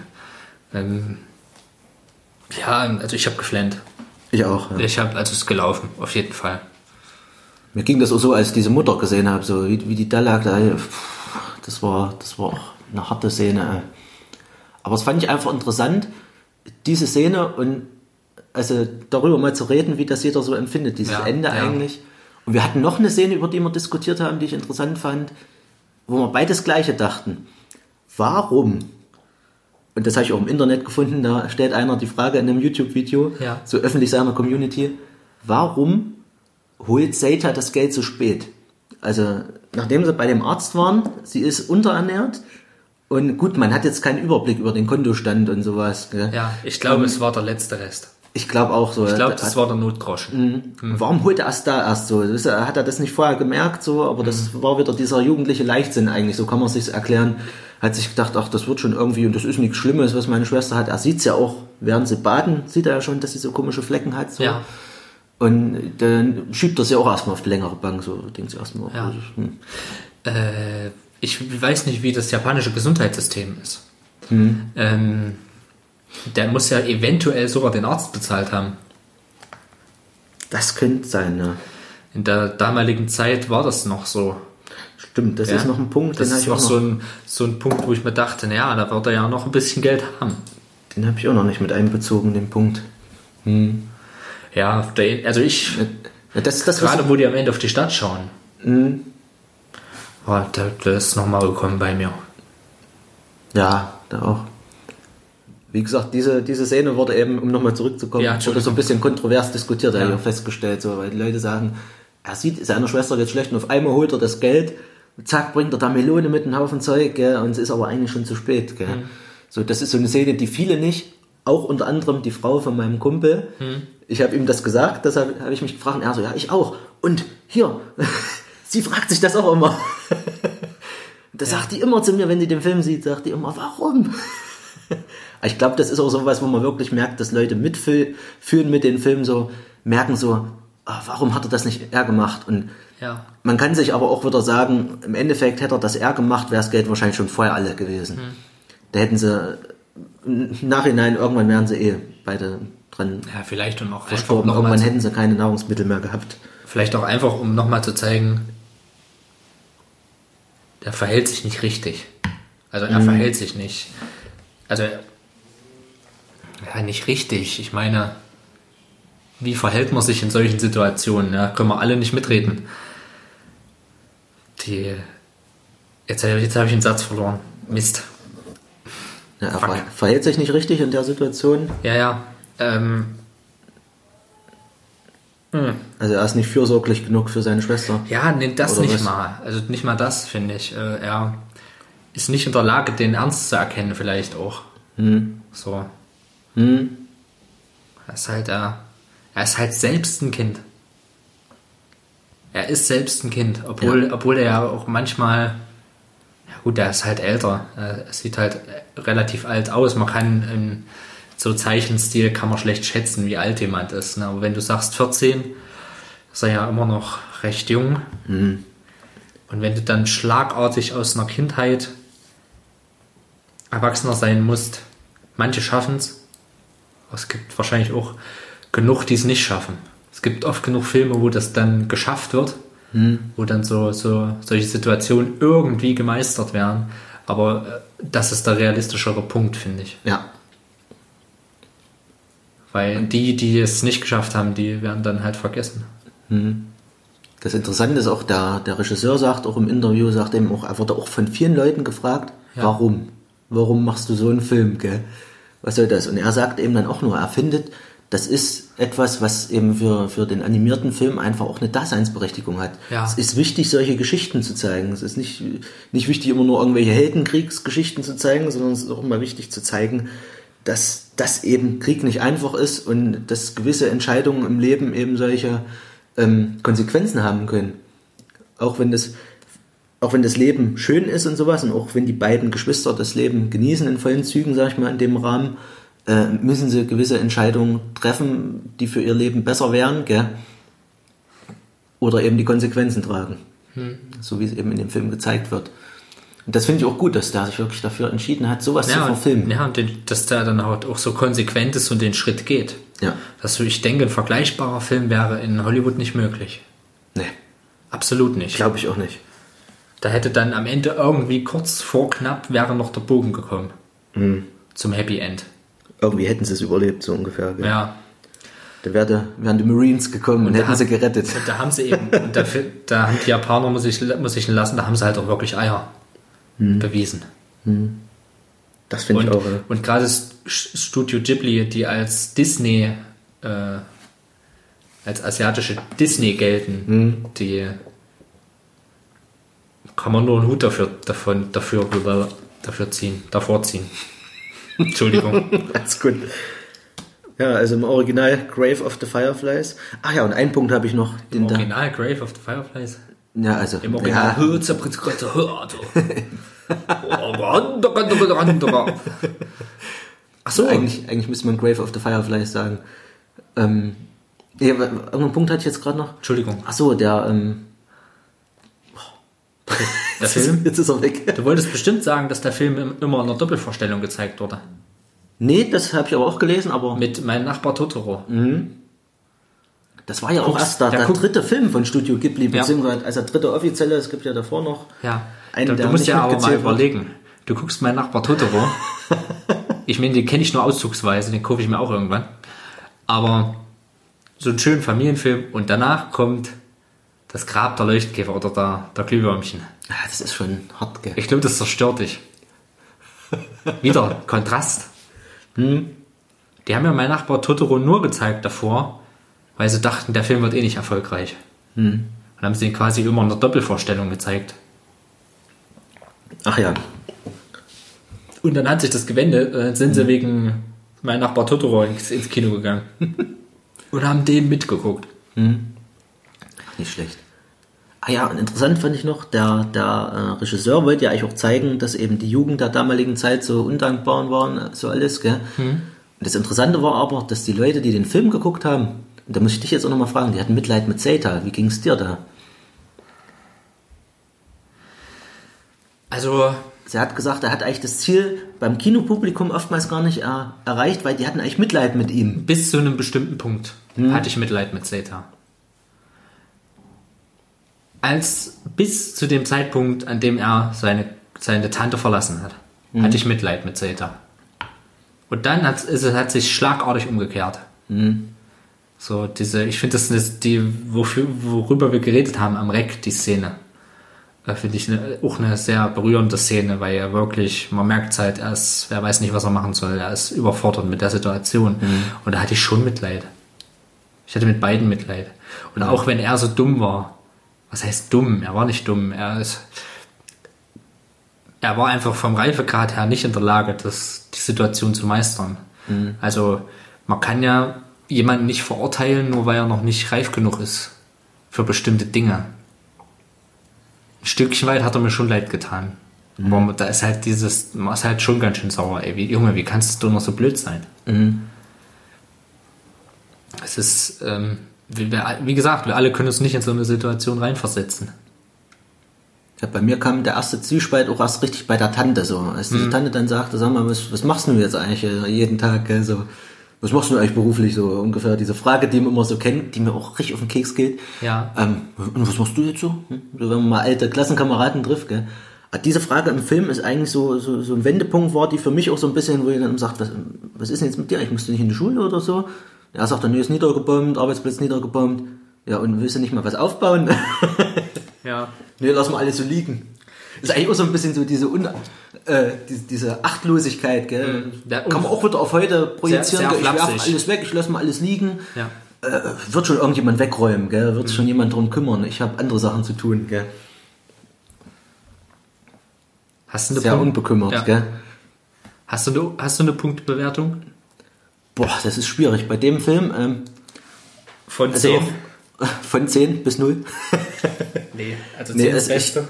Ja, also ich habe geflennt. Ich auch. Ja. Also es ist gelaufen, auf jeden Fall. Mir ging das auch so, als ich diese Mutter gesehen habe, so wie die da lag, das war auch eine harte Szene. Aber es fand ich einfach interessant, diese Szene und also darüber mal zu reden, wie das jeder so empfindet, dieses Ende eigentlich. Und wir hatten noch eine Szene, über die wir diskutiert haben, die ich interessant fand, wo wir beides Gleiche dachten. Warum? Und das habe ich auch im Internet gefunden, da stellt einer die Frage in einem YouTube-Video, so öffentlich seiner Community, warum holt Seita das Geld so spät? Also, nachdem sie bei dem Arzt waren, sie ist unterernährt, und gut, man hat jetzt keinen Überblick über den Kontostand und sowas. Gell? Ja, ich glaube, es war der letzte Rest. Ich glaube auch so. Ich glaube, das war der Notgroschen. Warum holt er erst so? Hat er das nicht vorher gemerkt, so? Aber das war wieder dieser jugendliche Leichtsinn eigentlich, so kann man sich erklären. Hat sich gedacht, ach, das wird schon irgendwie, und das ist nichts Schlimmes, was meine Schwester hat. Er sieht es ja auch, während sie baden, sieht er ja schon, dass sie so komische Flecken hat. So. Ja. Und dann schiebt er sie auch erstmal auf die längere Bank, so denkt sie erstmal. Ja. Ich weiß nicht, wie das japanische Gesundheitssystem ist. Der muss ja eventuell sogar den Arzt bezahlt haben. Das könnte sein, ja. In der damaligen Zeit war das noch so. Stimmt, das ist noch ein Punkt. Das ist noch so ein Punkt, wo ich mir dachte, naja, da wird er ja noch ein bisschen Geld haben. Den habe ich auch noch nicht mit einbezogen, den Punkt. Ja, also ich... Das gerade wo die am Ende auf die Stadt schauen. Oh, das ist nochmal gekommen bei mir. Ja, da auch. Wie gesagt, diese Szene wurde eben, um nochmal zurückzukommen, wurde so ein bisschen kontrovers diskutiert, habe ich auch festgestellt, so, weil die Leute sagen, er sieht seiner Schwester jetzt schlecht und auf einmal holt er das Geld, zack, bringt er da Melone mit einem Haufen Zeug, gell, und es ist aber eigentlich schon zu spät. Gell. So, das ist so eine Szene, die viele nicht, auch unter anderem die Frau von meinem Kumpel, ich habe ihm das gesagt, deshalb habe ich mich gefragt, und er so, ja, ich auch. Und hier, sie fragt sich das auch immer. Das sagt die immer zu mir, wenn sie den Film sieht, sagt die immer, warum? Ich glaube, das ist auch so was, wo man wirklich merkt, dass Leute mitfühlen mit den Filmen, so merken so, warum hat er das nicht er gemacht? Und man kann sich aber auch wieder sagen, im Endeffekt hätte er das er gemacht, wäre das Geld wahrscheinlich schon vorher alle gewesen. Da hätten sie im Nachhinein, irgendwann wären sie beide dran vielleicht und auch verstorben. Irgendwann hätten sie keine Nahrungsmittel mehr gehabt. Vielleicht auch einfach, um nochmal zu zeigen, der verhält sich nicht richtig. Also er verhält sich nicht. Also nicht richtig. Ich meine, wie verhält man sich in solchen Situationen? Ja, können wir alle nicht mitreden. Jetzt habe ich einen Satz verloren. Mist. Ja, er verhält sich nicht richtig in der Situation. Ja. Also er ist nicht fürsorglich genug für seine Schwester. Ja, das oder nicht was? mal. Also nicht mal das, finde ich. Er ist nicht in der Lage, den Ernst zu erkennen, vielleicht auch. So. Er ist halt selbst ein Kind. Er ist selbst ein Kind, obwohl er ja auch manchmal Gut, der ist halt älter. Er sieht halt relativ alt aus. Man kann in so Zeichenstil kann man schlecht schätzen, wie alt jemand ist. Ne? Aber wenn du sagst 14, ist er ja immer noch recht jung. Und wenn du dann schlagartig aus einer Kindheit Erwachsener sein musst, manche schaffen es. Es gibt wahrscheinlich auch genug, die es nicht schaffen. Es gibt oft genug Filme, wo das dann geschafft wird, wo dann solche Situationen irgendwie gemeistert werden. Aber das ist der realistischere Punkt, finde ich. Ja. Weil die es nicht geschafft haben, die werden dann halt vergessen. Das Interessante ist auch, der Regisseur sagt auch im Interview, sagt eben auch, er wurde auch von vielen Leuten gefragt, warum? Warum machst du so einen Film, gell? Was soll das? Und er sagt eben dann auch nur, er findet, das ist etwas, was eben für den animierten Film einfach auch eine Daseinsberechtigung hat. Ja. Es ist wichtig, solche Geschichten zu zeigen. Es ist nicht wichtig, immer nur irgendwelche Heldenkriegsgeschichten zu zeigen, sondern es ist auch immer wichtig zu zeigen, dass das eben Krieg nicht einfach ist und dass gewisse Entscheidungen im Leben eben solche Konsequenzen haben können. Auch wenn das Leben schön ist und sowas und auch wenn die beiden Geschwister das Leben genießen in vollen Zügen, sag ich mal, in dem Rahmen, müssen sie gewisse Entscheidungen treffen, die für ihr Leben besser wären, gell? Oder eben die Konsequenzen tragen. So wie es eben in dem Film gezeigt wird. Und das finde ich auch gut, dass der sich wirklich dafür entschieden hat, sowas zu verfilmen. Ja, und dass der dann halt auch so konsequent ist und den Schritt geht. Ja. Ich denke, ein vergleichbarer Film wäre in Hollywood nicht möglich. Nee, Absolut nicht. glaube ich auch nicht. Da hätte dann am Ende irgendwie kurz vor knapp wäre noch der Bogen gekommen. Zum Happy End. Irgendwie hätten sie es überlebt, so ungefähr. Gell? Ja. Da wären die Marines gekommen und hätten sie gerettet. Und da haben sie eben, und da haben die Japaner, muss ich lassen, da haben sie halt auch wirklich Eier bewiesen. Das finde ich auch. Ja. Und gerade das Studio Ghibli, die als Disney, als asiatische Disney gelten, die kann man nur einen Hut davor ziehen. Entschuldigung. Alles gut. Ja, also im Original Grave of the Fireflies. Ach ja, und einen Punkt habe ich noch. Im Original Grave of the Fireflies? Ja, also. Im Original. Ach so. Eigentlich müsste man Grave of the Fireflies sagen. Ja, irgendeinen Punkt hatte ich jetzt gerade noch. Entschuldigung. Ach so, der Film? Jetzt ist er weg. Du wolltest bestimmt sagen, dass der Film immer in einer Doppelvorstellung gezeigt wurde. Nee, das habe ich aber auch gelesen, aber... Mit Mein Nachbar Totoro. Das war ja auch erst der dritte Film von Studio Ghibli, beziehungsweise als der dritte offizielle, es gibt ja davor noch einen, Du musst ja aber mal überlegen. Du guckst Mein Nachbar Totoro. Ich meine, den kenne ich nur auszugsweise, den kaufe ich mir auch irgendwann. Aber so einen schönen Familienfilm und danach kommt das Grab der Leuchtkäfer oder der Glühwürmchen. Ja, das ist schon hart, gell? Ich glaube, das zerstört dich. Wieder Kontrast. Die haben ja Mein Nachbar Totoro nur gezeigt davor, weil sie dachten, der Film wird eh nicht erfolgreich. Und haben sie ihn quasi immer in der Doppelvorstellung gezeigt. Ach ja. Und dann hat sich das gewendet, dann sind sie wegen Mein Nachbar Totoro ins Kino gegangen. Und haben den mitgeguckt. Nicht schlecht. Ah ja, und interessant fand ich noch, der Regisseur wollte ja eigentlich auch zeigen, dass eben die Jugend der damaligen Zeit so undankbar waren, so alles, gell? Und das Interessante war aber, dass die Leute, die den Film geguckt haben, und da muss ich dich jetzt auch nochmal fragen, die hatten Mitleid mit Zeta. Wie ging es dir da? Also... Sie hat gesagt, er hat eigentlich das Ziel beim Kinopublikum oftmals gar nicht erreicht, weil die hatten eigentlich Mitleid mit ihm. Bis zu einem bestimmten Punkt hatte ich Mitleid mit Zeta. Bis zu dem Zeitpunkt, an dem er seine Tante verlassen hat, hatte ich Mitleid mit Zeta. Und dann hat sich schlagartig umgekehrt. So ich finde, das ist worüber wir geredet haben am Reck, die Szene. Finde ich auch eine sehr berührende Szene, weil er wirklich, man merkt es halt, er weiß nicht, was er machen soll, er ist überfordert mit der Situation. Und da hatte ich schon Mitleid. Ich hatte mit beiden Mitleid. Und auch wenn er so dumm war, was heißt dumm? Er war nicht dumm, er war einfach vom Reifegrad her nicht in der Lage, die Situation zu meistern. Also man kann ja jemanden nicht verurteilen, nur weil er noch nicht reif genug ist für bestimmte Dinge. Ein Stückchen weit hat er mir schon leid getan. Aber da ist halt man ist halt schon ganz schön sauer, ey. Junge, wie kannst du noch so blöd sein? Es ist, wie gesagt, wir alle können uns nicht in so eine Situation reinversetzen. Ja, bei mir kam der erste Zwiespalt auch erst richtig bei der Tante so. Als diese Tante dann sagte, sag mal, was machst du jetzt eigentlich jeden Tag? So, was machst du eigentlich beruflich so ungefähr? Diese Frage, die man immer so kennt, die mir auch richtig auf den Keks geht. Ja. Und was machst du jetzt so? So, wenn man mal alte Klassenkameraden trifft, gell? Diese Frage im Film ist eigentlich so ein Wendepunkt war, die für mich auch so ein bisschen, wo ihr dann sagt, was ist denn jetzt mit dir? Ich musste nicht in die Schule oder so. Er sagt dann, nee, ist niedergebombt, Arbeitsplatz niedergebommt. Ja, und willst du nicht mal was aufbauen? Ja. Nee, lass mal alles so liegen. Das ist eigentlich auch so ein bisschen so diese Achtlosigkeit, gell? Kann man auch wieder auf heute projizieren. Sehr Ich werfe flapsig. alles weg, ich lasse mal alles liegen. Ja. Wird schon irgendjemand wegräumen, gell? Wird sich schon jemand drum kümmern. Ich habe andere Sachen zu tun, gell? Hast du eine Sehr unbekümmert, Ja. gell? Hast du eine Punktebewertung? Boah, das ist schwierig. Bei dem Film, Von also 10? auch von 10 bis 0. Nee, also 10 Nee, ist das Beste.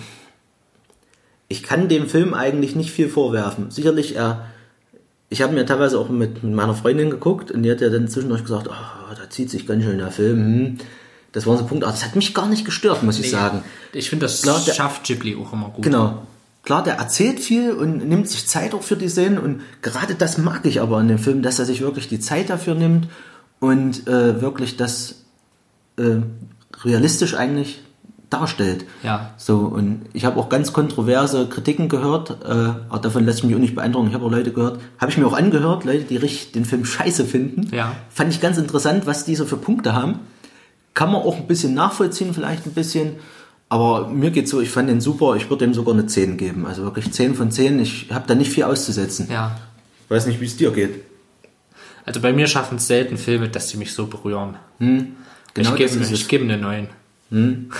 Ich kann dem Film eigentlich nicht viel vorwerfen. Sicherlich, ich habe mir teilweise auch mit meiner Freundin geguckt und die hat ja dann zwischendurch gesagt, oh, da zieht sich ganz schön der Film. Das war so ein Punkt, aber das hat mich gar nicht gestört, muss ich sagen. Ich finde, das Klar, schafft Ghibli auch immer gut. Genau. Klar, der erzählt viel und nimmt sich Zeit auch für die Szenen und gerade das mag ich aber an dem Film, dass er sich wirklich die Zeit dafür nimmt und wirklich das realistisch eigentlich darstellt. Ja. So, und ich habe auch ganz kontroverse Kritiken gehört, aber davon lässt mich auch nicht beeindrucken. Ich habe auch Leute gehört, habe ich mir auch angehört, Leute, die richtig den Film scheiße finden. Ja. Fand ich ganz interessant, was die so für Punkte haben. Kann man auch ein bisschen nachvollziehen, vielleicht ein bisschen. Aber mir geht's so, ich fand den super, ich würde dem sogar eine 10 geben. Also wirklich 10 von 10, ich habe da nicht viel auszusetzen. Ja. Weiß nicht, wie es dir geht. Also bei mir schaffen es selten Filme, dass sie mich so berühren. Genau, Ich gebe eine 9.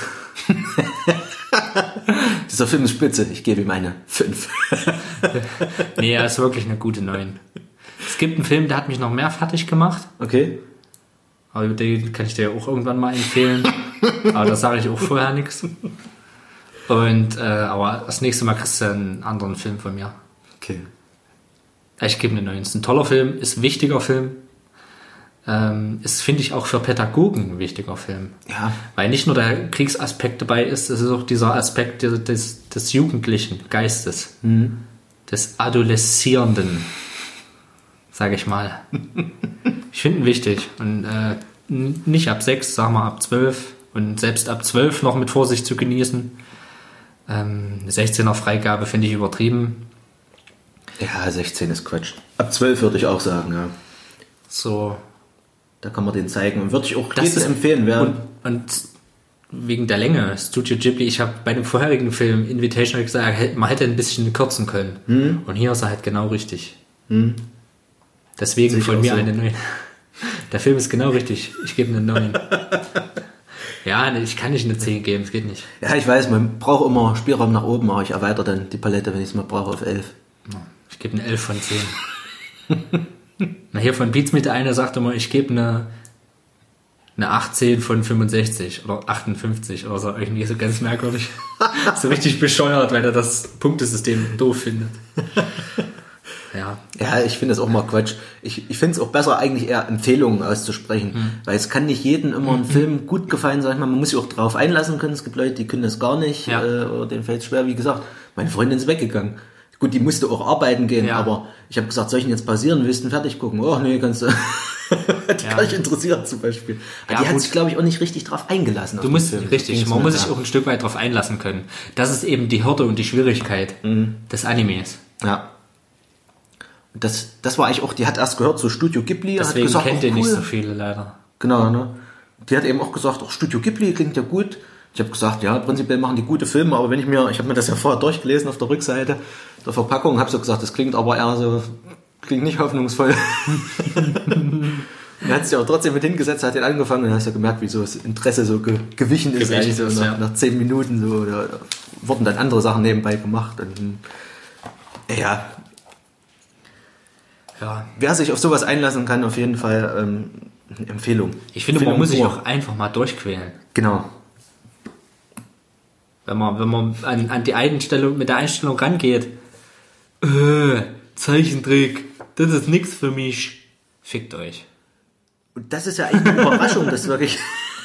Dieser Film ist spitze, ich gebe ihm eine 5. Nee, er ist wirklich eine gute 9. Es gibt einen Film, der hat mich noch mehr fertig gemacht. Okay. Aber über den kann ich dir auch irgendwann mal empfehlen. Aber da sage ich auch vorher nichts. Und aber das nächste Mal kriegst du einen anderen Film von mir. Okay. Ich gebe eine 9. Es ist ein toller Film, ist ein wichtiger Film. Ist, finde ich, auch für Pädagogen ein wichtiger Film. Ja. Weil nicht nur der Kriegsaspekt dabei ist, es ist auch dieser Aspekt des jugendlichen Geistes. Des Adoleszierenden, sage ich mal. Ich finde ihn wichtig. Und nicht ab 6, sagen wir ab 12. Und selbst ab 12 noch mit Vorsicht zu genießen. Eine 16er Freigabe finde ich übertrieben. Ja, 16 ist Quatsch. Ab 12 würde ich auch sagen, ja. So. Da kann man den zeigen. Und würde ich auch Das jedem ist- empfehlen. Und wegen der Länge, Studio Ghibli, ich habe bei dem vorherigen Film Invitation gesagt, man hätte ein bisschen kürzen können. Und hier ist er halt genau richtig. Deswegen Sehe ich von auch mir so. eine 9. Der Film ist genau richtig. Ich gebe eine 9. Ja, nee, ich kann nicht eine 10 geben, es geht nicht. Ja, ich weiß, man braucht immer Spielraum nach oben, aber ich erweitere dann die Palette, wenn ich es mal brauche, auf 11. Ich gebe eine 11 von 10. Na, hier von Beats mit einer sagt immer, ich gebe eine 18 von 65 oder 58 oder so. Irgendwie so ganz merkwürdig. So richtig bescheuert, weil er das Punktesystem doof findet. Ja. Ja, ich finde das auch mal Quatsch. Ich finde es auch besser, eigentlich eher Empfehlungen auszusprechen. Weil es kann nicht jedem immer ein Film gut gefallen, sag ich mal. Man muss sich auch drauf einlassen können. Es gibt Leute, die können das gar nicht. Ja. Oder denen fällt es schwer. Wie gesagt, meine Freundin ist weggegangen. Gut, die musste auch arbeiten gehen, Ja. aber ich habe gesagt, soll ich ihn jetzt pausieren? Willst du ihn fertig gucken? Oh, nee, kannst du. Die Ja. gar nicht interessiert zum Beispiel. Aber Ja, die hat gut. sich, glaube ich, auch nicht richtig drauf eingelassen. auf Du den musst, Film. So richtig, ging's man mir muss da. sich auch ein Stück weit darauf einlassen können. Das ist eben die Hürde und die Schwierigkeit des Animes. Ja. Und das war eigentlich auch, die hat erst gehört, so Studio Ghibli. hat Deswegen gesagt, kennt oh, ihr nicht cool. so viele leider. Genau, ne? Die hat eben auch gesagt, auch Studio Ghibli klingt ja gut. Ich habe gesagt, ja, prinzipiell machen die gute Filme, aber ich habe mir das ja vorher durchgelesen auf der Rückseite der Verpackung, habe so gesagt, das klingt aber eher so, klingt nicht hoffnungsvoll. Dann hat sich aber trotzdem mit hingesetzt, hat den angefangen und dann hast du gemerkt, wie so das Interesse so gewichen ist, Gewichen eigentlich so ist, ja. nach 10 Minuten so, da wurden dann andere Sachen nebenbei gemacht und ja, Ja. wer sich auf sowas einlassen kann, auf jeden Fall eine Empfehlung. Ich finde, man Empfehlung muss sich pur. auch einfach mal durchquälen. Genau. Wenn man an die Einstellung, mit der Einstellung rangeht, Zeichentrick, das ist nichts für mich. Fickt euch. Und das ist ja eigentlich eine Überraschung, dass wirklich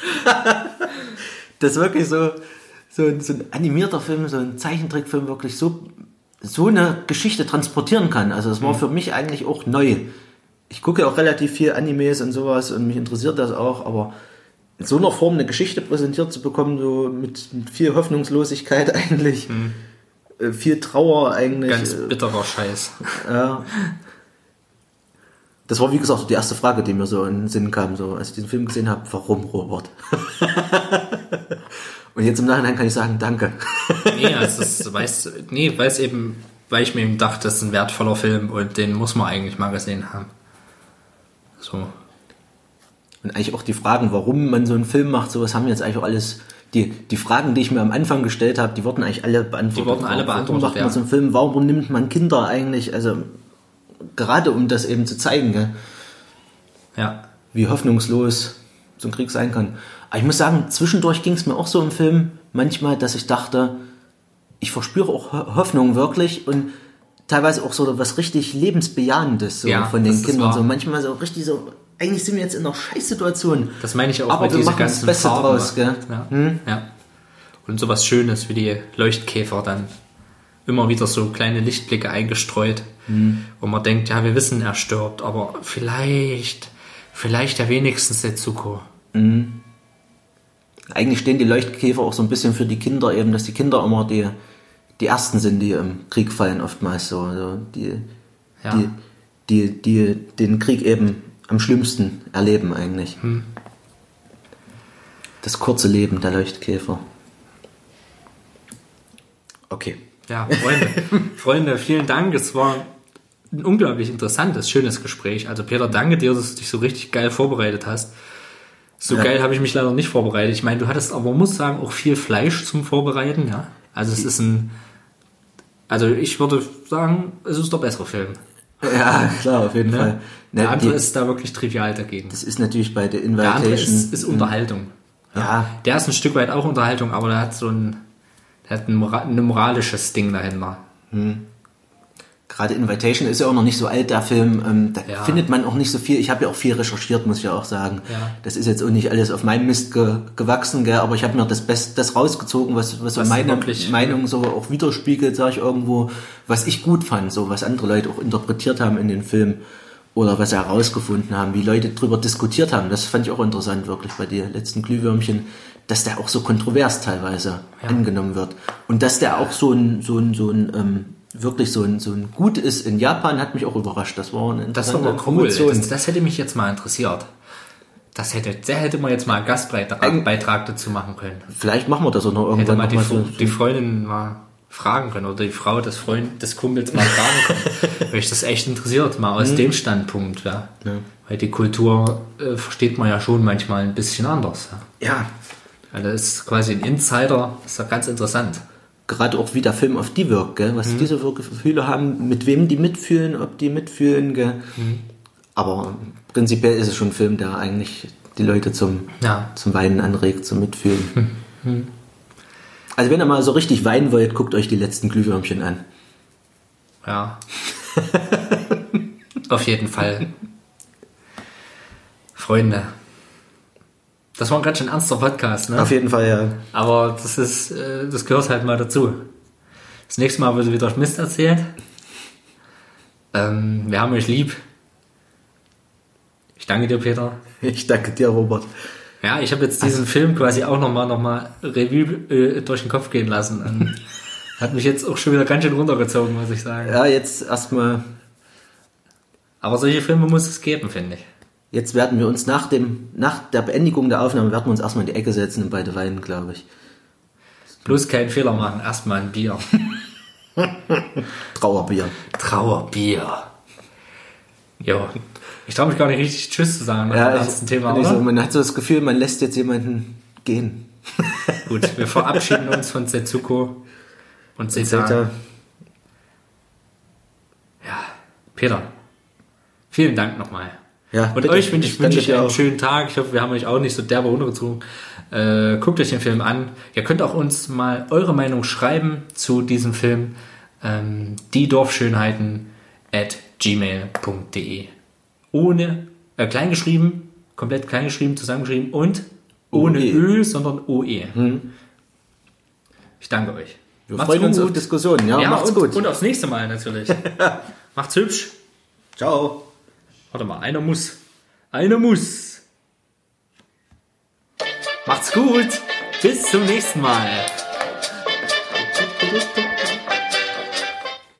so ein animierter Film, so ein Zeichentrickfilm wirklich so eine Geschichte transportieren kann. Also das war für mich eigentlich auch neu. Ich gucke ja auch relativ viel Animes und sowas und mich interessiert das auch, aber in so einer Form eine Geschichte präsentiert zu bekommen, so mit viel Hoffnungslosigkeit eigentlich, viel Trauer eigentlich. Ganz bitterer Scheiß. Ja. Das war, wie gesagt, die erste Frage, die mir so in den Sinn kam, so, als ich diesen Film gesehen habe, warum Robert? Und jetzt im Nachhinein kann ich sagen, danke. Nee, also weil ich mir eben dachte, das ist ein wertvoller Film und den muss man eigentlich mal gesehen haben. So. Und eigentlich auch die Fragen, warum man so einen Film macht, sowas haben jetzt eigentlich auch alles, die Fragen, die ich mir am Anfang gestellt habe, die wurden eigentlich alle beantwortet. Warum macht man so einen Film? Warum nimmt man Kinder eigentlich? Also, gerade um das eben zu zeigen, gell? Ja. Wie hoffnungslos so ein Krieg sein kann. Aber ich muss sagen, zwischendurch ging es mir auch so im Film manchmal, dass ich dachte, ich verspüre auch Hoffnung wirklich und teilweise auch so was richtig Lebensbejahendes so von den Kindern. So manchmal so richtig so, eigentlich sind wir jetzt in einer Scheißsituation. Das meine ich auch aber mit dieser ganzen Beste Farben. Draus, gell? Ja. Ja. Und sowas Schönes wie die Leuchtkäfer dann. Immer wieder so kleine Lichtblicke eingestreut. Wo man denkt, ja, wir wissen, er stirbt, aber vielleicht ja wenigstens Setsuko. Eigentlich stehen die Leuchtkäfer auch so ein bisschen für die Kinder eben, dass die Kinder immer die Ersten sind, die im Krieg fallen oftmals so. Also die den Krieg eben am schlimmsten erleben eigentlich. Das kurze Leben der Leuchtkäfer. Okay. Ja, Freunde, vielen Dank. Es war ein unglaublich interessantes, schönes Gespräch. Also Peter, danke dir, dass du dich so richtig geil vorbereitet hast. So geil habe ich mich leider nicht vorbereitet. Ich meine, du hattest aber, man muss sagen, auch viel Fleisch zum Vorbereiten. Ja? Also es ist also ich würde sagen, es ist der bessere Film. Ja, klar, auf jeden Fall. Der andere ist da wirklich trivial dagegen. Das ist natürlich bei der Invitation. Der andere ist Unterhaltung. Ja. Der ist ein Stück weit auch Unterhaltung, aber der hat ein moralisches Ding dahinter. Gerade Invitation ist ja auch noch nicht so alt, der Film. Da findet man auch nicht so viel. Ich habe ja auch viel recherchiert, muss ich ja auch sagen. Ja. Das ist jetzt auch nicht alles auf meinem Mist gewachsen, gell? Aber ich habe mir das rausgezogen, was so meine Meinung so auch widerspiegelt, sage ich irgendwo, was ich gut fand, so was andere Leute auch interpretiert haben in den Film oder was sie herausgefunden haben, wie Leute drüber diskutiert haben. Das fand ich auch interessant, wirklich bei den letzten Glühwürmchen, dass der auch so kontrovers teilweise angenommen wird. Und dass der auch wirklich so ein Gut ist in Japan, hat mich auch überrascht. Das war eine interessante Information. Das hätte mich jetzt mal interessiert. Der hätte man jetzt mal einen Gastbeitrag dazu machen können. Vielleicht machen wir das auch noch irgendwann. Hätte mal die Freundin mal fragen können oder die Frau des Kumpels mal fragen können. Weil mich das echt interessiert, mal aus dem Standpunkt. Ja. Weil die Kultur versteht man ja schon manchmal ein bisschen anders. Ja. Also das ist quasi ein Insider, das ist ja ganz interessant. Gerade auch wie der Film auf die wirkt, gell? Was die so für Gefühle haben, mit wem die mitfühlen, ob die mitfühlen. Gell? Aber prinzipiell ist es schon ein Film, der eigentlich die Leute zum Weinen anregt, zum Mitfühlen. Also wenn ihr mal so richtig weinen wollt, guckt euch die letzten Glühwürmchen an. Ja. Auf jeden Fall. Freunde. Das war ein ganz schön ernster Podcast, ne? Auf jeden Fall, ja. Aber das gehört halt mal dazu. Das nächste Mal wird wieder Mist erzählt. Wir haben euch lieb. Ich danke dir, Peter. Ich danke dir, Robert. Ja, ich habe jetzt diesen Film quasi auch nochmal Revue durch den Kopf gehen lassen. Und hat mich jetzt auch schon wieder ganz schön runtergezogen, muss ich sagen. Ja, jetzt erstmal. Aber solche Filme muss es geben, finde ich. Jetzt werden wir uns nach der Beendigung der Aufnahme werden wir uns erstmal in die Ecke setzen und beide weinen, glaube ich. Bloß keinen Fehler machen, erstmal ein Bier. Trauerbier. Jo. Ich traue mich gar nicht richtig Tschüss zu sagen. Das ist ein Thema, oder? So, man hat so das Gefühl, man lässt jetzt jemanden gehen. Gut, wir verabschieden uns von Setsuko und Seta. Ja, Peter, vielen Dank nochmal. Ja, Und bitte. euch wünsche ich dir einen auch. schönen Tag. Ich hoffe, wir haben euch auch nicht so derbe runtergezogen. Guckt euch den Film an. Ihr könnt auch uns mal eure Meinung schreiben zu diesem Film. Die Dorfschönheiten@gmail.de. Ohne, kleingeschrieben, komplett kleingeschrieben, zusammengeschrieben und ohne OE. Ö, sondern OE. Ich danke euch. Wir freuen uns auf Diskussionen. Ja, macht's gut. Und aufs nächste Mal natürlich. Macht's hübsch. Ciao. Warte mal, einer muss. Einer muss. Macht's gut. Bis zum nächsten Mal.